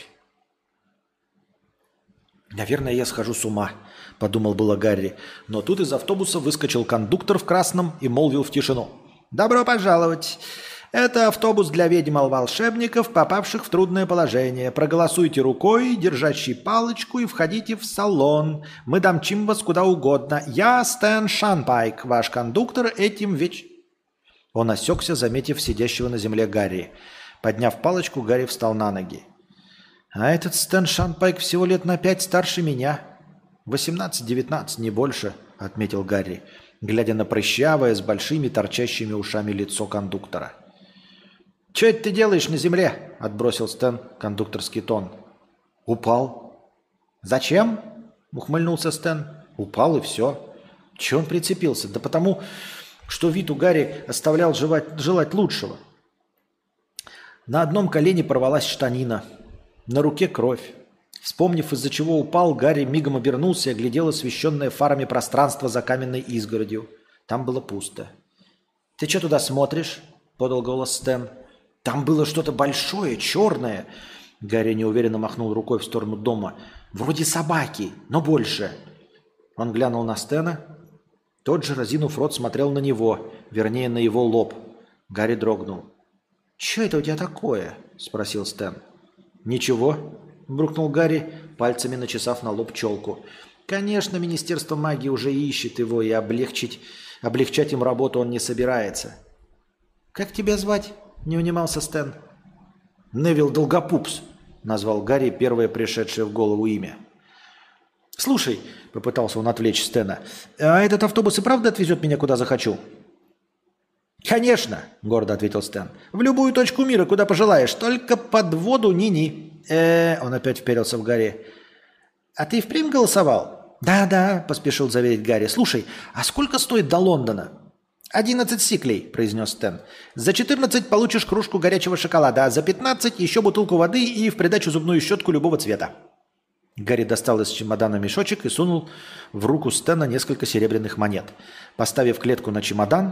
«Наверное, я схожу с ума», – подумал было Гарри. Но тут из автобуса выскочил кондуктор в красном и молвил в тишину. «Добро пожаловать! Это автобус для ведьм-волшебников, попавших в трудное положение. Проголосуйте рукой, держащей палочку, и входите в салон. Мы домчим вас куда угодно. Я Стэн Шанпайк, ваш кондуктор этим веч...» Он осекся, заметив сидящего на земле Гарри. Подняв палочку, Гарри встал на ноги. «А этот Стэн Шанпайк всего лет на пять старше меня. восемнадцать-девятнадцать, не больше», — отметил Гарри, глядя на прыщавое с большими торчащими ушами лицо кондуктора. «Че это ты делаешь на земле?» – отбросил Стэн кондукторский тон. «Упал». «Зачем?» – ухмыльнулся Стэн. «Упал и все». Че он прицепился? Да потому, что вид у Гарри оставлял желать, желать лучшего. На одном колене порвалась штанина, на руке кровь. Вспомнив, из-за чего упал, Гарри мигом обернулся и оглядел освещенное фарами пространство за каменной изгородью. Там было пусто. «Ты что туда смотришь?» – подал голос Стэн. «Там было что-то большое, черное». Гарри неуверенно махнул рукой в сторону дома. «Вроде собаки, но больше». Он глянул на Стэна. Тот же, разинув рот, смотрел на него, вернее, на его лоб. Гарри дрогнул. «Че это у тебя такое?» – спросил Стэн. «Ничего», – брукнул Гарри, пальцами начесав на лоб челку. «Конечно, Министерство магии уже ищет его, и облегчить, облегчать им работу он не собирается». «Как тебя звать?» – не унимался Стэн. «Невил Долгопупс», – назвал Гарри первое пришедшее в голову имя. «Слушай», – попытался он отвлечь Стэна, – «а этот автобус и правда отвезет меня куда захочу?» «Конечно», – гордо ответил Стэн. «В любую точку мира, куда пожелаешь, только под воду ни-ни». Э, он опять вперился в Гарри. «А ты впрямь голосовал?» «Да-да», – поспешил заверить Гарри. «Слушай, а сколько стоит до Лондона?» «Одиннадцать сиклей», – произнес Стэн. «За четырнадцать получишь кружку горячего шоколада, а за пятнадцать еще бутылку воды и в придачу зубную щетку любого цвета». Гарри достал из чемодана мешочек и сунул в руку Стэна несколько серебряных монет. Поставив клетку на чемодан,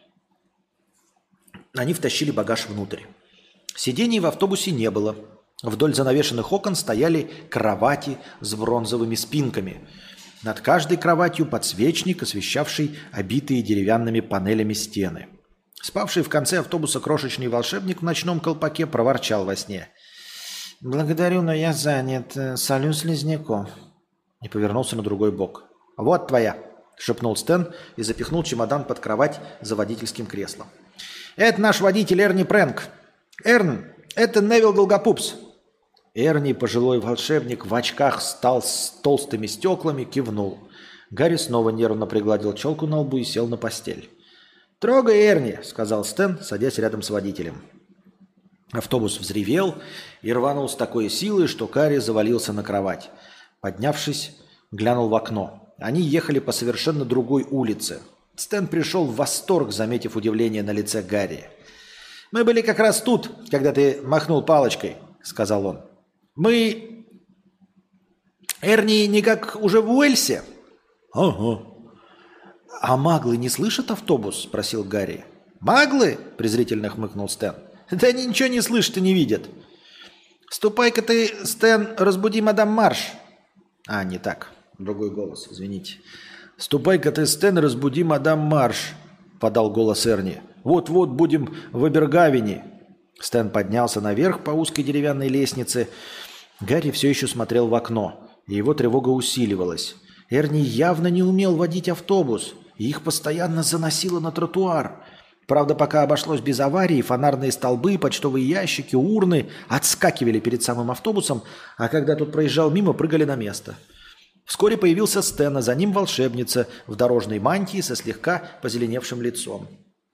они втащили багаж внутрь. Сидений в автобусе не было. Вдоль занавешенных окон стояли кровати с бронзовыми спинками. Над каждой кроватью подсвечник, освещавший обитые деревянными панелями стены. Спавший в конце автобуса крошечный волшебник в ночном колпаке проворчал во сне. «Благодарю, но я занят. Солю слизняков». И повернулся на другой бок. «Вот твоя», – шепнул Стэн и запихнул чемодан под кровать за водительским креслом. «Это наш водитель Эрни Прэнк. Эрн, это Невил Долгопупс». Эрни, пожилой волшебник, в очках стал с толстыми стеклами, кивнул. Гарри снова нервно пригладил челку на лбу и сел на постель. «Трогай, Эрни», – сказал Стэн, садясь рядом с водителем. Автобус взревел и рванул с такой силой, что Гарри завалился на кровать. Поднявшись, глянул в окно. Они ехали по совершенно другой улице. Стэн пришел в восторг, заметив удивление на лице Гарри. «Мы были как раз тут, когда ты махнул палочкой», – сказал он. «Мы... Эрни не как уже в Уэльсе?» «Ага». «А маглы не слышат автобус?» – спросил Гарри. «Маглы?» – презрительно хмыкнул Стэн. «Да они ничего не слышат и не видят». «Ступай-ка ты, Стэн, разбуди мадам Марш». «А, не так. Другой голос, извините». «Ступай-ка ты, Стэн, разбуди мадам Марш», – подал голос Эрни. «Вот-вот будем в Эбергавене». Стэн поднялся наверх по узкой деревянной лестнице. Гарри все еще смотрел в окно, и его тревога усиливалась. Эрни явно не умел водить автобус, и их постоянно заносило на тротуар. Правда, пока обошлось без аварии, фонарные столбы, почтовые ящики, урны отскакивали перед самым автобусом, а когда тот проезжал мимо, прыгали на место. Вскоре появился Стэн, а за ним волшебница в дорожной мантии со слегка позеленевшим лицом.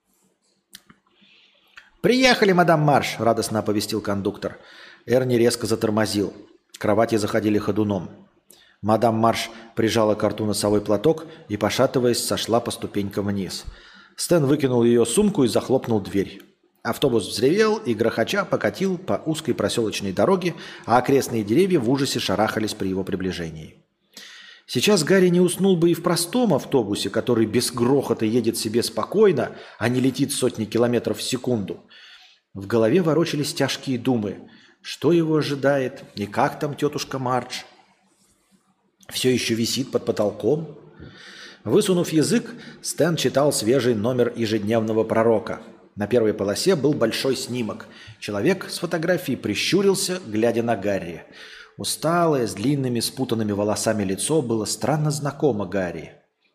«Приехали, мадам Марш!» – радостно оповестил кондуктор. Эрни резко затормозил. Кровати заходили ходуном. Мадам Марш прижала к рту носовой платок и, пошатываясь, сошла по ступенькам вниз. Стэн выкинул ее сумку и захлопнул дверь. Автобус взревел и грохоча покатил по узкой проселочной дороге, а окрестные деревья в ужасе шарахались при его приближении. Сейчас Гарри не уснул бы и в простом автобусе, который без грохота едет себе спокойно, а не летит сотни километров в секунду. В голове ворочались тяжкие думы. Что его ожидает и как там тетушка Мардж? Все еще висит под потолком? Высунув язык, Стэн читал свежий номер ежедневного пророка. На первой полосе был большой снимок. Человек с фотографией прищурился, глядя на Гарри. Усталое, с длинными спутанными волосами лицо было странно знакомо Гарри.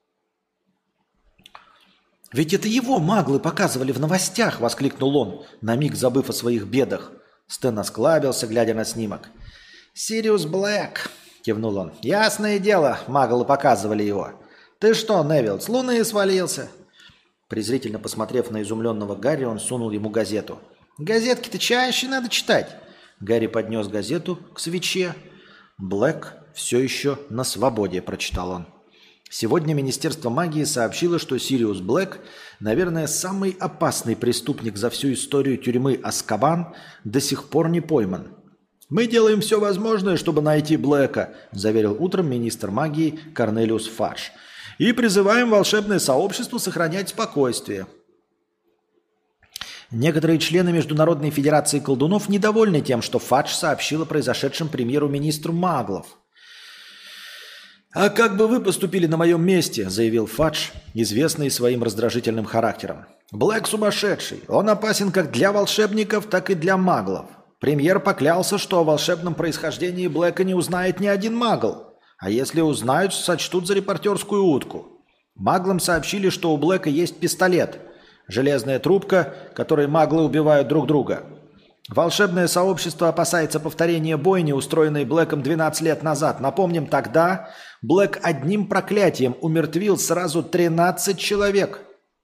«Ведь это его маглы показывали в новостях!» – воскликнул он, на миг забыв о своих бедах. Стэн осклабился, глядя на снимок. «Сириус Блэк!» – кивнул он. «Ясное дело, маглы показывали его. Ты что, Невилл, с луны свалился?» Презрительно посмотрев на изумленного Гарри, он сунул ему газету. «Газетки-то чаще надо читать!» Гарри поднес газету к свече. «Блэк все еще на свободе», – прочитал он. Сегодня Министерство магии сообщило, что Сириус Блэк, наверное, самый опасный преступник за всю историю тюрьмы Азкабан, до сих пор не пойман. «Мы делаем все возможное, чтобы найти Блэка», – заверил утром министр магии Корнелиус Фадж. «И призываем волшебное сообщество сохранять спокойствие». Некоторые члены Международной Федерации колдунов недовольны тем, что Фадж сообщил о произошедшем премьеру-министру маглов. «А как бы вы поступили на моем месте?» – заявил Фадж, известный своим раздражительным характером. «Блэк сумасшедший. Он опасен как для волшебников, так и для маглов. Премьер поклялся, что о волшебном происхождении Блэка не узнает ни один магл. А если узнают, сочтут за репортерскую утку. Маглам сообщили, что у Блэка есть пистолет. Железная трубка, которой маглы убивают друг друга. Волшебное сообщество опасается повторения бойни, устроенной Блэком двенадцать лет назад. Напомним, тогда Блэк одним проклятием умертвил сразу тринадцать человек».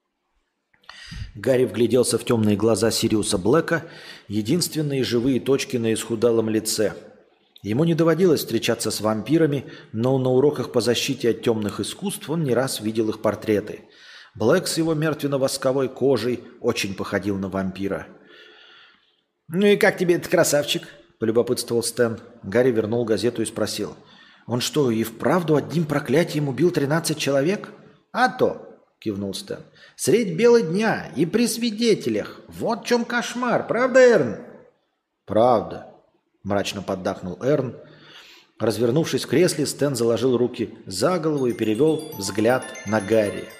Гарри вгляделся в темные глаза Сириуса Блэка, единственные живые точки на исхудалом лице. Ему не доводилось встречаться с вампирами, но на уроках по защите от темных искусств он не раз видел их портреты. Блэк с его мертвенно-восковой кожей очень походил на вампира. «Ну и как тебе этот красавчик?» – полюбопытствовал Стэн. Гарри вернул газету и спросил. «Он что, и вправду одним проклятием убил тринадцать человек?» «А то!» – кивнул Стэн. «Средь бела дня и при свидетелях. Вот в чем кошмар, правда, Эрн?» «Правда», – мрачно поддакнул Эрн. Развернувшись в кресле, Стэн заложил руки за голову и перевел взгляд на Гарри.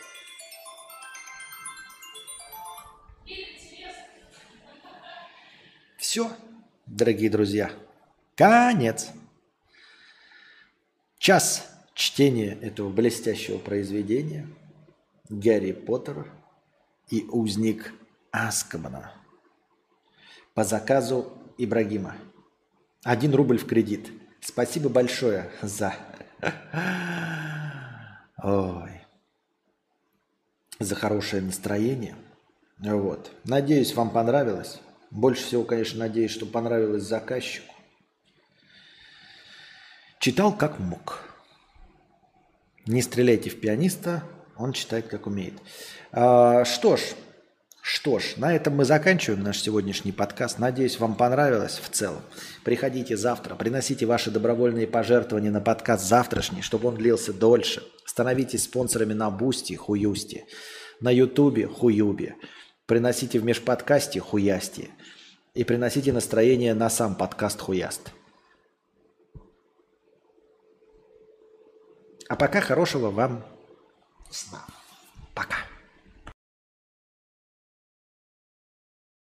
Все, дорогие друзья, конец. Час чтения этого блестящего произведения «Гарри Поттер и узник Азкабана» по заказу Ибрагима. Один рубль в кредит. Спасибо большое за... Ой. За хорошее настроение. Вот. Надеюсь, вам понравилось. Больше всего, конечно, надеюсь, что понравилось заказчику. Читал как мог. Не стреляйте в пианиста, он читает как умеет. А, что ж, что ж, на этом мы заканчиваем наш сегодняшний подкаст. Надеюсь, вам понравилось в целом. Приходите завтра, приносите ваши добровольные пожертвования на подкаст завтрашний, чтобы он длился дольше. Становитесь спонсорами на Бусти, Хуюсти, на Ютубе, Хуюбе. Приносите в межподкасте Хуясти и приносите настроение на сам подкаст Хуяст. А пока хорошего вам сна.